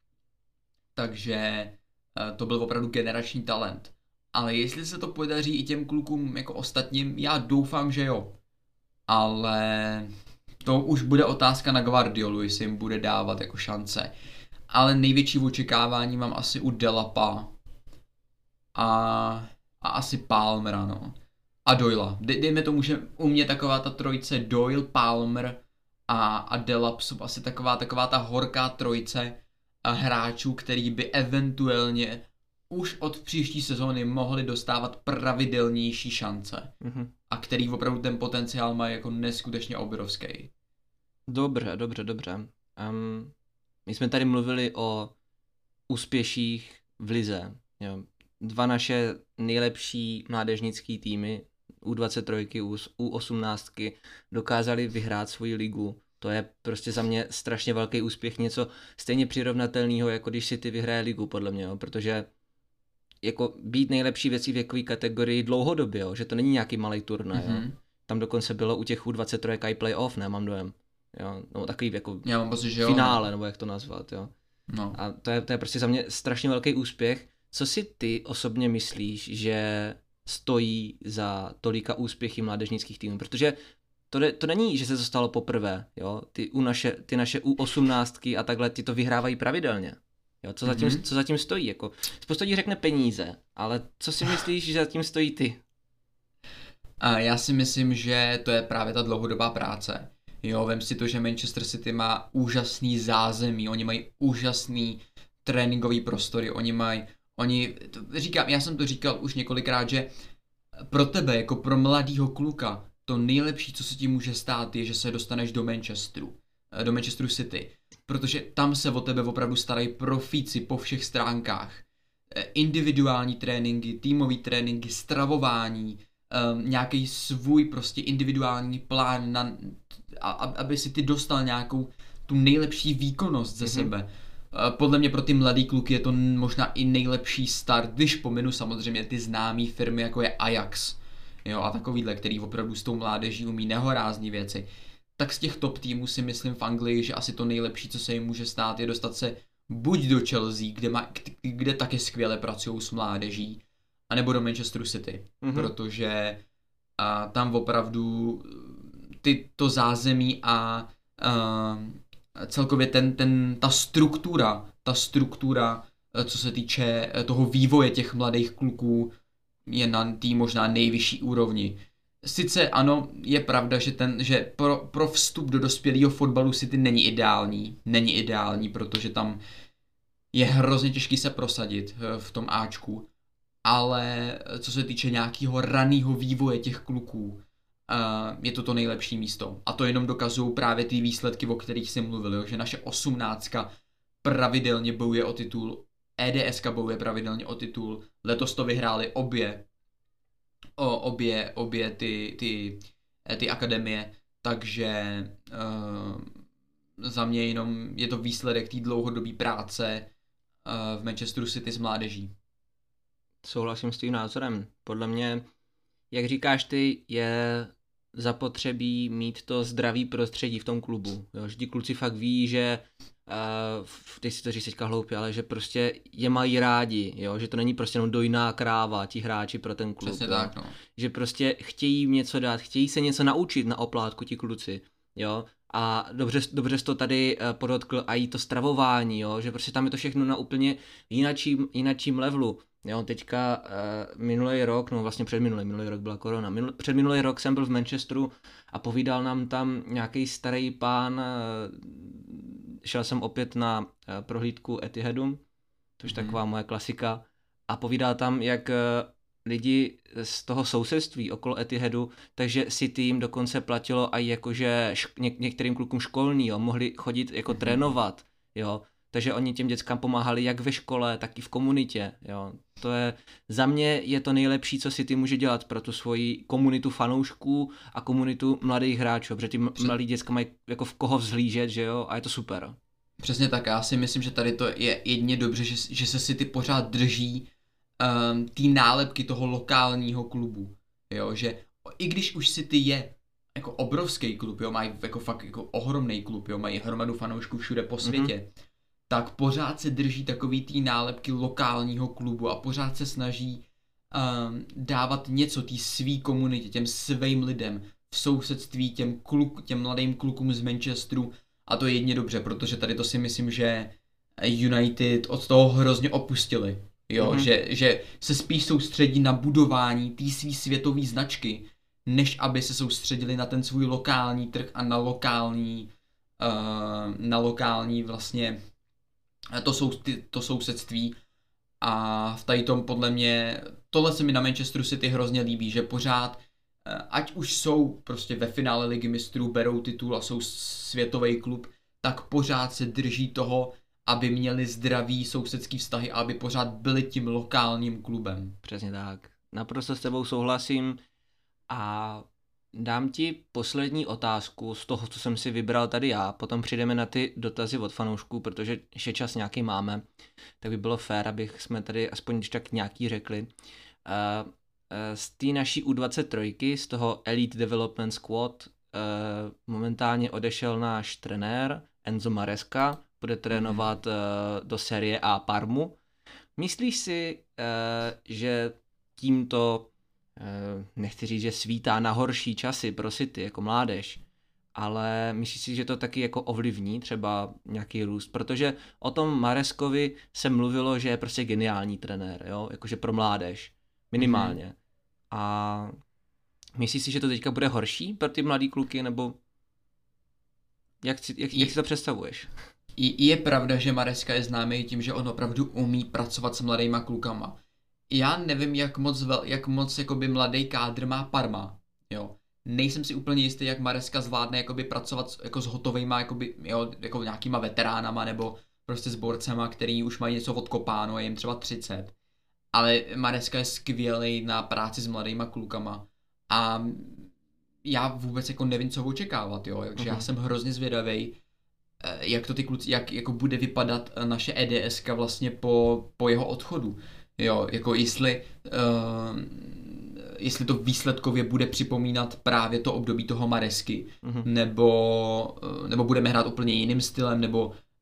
Takže to byl opravdu generační talent. Ale jestli se to podaří i těm klukům jako ostatním, já doufám, že jo. Ale to už bude otázka na Guardiolu, jestli jim bude dávat jako šance. Ale největší očekávání mám asi u Delapa a, a asi Palmera, no. A Doyla. De, dejme tomu, že u mě taková ta trojice Doyle, Palmer a, a Delap jsou asi taková, taková ta horká trojice hráčů, který by eventuálně už od příští sezóny mohli dostávat pravidelnější šance. Mm-hmm. A který opravdu ten potenciál má jako neskutečně obrovský. Dobře, dobře, dobře. Um, my jsme tady mluvili o úspěších v lize. Jo. Dva naše nejlepší mládežnické týmy, U dvacet tři, U osmnáct, dokázali vyhrát svoji ligu. To je prostě za mě strašně velký úspěch, něco stejně přirovnatelného, jako když si ty vyhraje ligu, podle mě, jo, protože jako být nejlepší věcí v věkové kategorii dlouhodobě, jo, že to není nějaký malý turnaj, mm-hmm. jo. Tam dokonce bylo u těch U dvacet tři i playoff, ne, mám dojem, jo, no takový jako Já mám pocit, že jo, finále, nebo jak to nazvat, jo. No. A to je, to je prostě za mě strašně velký úspěch. Co si ty osobně myslíš, že stojí za tolika úspěchy mládežnických týmů, protože To, de, to není, že se to stalo poprvé, jo, ty, u naše, ty naše U osmnáct a takhle, ty to vyhrávají pravidelně, jo, co zatím, mm-hmm. co zatím stojí, jako, spousta lidí řekne peníze, ale co si myslíš, že zatím stojí ty? A já si myslím, že to je právě ta dlouhodobá práce, jo, vem si to, že Manchester City má úžasný zázemí, oni mají úžasný tréninkový prostory, oni mají, oni, to říkám, já jsem to říkal už několikrát, že pro tebe, jako pro mladýho kluka, to nejlepší, co se ti může stát, je, že se dostaneš do Manchesteru, do Manchesteru City, protože tam se o tebe opravdu starají profíci po všech stránkách. Individuální tréninky, týmový tréninky, stravování, um, nějaký svůj prostě individuální plán, na, a, aby si ty dostal nějakou tu nejlepší výkonnost ze mm-hmm. sebe. Podle mě pro ty mladý kluky je to možná i nejlepší start, když pominu samozřejmě ty známé firmy, jako je Ajax, jo, a takovýhle, který opravdu s tou mládeží umí nehorázný věci, tak z těch top týmů si myslím v Anglii, že asi to nejlepší, co se jim může stát, je dostat se buď do Chelsea, kde, má, kde taky skvěle pracují s mládeží, anebo do Manchesteru City, mm-hmm. protože a tam opravdu ty, to zázemí a, a celkově ten, ten, ta struktura, ta struktura, co se týče toho vývoje těch mladých kluků, je na té možná nejvyšší úrovni. Sice ano, je pravda, že, ten, že pro, pro vstup do dospělého fotbalu City není ideální, není ideální, protože tam je hrozně těžký se prosadit v tom Ačku, ale co se týče nějakého raného vývoje těch kluků, je to to nejlepší místo. A to jenom dokazují právě ty výsledky, o kterých jsem mluvil, jo? Že naše osmnáctka pravidelně bojuje o titul, EDSka bojuje pravidelně o titul, letos to vyhráli obě, o, obě, obě ty, ty, ty akademie, takže uh, za mě jenom je to výsledek té dlouhodobé práce uh, v Manchesteru City s mládeží. Souhlasím s tím názorem. Podle mě, jak říkáš ty, je zapotřebí mít to zdravý prostředí v tom klubu. Jo? Že ti kluci fakt ví, že uh, teď si to říct teďka hloupě, ale že prostě je mají rádi, jo? Že to není prostě jenom dojná kráva, ti hráči pro ten klub. Přesně tak, no. Že prostě chtějí jim něco dát, chtějí se něco naučit na oplátku ti kluci, jo. A dobře, dobře jsi to tady uh, podotkl, a i to stravování, jo? Že prostě tam je to všechno na úplně jinačím, jinačím levelu. Jo, teďka uh, minulý rok, no vlastně předminulý, minulý rok byla korona, Minul, předminulý rok jsem byl v Manchesteru a povídal nám tam nějaký starý pán, uh, šel jsem opět na uh, prohlídku Etihadu, což je mm. taková moje klasika, a povídal tam, jak uh, lidi z toho sousedství okolo Etihadu, takže City jim dokonce platilo i jakože šk- něk- některým klukům školní, jo, mohli chodit jako mm. trénovat, jo. Takže oni těm dětskám pomáhali jak ve škole, tak i v komunitě, jo. To je, za mě je to nejlepší, co City může dělat pro tu svoji komunitu fanoušků a komunitu mladých hráčů, protože ty mladí děcka mají jako v koho vzhlížet, že jo, a je to super. Přesně tak, já si myslím, že tady to je jedině dobře, že, že se City pořád drží um, té nálepky toho lokálního klubu, jo, že i když už City je jako obrovský klub, jo, mají jako fakt jako ohromný klub, jo, mají hromadu fanoušků všude po světě, mm-hmm. tak pořád se drží takový tý nálepky lokálního klubu a pořád se snaží um, dávat něco té svý komunitě, těm svým lidem v sousedství, těm, kluk, těm mladým klukům z Manchesteru, a to je jedně dobře, protože tady to si myslím, že United od toho hrozně opustili, jo, mm-hmm. že, že se spíš soustředí na budování té svý světové značky, než aby se soustředili na ten svůj lokální trh a na lokální, uh, na lokální vlastně To, sou, ty, to sousedství. A v tady tom podle mě, tohle se mi na Manchesteru City hrozně líbí, že pořád, ať už jsou prostě ve finále Ligy mistrů, berou titul a jsou světový klub, tak pořád se drží toho, aby měli zdravý sousedský vztahy a aby pořád byli tím lokálním klubem. Přesně tak. Naprosto s tebou souhlasím a dám ti poslední otázku z toho, co jsem si vybral tady já, potom přijdeme na ty dotazy od fanoušků, protože ještě čas nějaký máme, tak by bylo fér, abych jsme tady aspoň tak nějaký řekli. Uh, uh, z té naší U dvacet tři, z toho Elite Development Squad, uh, momentálně odešel náš trenér Enzo Maresca, bude trénovat uh, do Serie A Parmu. Myslíš si, uh, že tímto nechci říct, že svítá na horší časy pro City jako mládež, ale myslíš si, že to taky jako ovlivní třeba nějaký růst, protože o tom Marescovi se mluvilo, že je prostě geniální trenér, jo, jakože pro mládež, minimálně. Mm-hmm. A myslíš si, že to teďka bude horší pro ty mladý kluky, nebo jak si, jak, jak si to představuješ? Je pravda, že Maresca je známý tím, že on opravdu umí pracovat s mladýma klukama. Já nevím, jak moc, vel, jak moc jakoby mladý kádr má Parma, jo. Nejsem si úplně jistý, jak Maresca zvládne jakoby pracovat jako s hotovejma, jakoby, jo, jako nějakýma veteránama nebo prostě s borcema, který už mají něco odkopáno, je jim třeba třicet. Ale Maresca je skvělý na práci s mladýma klukama a já vůbec jako nevím, co očekávat, jo. Takže uh-huh. já jsem hrozně zvědavý, jak to ty kluci, jak jako bude vypadat naše EDSka vlastně po, po jeho odchodu. Jo, jako jestli, uh, jestli to výsledkově bude připomínat právě to období toho Maresky, mm-hmm. nebo, uh, nebo budeme hrát úplně jiným stylem, nebo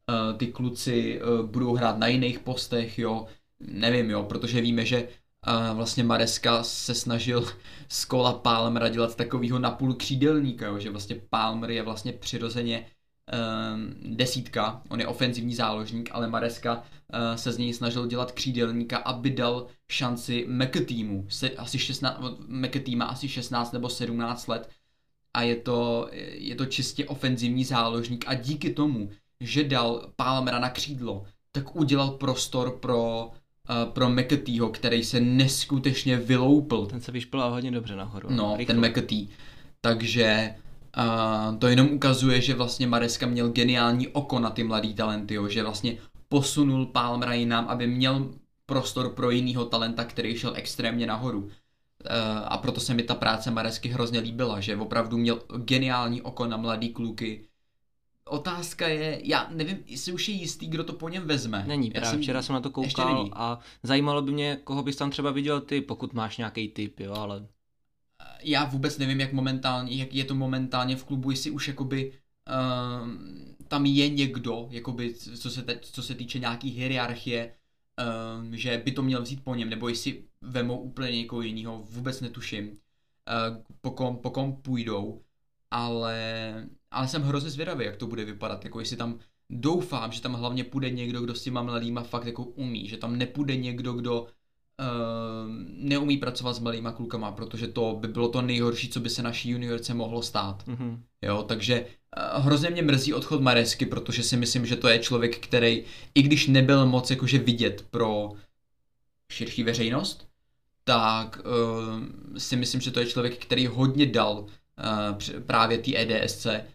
uh, ty kluci uh, budou hrát na jiných postech, jo, nevím, jo, protože víme, že uh, vlastně Maresca se snažil z Cola Palmera dělat takovýho napůl křídelníka, jo, že vlastně Palmer je vlastně přirozeně um, desítka, on je ofenzivní záložník, ale Maresca uh, se z něj snažil dělat křídelníka, aby dal šanci McAteemu, se, asi šestnáct, McAtee má asi šestnáct nebo sedmnáct let a je to, je to čistě ofenzivní záložník a díky tomu, že dal Palmera na křídlo, tak udělal prostor pro, uh, pro McAteeho, který se neskutečně vyloupl. Ten se vyšplal hodně dobře nahoru. No, rychle. ten McAtee. Takže uh, to jenom ukazuje, že vlastně Maresca měl geniální oko na ty mladý talenty, jo, že vlastně posunul Palmera jinam, aby měl prostor pro jinýho talenta, který šel extrémně nahoru. Uh, a proto se mi ta práce Maresky hrozně líbila, že opravdu měl geniální oko na mladý kluky. Otázka je, já nevím, jestli už je jistý, kdo to po něm vezme. Není, já právě jsem, včera jsem na to koukal a zajímalo by mě, koho bys tam třeba viděl ty, pokud máš nějaký tip, jo, ale... Já vůbec nevím, jak momentálně, jak je to momentálně v klubu, jestli už jakoby uh, tam je někdo, jakoby, co se, te, co se týče nějaký hierarchie, uh, že by to měl vzít po něm, nebo jestli vemou úplně někoho jiného, vůbec netuším, uh, po, kom, po kom půjdou, ale, ale jsem hrozně zvědavý, jak to bude vypadat, jako jestli tam doufám, že tam hlavně půjde někdo, kdo s těma mladýma fakt jako umí, že tam nepůjde někdo, kdo Uh, neumí pracovat s malýma klukama, protože to by bylo to nejhorší, co by se naší juniorce mohlo stát. Mm-hmm. Jo, takže uh, hrozně mě mrzí odchod Maresky, protože si myslím, že to je člověk, který, i když nebyl moc jakože vidět pro širší veřejnost, tak uh, si myslím, že to je člověk, který hodně dal uh, právě té E D S C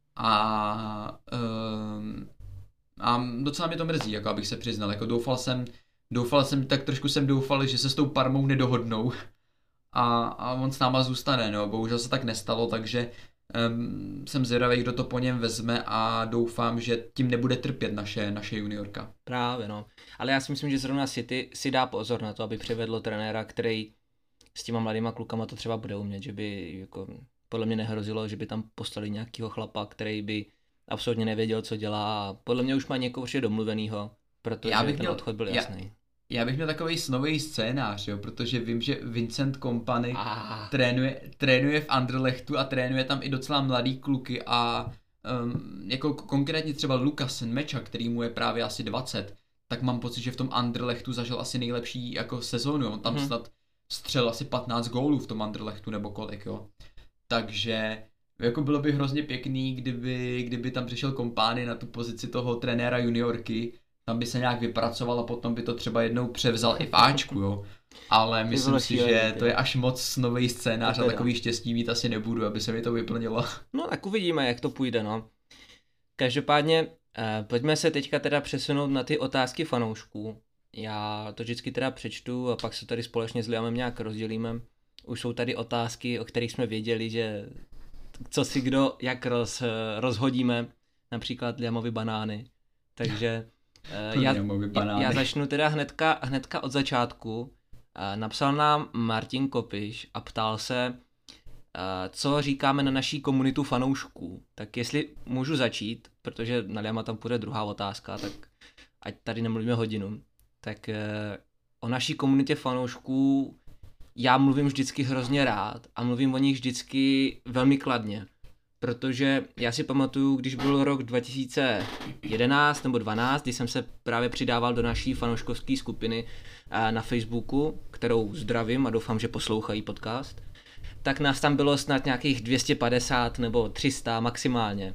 a, uh, a docela mě to mrzí, jako abych se přiznal, jako doufal jsem Doufal jsem, tak trošku jsem doufal, že se s tou Parmou nedohodnou a, a on s náma zůstane, no, bohužel se tak nestalo, takže um, jsem zvědavý, kdo to po něm vezme a doufám, že tím nebude trpět naše, naše juniorka. Právě, no, ale já si myslím, že zrovna City si dá pozor na to, aby přivedlo trenéra, který s těma mladýma klukama to třeba bude umět, že by, jako, podle mě nehrozilo, že by tam poslali nějakýho chlapa, který by absolutně nevěděl, co dělá a podle mě už má někoho vše domluvenýho. Protože já bych ten měl, odchod byl jasný. Já, já bych měl takový snový scénář, jo, protože vím, že Vincent Kompany ah. trénuje, trénuje v Anderlechtu a trénuje tam i docela mladý kluky a um, jako konkrétně třeba Lukas Meča, který mu je právě asi dvacet, tak mám pocit, že v tom Anderlechtu zažil asi nejlepší jako sezónu, on tam hmm. snad střelil asi patnáct gólů v tom Anderlechtu nebo kolik, jo. Takže jako bylo by hrozně pěkný, kdyby, kdyby tam přišel Kompany na tu pozici toho trenéra juniorky, tam by se nějak vypracoval a potom by to třeba jednou převzal i v Ačku, jo. Ale myslím si, že to je až moc nový scénář a takový štěstí mít asi nebudu, aby se mi to vyplnilo. No tak uvidíme, jak to půjde, no. Každopádně, eh, pojďme se teďka teda přesunout na ty otázky fanoušků. Já to vždycky teda přečtu a pak se tady společně s Liamem nějak rozdělíme. Už jsou tady otázky, o kterých jsme věděli, že co si kdo, jak roz, rozhodíme, například Liamovi banány. Takže... Já, já, já začnu teda hnedka, hnedka od začátku. Napsal nám Martin Kopiš a ptal se, co říkáme na naší komunitu fanoušků. Tak jestli můžu začít, protože na Liama tam půjde druhá otázka, tak ať tady nemluvíme hodinu. Tak o naší komunitě fanoušků já mluvím vždycky hrozně rád a mluvím o nich vždycky velmi kladně. Protože já si pamatuju, když byl rok dva tisíce jedenáct nebo dvanáct, kdy jsem se právě přidával do naší fanouškovské skupiny na Facebooku, kterou zdravím a doufám, že poslouchají podcast, tak nás tam bylo snad nějakých dvě stě padesát nebo tři sta maximálně.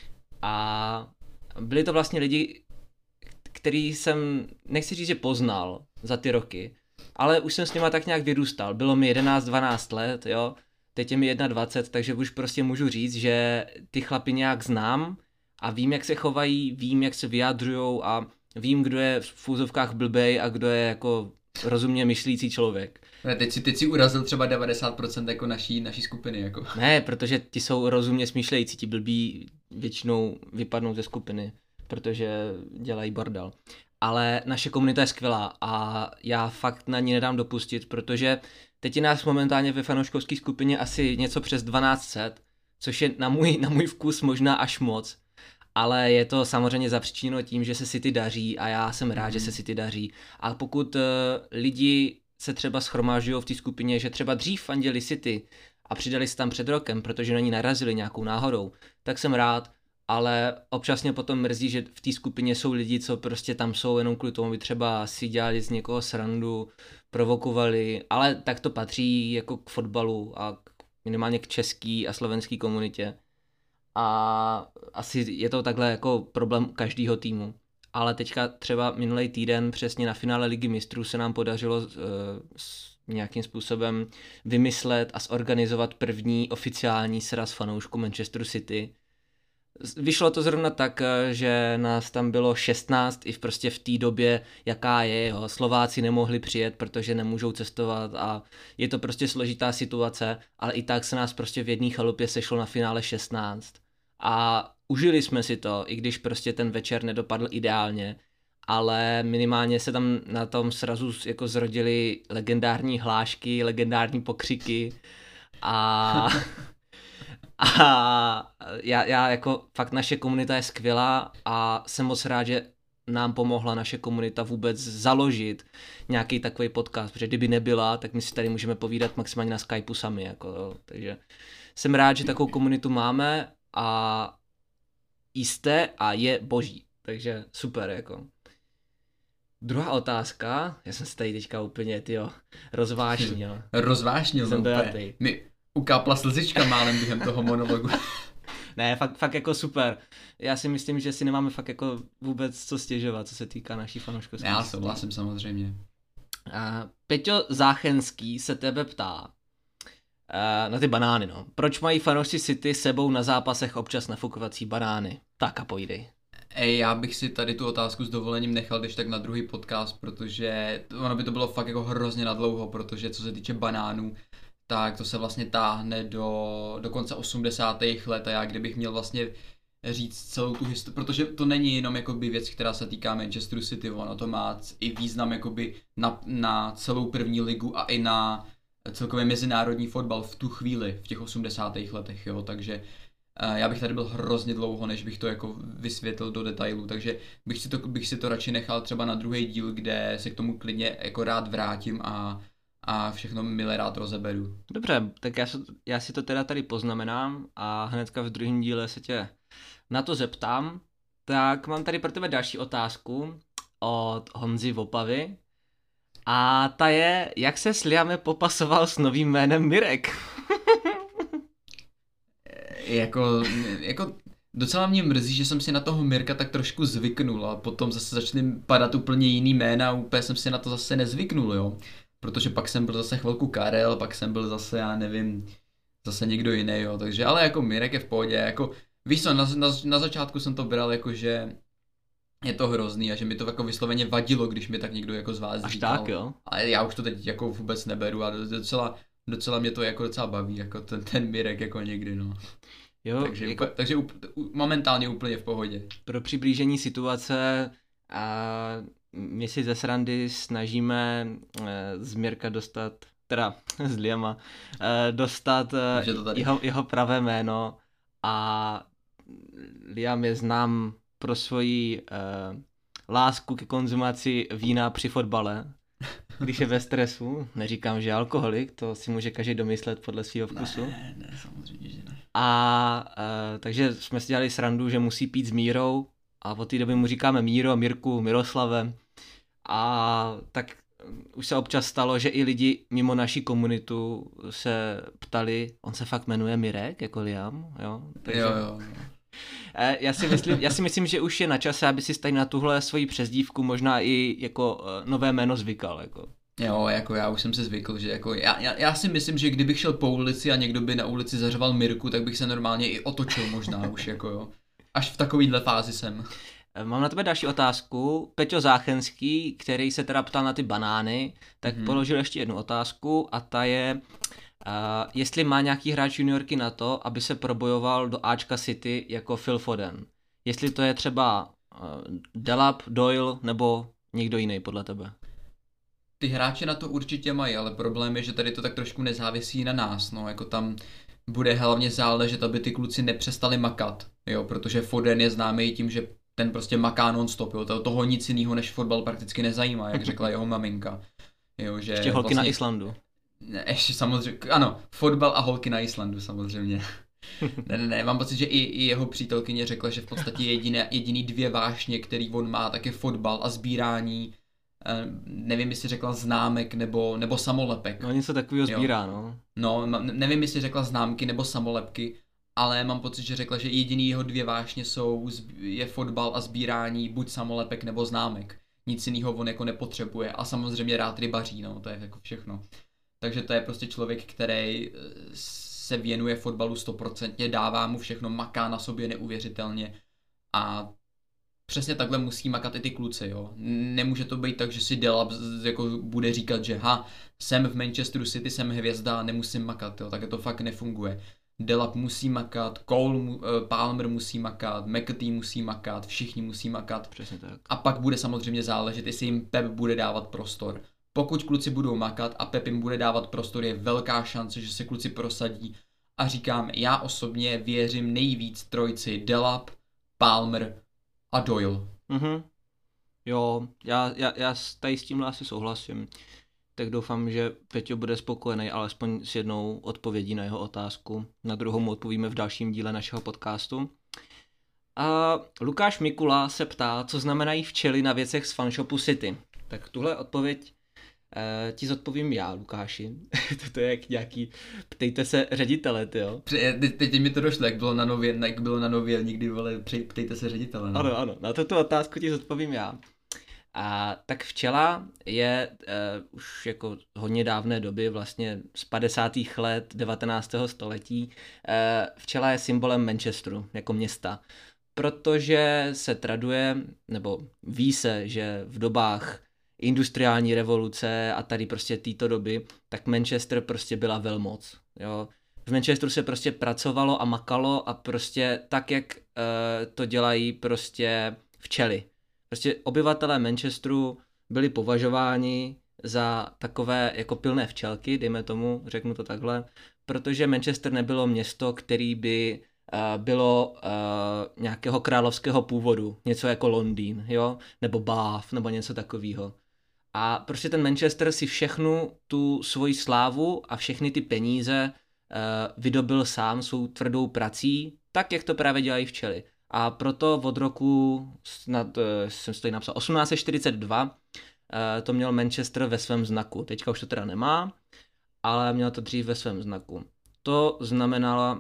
A byli to vlastně lidi, který jsem, nechci říct, že poznal za ty roky, ale už jsem s nima tak nějak vyrůstal. Bylo mi jedenáct dvanáct let, jo. Teď je mi dvacet jedna, takže už prostě můžu říct, že ty chlapy nějak znám a vím, jak se chovají, vím, jak se vyjadřujou a vím, kdo je v fúzovkách blbej a kdo je jako rozumně myšlící člověk. Ne, teď si, teď si urazil třeba devadesát procent jako naší, naší skupiny. Jako. Ne, protože ti jsou rozumně smýšlející, ti blbí většinou vypadnou ze skupiny, protože dělají bordel. Ale naše komunita je skvělá a já fakt na ní nedám dopustit, protože teď je nás momentálně ve fanouškovské skupině asi něco přes dvanáct set, což je na můj, na můj vkus možná až moc. ale je to samozřejmě zapříčiněno tím, že se City daří a já jsem rád, mm. že se City daří. A pokud uh, lidi se třeba shromážďují v té skupině, že třeba dřív fandili City a přidali se tam před rokem, protože na ní narazili nějakou náhodou, tak jsem rád, ale občas mě potom mrzí, že v té skupině jsou lidi, co prostě tam jsou jenom kvůli tomu, aby třeba si dělali z někoho srandu, provokovali, ale tak to patří jako k fotbalu a k, minimálně k český a slovenský komunitě. A asi je to takhle jako problém každého týmu. Ale teďka třeba minulý týden přesně na finále Ligy mistrů se nám podařilo uh, s nějakým způsobem vymyslet a zorganizovat první oficiální sraz fanoušků Manchesteru City. Vyšlo to zrovna tak, že nás tam bylo šestnáct i v prostě v té době, jaká je, jo. Slováci nemohli přijet, protože nemůžou cestovat a je to prostě složitá situace, ale i tak se nás prostě v jedné chalupě sešlo na finále šestnáct. A užili jsme si to, i když prostě ten večer nedopadl ideálně, ale minimálně se tam na tom srazu jako zrodily legendární hlášky, legendární pokřiky a... A já, já jako fakt naše komunita je skvělá a jsem moc rád, že nám pomohla naše komunita vůbec založit nějaký takový podcast, protože kdyby nebyla, tak my si tady můžeme povídat maximálně na Skypeu sami, jako, jo. Takže jsem rád, že takovou komunitu máme a jste a je boží, takže super, jako. Druhá otázka, já jsem se tady teďka úplně, tyjo, rozvášnil. Rozvášnil, jsem no úplně. My... Ukápla slzička málem během toho monologu. Ne, fakt, fakt jako super. Já si myslím, že si nemáme fakt jako vůbec co stěžovat, co se týká naší fanouškovské. Já souhlasím samozřejmě. Uh, Peťo Záchenský se tebe ptá uh, na ty banány, no. Proč mají fanoušci City sebou na zápasech občas nafukovací banány? Tak a pojdej. Ej, já bych si tady tu otázku s dovolením nechal když tak na druhý podcast, protože ono by to bylo fakt jako hrozně nadlouho, protože co se týče banánů, tak to se vlastně táhne do, do konce osmdesátých let a já kdybych měl vlastně říct celou tu historii, protože to není jenom jakoby věc, která se týká Manchesteru City, ono to má i význam jakoby na, na celou první ligu a i na celkově mezinárodní fotbal v tu chvíli, v těch osmdesátých letech, jo, takže uh, já bych tady byl hrozně dlouho, než bych to jako vysvětlil do detailů, takže bych si to, bych si to radši nechal třeba na druhý díl, kde se k tomu klidně jako rád vrátím a a všechno milé rád rozeberu. Dobře, tak já, se, já si to teda tady poznamenám a hnedka v druhém díle se tě na to zeptám. Tak mám tady pro tebe další otázku od Honzy Vopavy a ta je, jak se s Liame popasoval s novým jménem Mirek? jako, jako docela mě mrzí, že jsem si na toho Mirka tak trošku zvyknul a potom zase začne padat úplně jiný jména a úplně jsem si na to zase nezvyknul, jo. Protože pak jsem byl zase chvilku Karel, pak jsem byl zase, já nevím, zase někdo jiný, jo, takže, ale jako Mirek je v pohodě, jako, víš co, na, na, na začátku jsem to bral jako, že je to hrozný a že mi to jako vysloveně vadilo, když mi tak někdo jako z vás Až říkal. tak, jo? Ale já už to teď jako vůbec neberu a docela, docela mě to jako docela baví, jako ten, ten Mirek jako někdy, no. Jo, takže jako, takže up, momentálně úplně v pohodě. Pro přiblížení situace a my si ze srandy snažíme z Mirka dostat, teda z Liama, dostat jeho, jeho pravé jméno a Liam je znám pro svoji uh, lásku ke konzumaci vína při fotbale, když je ve stresu. Neříkám, že alkoholik, to si může každý domyslet podle svého vkusu. Ne, ne, samozřejmě, že ne. A uh, takže jsme si dělali srandu, že musí pít s Mírou a od té doby mu říkáme Míro, Mirku, Miroslave. A tak už se občas stalo, že i lidi mimo naší komunitu se ptali, on se fakt jmenuje Mirek, jako Liam, jo? Takže, jo, jo. Já si, myslím, já si myslím, že už je na čase, aby si tady na tuhle svoji přezdívku možná i jako nové jméno zvykal, jako. Jo, jako já už jsem se zvykl, že jako já, já, já si myslím, že kdybych šel po ulici a někdo by na ulici zařval Mirku, tak bych se normálně i otočil možná už, jako jo. Až v takovýhle fázi jsem. Mám na tebe další otázku. Peťo Záchenský, který se teda ptal na ty banány, tak mm-hmm. položil ještě jednu otázku a ta je, uh, jestli má nějaký hráč juniorky na to, aby se probojoval do Ačka City jako Phil Foden. Jestli to je třeba uh, Delap, Doyle nebo někdo jiný podle tebe. Ty hráče na to určitě mají, ale problém je, že tady to tak trošku nezávisí na nás, no, jako tam bude hlavně záležet, aby ty kluci nepřestali makat, jo, protože Foden je známý tím, že ten prostě maká non-stop, jo, toho nic jiného než fotbal prakticky nezajímá, jak řekla jeho maminka. Jo, že ještě holky vlastně... na Islandu. Ne, ještě samozřejmě, ano, fotbal a holky na Islandu samozřejmě. ne, ne, ne, mám pocit, že i, i jeho přítelkyně řekla, že v podstatě jediné, jediný dvě vášně, který on má, tak je fotbal a sbírání, eh, nevím, jestli řekla známek nebo, nebo samolepek. No něco takového sbírá, no. No, nevím, jestli řekla známky nebo samolepky, ale mám pocit, že řekla, že jediný jeho dvě vášně jsou, je fotbal a sbírání buď samolepek nebo známek. Nic jiného on jako nepotřebuje a samozřejmě rád rybaří, no, to je jako všechno. Takže to je prostě člověk, který se věnuje fotbalu stoprocentně, dává mu všechno, maká na sobě neuvěřitelně a přesně takhle musí makat i ty kluci, jo. Nemůže to být tak, že si Delap jako bude říkat, že ha, jsem v Manchesteru City, jsem hvězda a nemusím makat, jo, tak to fakt nefunguje. Delap musí makat, Cole, uh, Palmer musí makat, McAtee musí makat, všichni musí makat. Přesně tak. A pak bude samozřejmě záležet, jestli jim Pep bude dávat prostor. Pokud kluci budou makat a Pep jim bude dávat prostor, je velká šance, že se kluci prosadí. A říkám, já osobně věřím nejvíc trojci Delap, Palmer a Doyle. Mhm. Jo, já, já, já tady s tímhle asi souhlasím. Tak doufám, že Peťo bude spokojený alespoň s jednou odpovědí na jeho otázku. Na druhou mu odpovíme v dalším díle našeho podcastu. A Lukáš Mikula se ptá, co znamenají včely na věcech z fanshopu City. Tak tuhle odpověď eh, ti zodpovím já, Lukáši. To je jak nějaký, ptejte se ředitele, tyjo. Teď, teď mi to došlo, jak bylo na nově, jak bylo na nově, nikdy vole, ptejte se ředitele. No. Ano, ano, na tuto otázku ti zodpovím já. A tak včela je uh, už jako hodně dávné doby, vlastně z padesátých let devatenáctého století. Uh, včela je symbolem Manchesteru jako města, protože se traduje, nebo ví se, že v dobách industriální revoluce a tady prostě této doby, tak Manchester prostě byla velmoc. Jo. V Manchesteru se prostě pracovalo a makalo a prostě tak, jak uh, to dělají prostě včely. Prostě obyvatelé Manchesteru byli považováni za takové jako pilné včelky, dejme tomu, řeknu to takhle, protože Manchester nebylo město, který by uh, bylo uh, nějakého královského původu, něco jako Londýn, jo, nebo Bath, nebo něco takového. A prostě ten Manchester si všechnu tu svoji slávu a všechny ty peníze uh, vydobil sám svou tvrdou prací, tak jak to právě dělají včely. A proto od roku, snad jsem si to napsal, osmnáct set čtyřicet dva to měl Manchester ve svém znaku. Teďka už to teda nemá, ale měl to dřív ve svém znaku. To znamenalo,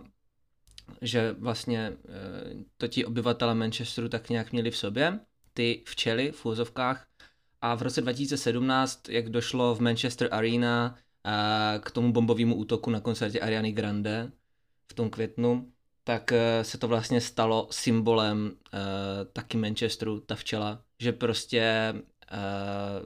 že vlastně to ti obyvatele Manchesteru tak nějak měli v sobě, ty včely v úzovkách. A v roce dva tisíce sedmnáct, jak došlo v Manchester Arena k tomu bombovému útoku na koncertě Ariany Grande v tom květnu, tak se to vlastně stalo symbolem uh, taky Manchesteru, ta včela, že prostě uh,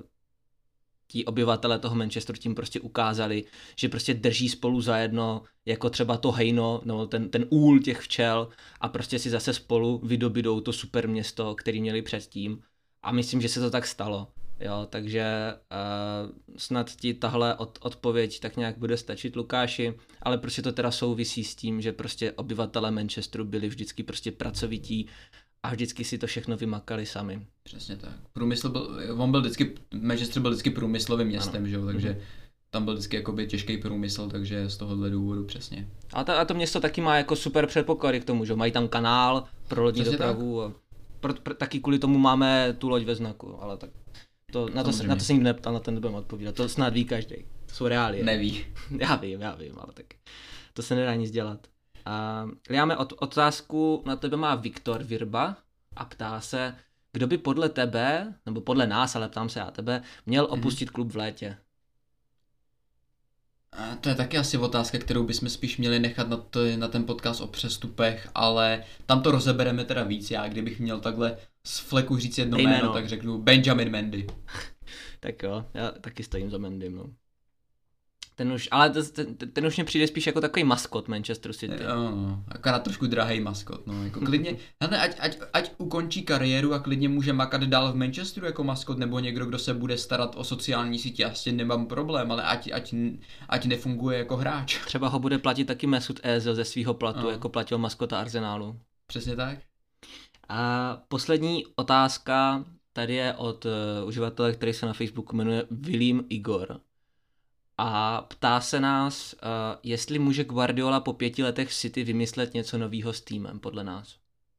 ti obyvatele toho Manchesteru tím prostě ukázali, že prostě drží spolu zajedno, jako třeba to hejno, nebo ten, ten úl těch včel a prostě si zase spolu vydobydou to super město, který měli předtím a myslím, že se to tak stalo. Jo, takže uh, snad ti tahle od, odpověď tak nějak bude stačit, Lukáši, ale prostě to teda souvisí s tím, že prostě obyvatelé Manchesteru byli vždycky prostě pracovití a vždycky si to všechno vymakali sami. Přesně tak. Průmysl byl, on byl vždycky, Manchester byl vždycky průmyslovým městem, ano. Že jo, takže mm-hmm. tam byl vždycky jakoby těžký průmysl, takže z tohohle důvodu přesně. A, ta, a to město taky má jako super předpoklady k tomu, že mají tam kanál pro lodní přesně dopravu tak. A pro, pro, taky kvůli tomu máme tu loď ve znaku, ale tak To, na, to se, na to se nikdo neptal, na ten nebudeme odpovídat, to snad ví každý, to jsou reálie. Neví. Já vím, já vím, ale tak to se nedá nic dělat. Uh, máme od, otázku, na tebe má Viktor Virba a ptá se, kdo by podle tebe, nebo podle nás, ale ptám se já tebe, měl opustit klub v létě? A to je taky asi otázka, kterou bychom spíš měli nechat na, to, na ten podcast o přestupech, ale tam to rozebereme teda víc. Já kdybych měl takhle z fleku říct jedno jméno, jméno, tak řeknu Benjamin Mendy. Tak jo, já taky stojím za Mendym, no. Ten už, ale ten, ten už mě přijde spíš jako takový maskot Manchester City. Jo, no, akorát trošku drahej maskot, no, jako klidně, hele, ať, ať, ať ukončí kariéru a klidně může makat dál v Manchesteru jako maskot, nebo někdo, kdo se bude starat o sociální sítě, já s tím nemám problém, ale ať, ať, ať nefunguje jako hráč. Třeba ho bude platit taky Mesut Özil ze svého platu, no. jako platil maskota Arsenálu. Přesně tak. A poslední otázka tady je od uh, uživatele, který se na Facebooku jmenuje William Igor. A ptá se nás, uh, jestli může Guardiola po pěti letech v City vymyslet něco nového s týmem, podle nás.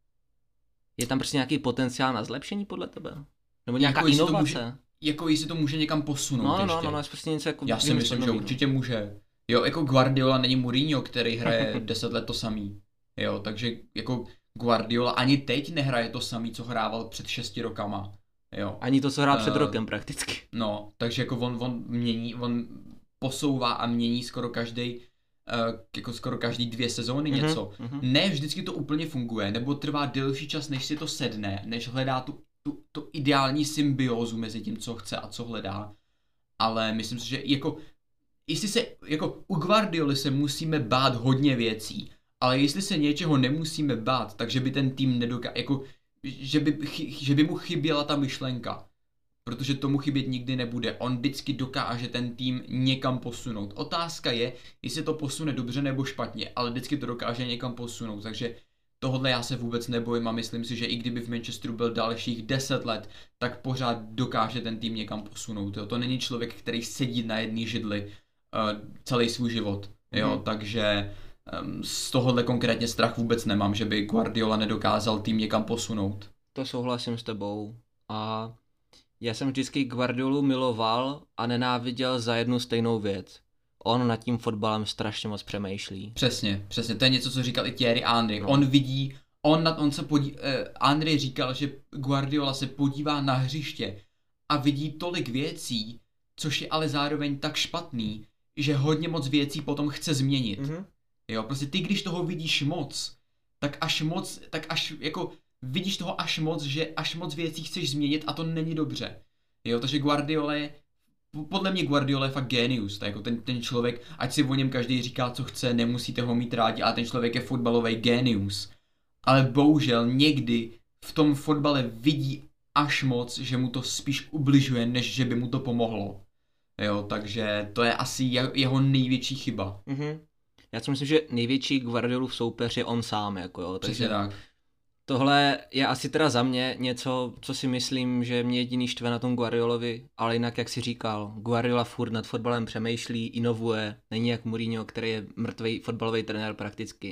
Je tam prostě nějaký potenciál na zlepšení podle tebe? Nebo nějaká jako inovace? Může, jako jestli to může někam posunout no, ještě. No, no, no, prostě něco jako já si myslím, že určitě může. Jo, jako Guardiola není Mourinho, který hraje deset let to samý. Jo, takže jako Guardiola ani teď nehraje to samý, co hrával před šesti rokama. Jo. Ani to, co hrál uh, před rokem prakticky. No, takže jako on, on mění, on posouvá a mění skoro každý, uh, jako skoro každý dvě sezóny mm-hmm, něco. Mm-hmm. Ne vždycky to úplně funguje, nebo trvá delší čas, než si to sedne, než hledá tu, tu, tu ideální symbiózu mezi tím, co chce a co hledá. Ale myslím si, že jako, jestli se, jako u Guardioly se musíme bát hodně věcí, ale jestli se něčeho nemusíme bát, takže by ten tým nedokázal, jako, že by, že by mu chyběla ta myšlenka. Protože tomu chybět nikdy nebude. On vždycky dokáže ten tým někam posunout. Otázka je, jestli to posune dobře nebo špatně, ale vždycky to dokáže někam posunout. Takže tohle já se vůbec nebojím a myslím si, že i kdyby v Manchesteru byl dalších deset let, tak pořád dokáže ten tým někam posunout. Jo? To není člověk, který sedí na jedné židli uh, celý svůj život. Jo? Hmm. Takže um, z tohohle konkrétně strach vůbec nemám, že by Guardiola nedokázal tým někam posunout. To souhlasím s tebou. A já jsem vždycky Guardiolu miloval a nenáviděl za jednu stejnou věc. On nad tím fotbalem strašně moc přemýšlí. Přesně, přesně. To je něco, co říkal i Thierry Henry. No. On vidí, on, nad, on se podí, eh, Henry říkal, že Guardiola se podívá na hřiště a vidí tolik věcí, což je ale zároveň tak špatný, že hodně moc věcí potom chce změnit. Mm-hmm. Jo, prostě ty, když toho vidíš moc, tak až moc, tak až jako vidíš toho až moc, že až moc věcí chceš změnit a to není dobře. Jo, takže Guardiola je, podle mě Guardiola je fakt genius, jako ten, ten člověk, ať si o něm každý říká, co chce, nemusíte ho mít rádi, ale ten člověk je fotbalový genius. Ale bohužel někdy v tom fotbale vidí až moc, že mu to spíš ubližuje, než že by mu to pomohlo. Jo, takže to je asi jeho největší chyba. Mm-hmm. Já si myslím, že největší Guardiolův soupeř je on sám, jako jo. Takže přesně tak. Tohle je asi teda za mě něco, co si myslím, že mě jediný štve na tom Guardiolovi, ale jinak, jak si říkal, Guardiola furt nad fotbalem přemýšlí, inovuje, není jak Mourinho, který je mrtvý fotbalový trenér prakticky.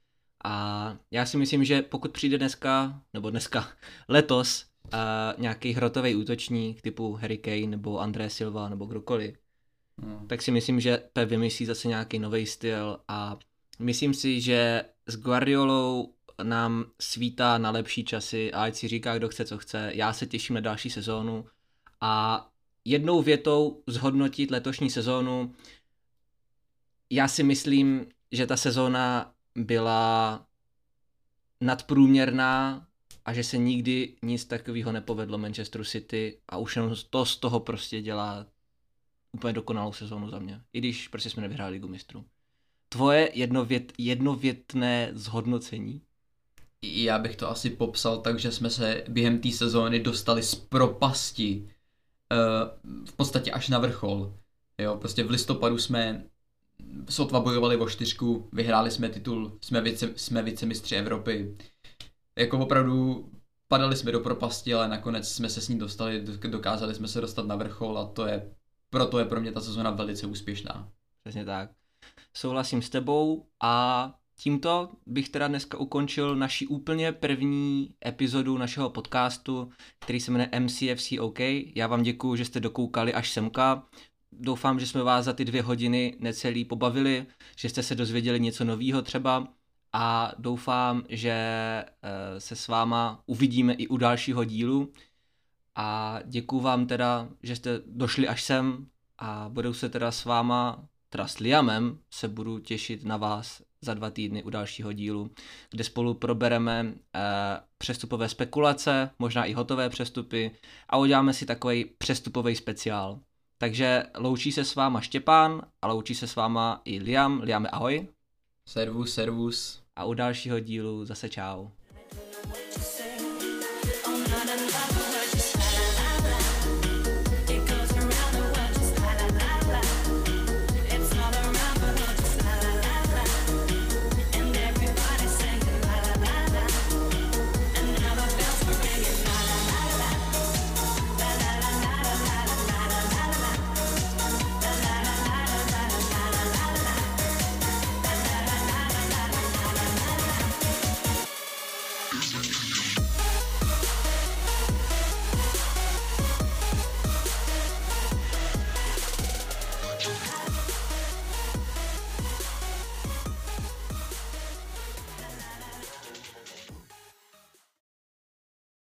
A já si myslím, že pokud přijde dneska, nebo dneska, letos, uh, nějaký hrotový útočník typu Harry Kane nebo André Silva nebo kdokoliv, hmm. tak si myslím, že Pep vymyslí zase nějaký nový styl a myslím si, že s Guardiolou nám svítá na lepší časy a ať si říká, kdo chce, co chce. Já se těším na další sezónu a jednou větou zhodnotit letošní sezónu. Já si myslím, že ta sezóna byla nadprůměrná a že se nikdy nic takového nepovedlo Manchesteru City a už jenom to z toho prostě dělá úplně dokonalou sezónu za mě. I když prostě jsme nevyhráli Ligu mistrů. Tvoje jednovět, jednovětné zhodnocení? Já bych to asi popsal tak, že jsme se během té sezóny dostali z propasti uh, v podstatě až na vrchol. Jo, prostě v listopadu jsme sotva bojovali o čtyřku, vyhráli jsme titul, jsme, vice, jsme vicemistři Evropy. Jako opravdu padali jsme do propasti, ale nakonec jsme se s ní dostali, dokázali jsme se dostat na vrchol a to je, proto je pro mě ta sezóna velice úspěšná. Přesně tak. Souhlasím s tebou a tímto bych teda dneska ukončil naši úplně první epizodu našeho podcastu, který se jmenuje M C F C OK. Já vám děkuju, že jste dokoukali až semka. Doufám, že jsme vás za ty dvě hodiny necelý pobavili, že jste se dozvěděli něco nového třeba a doufám, že se s váma uvidíme i u dalšího dílu a děkuju vám teda, že jste došli až sem a budou se teda s váma, teda s Liamem, se budu těšit na vás za dva týdny u dalšího dílu, kde spolu probereme eh, přestupové spekulace, možná i hotové přestupy a uděláme si takový přestupový speciál. Takže loučí se s váma Štěpán a loučí se s váma i Liam. Liame, ahoj. Servus, servus. A u dalšího dílu zase čau.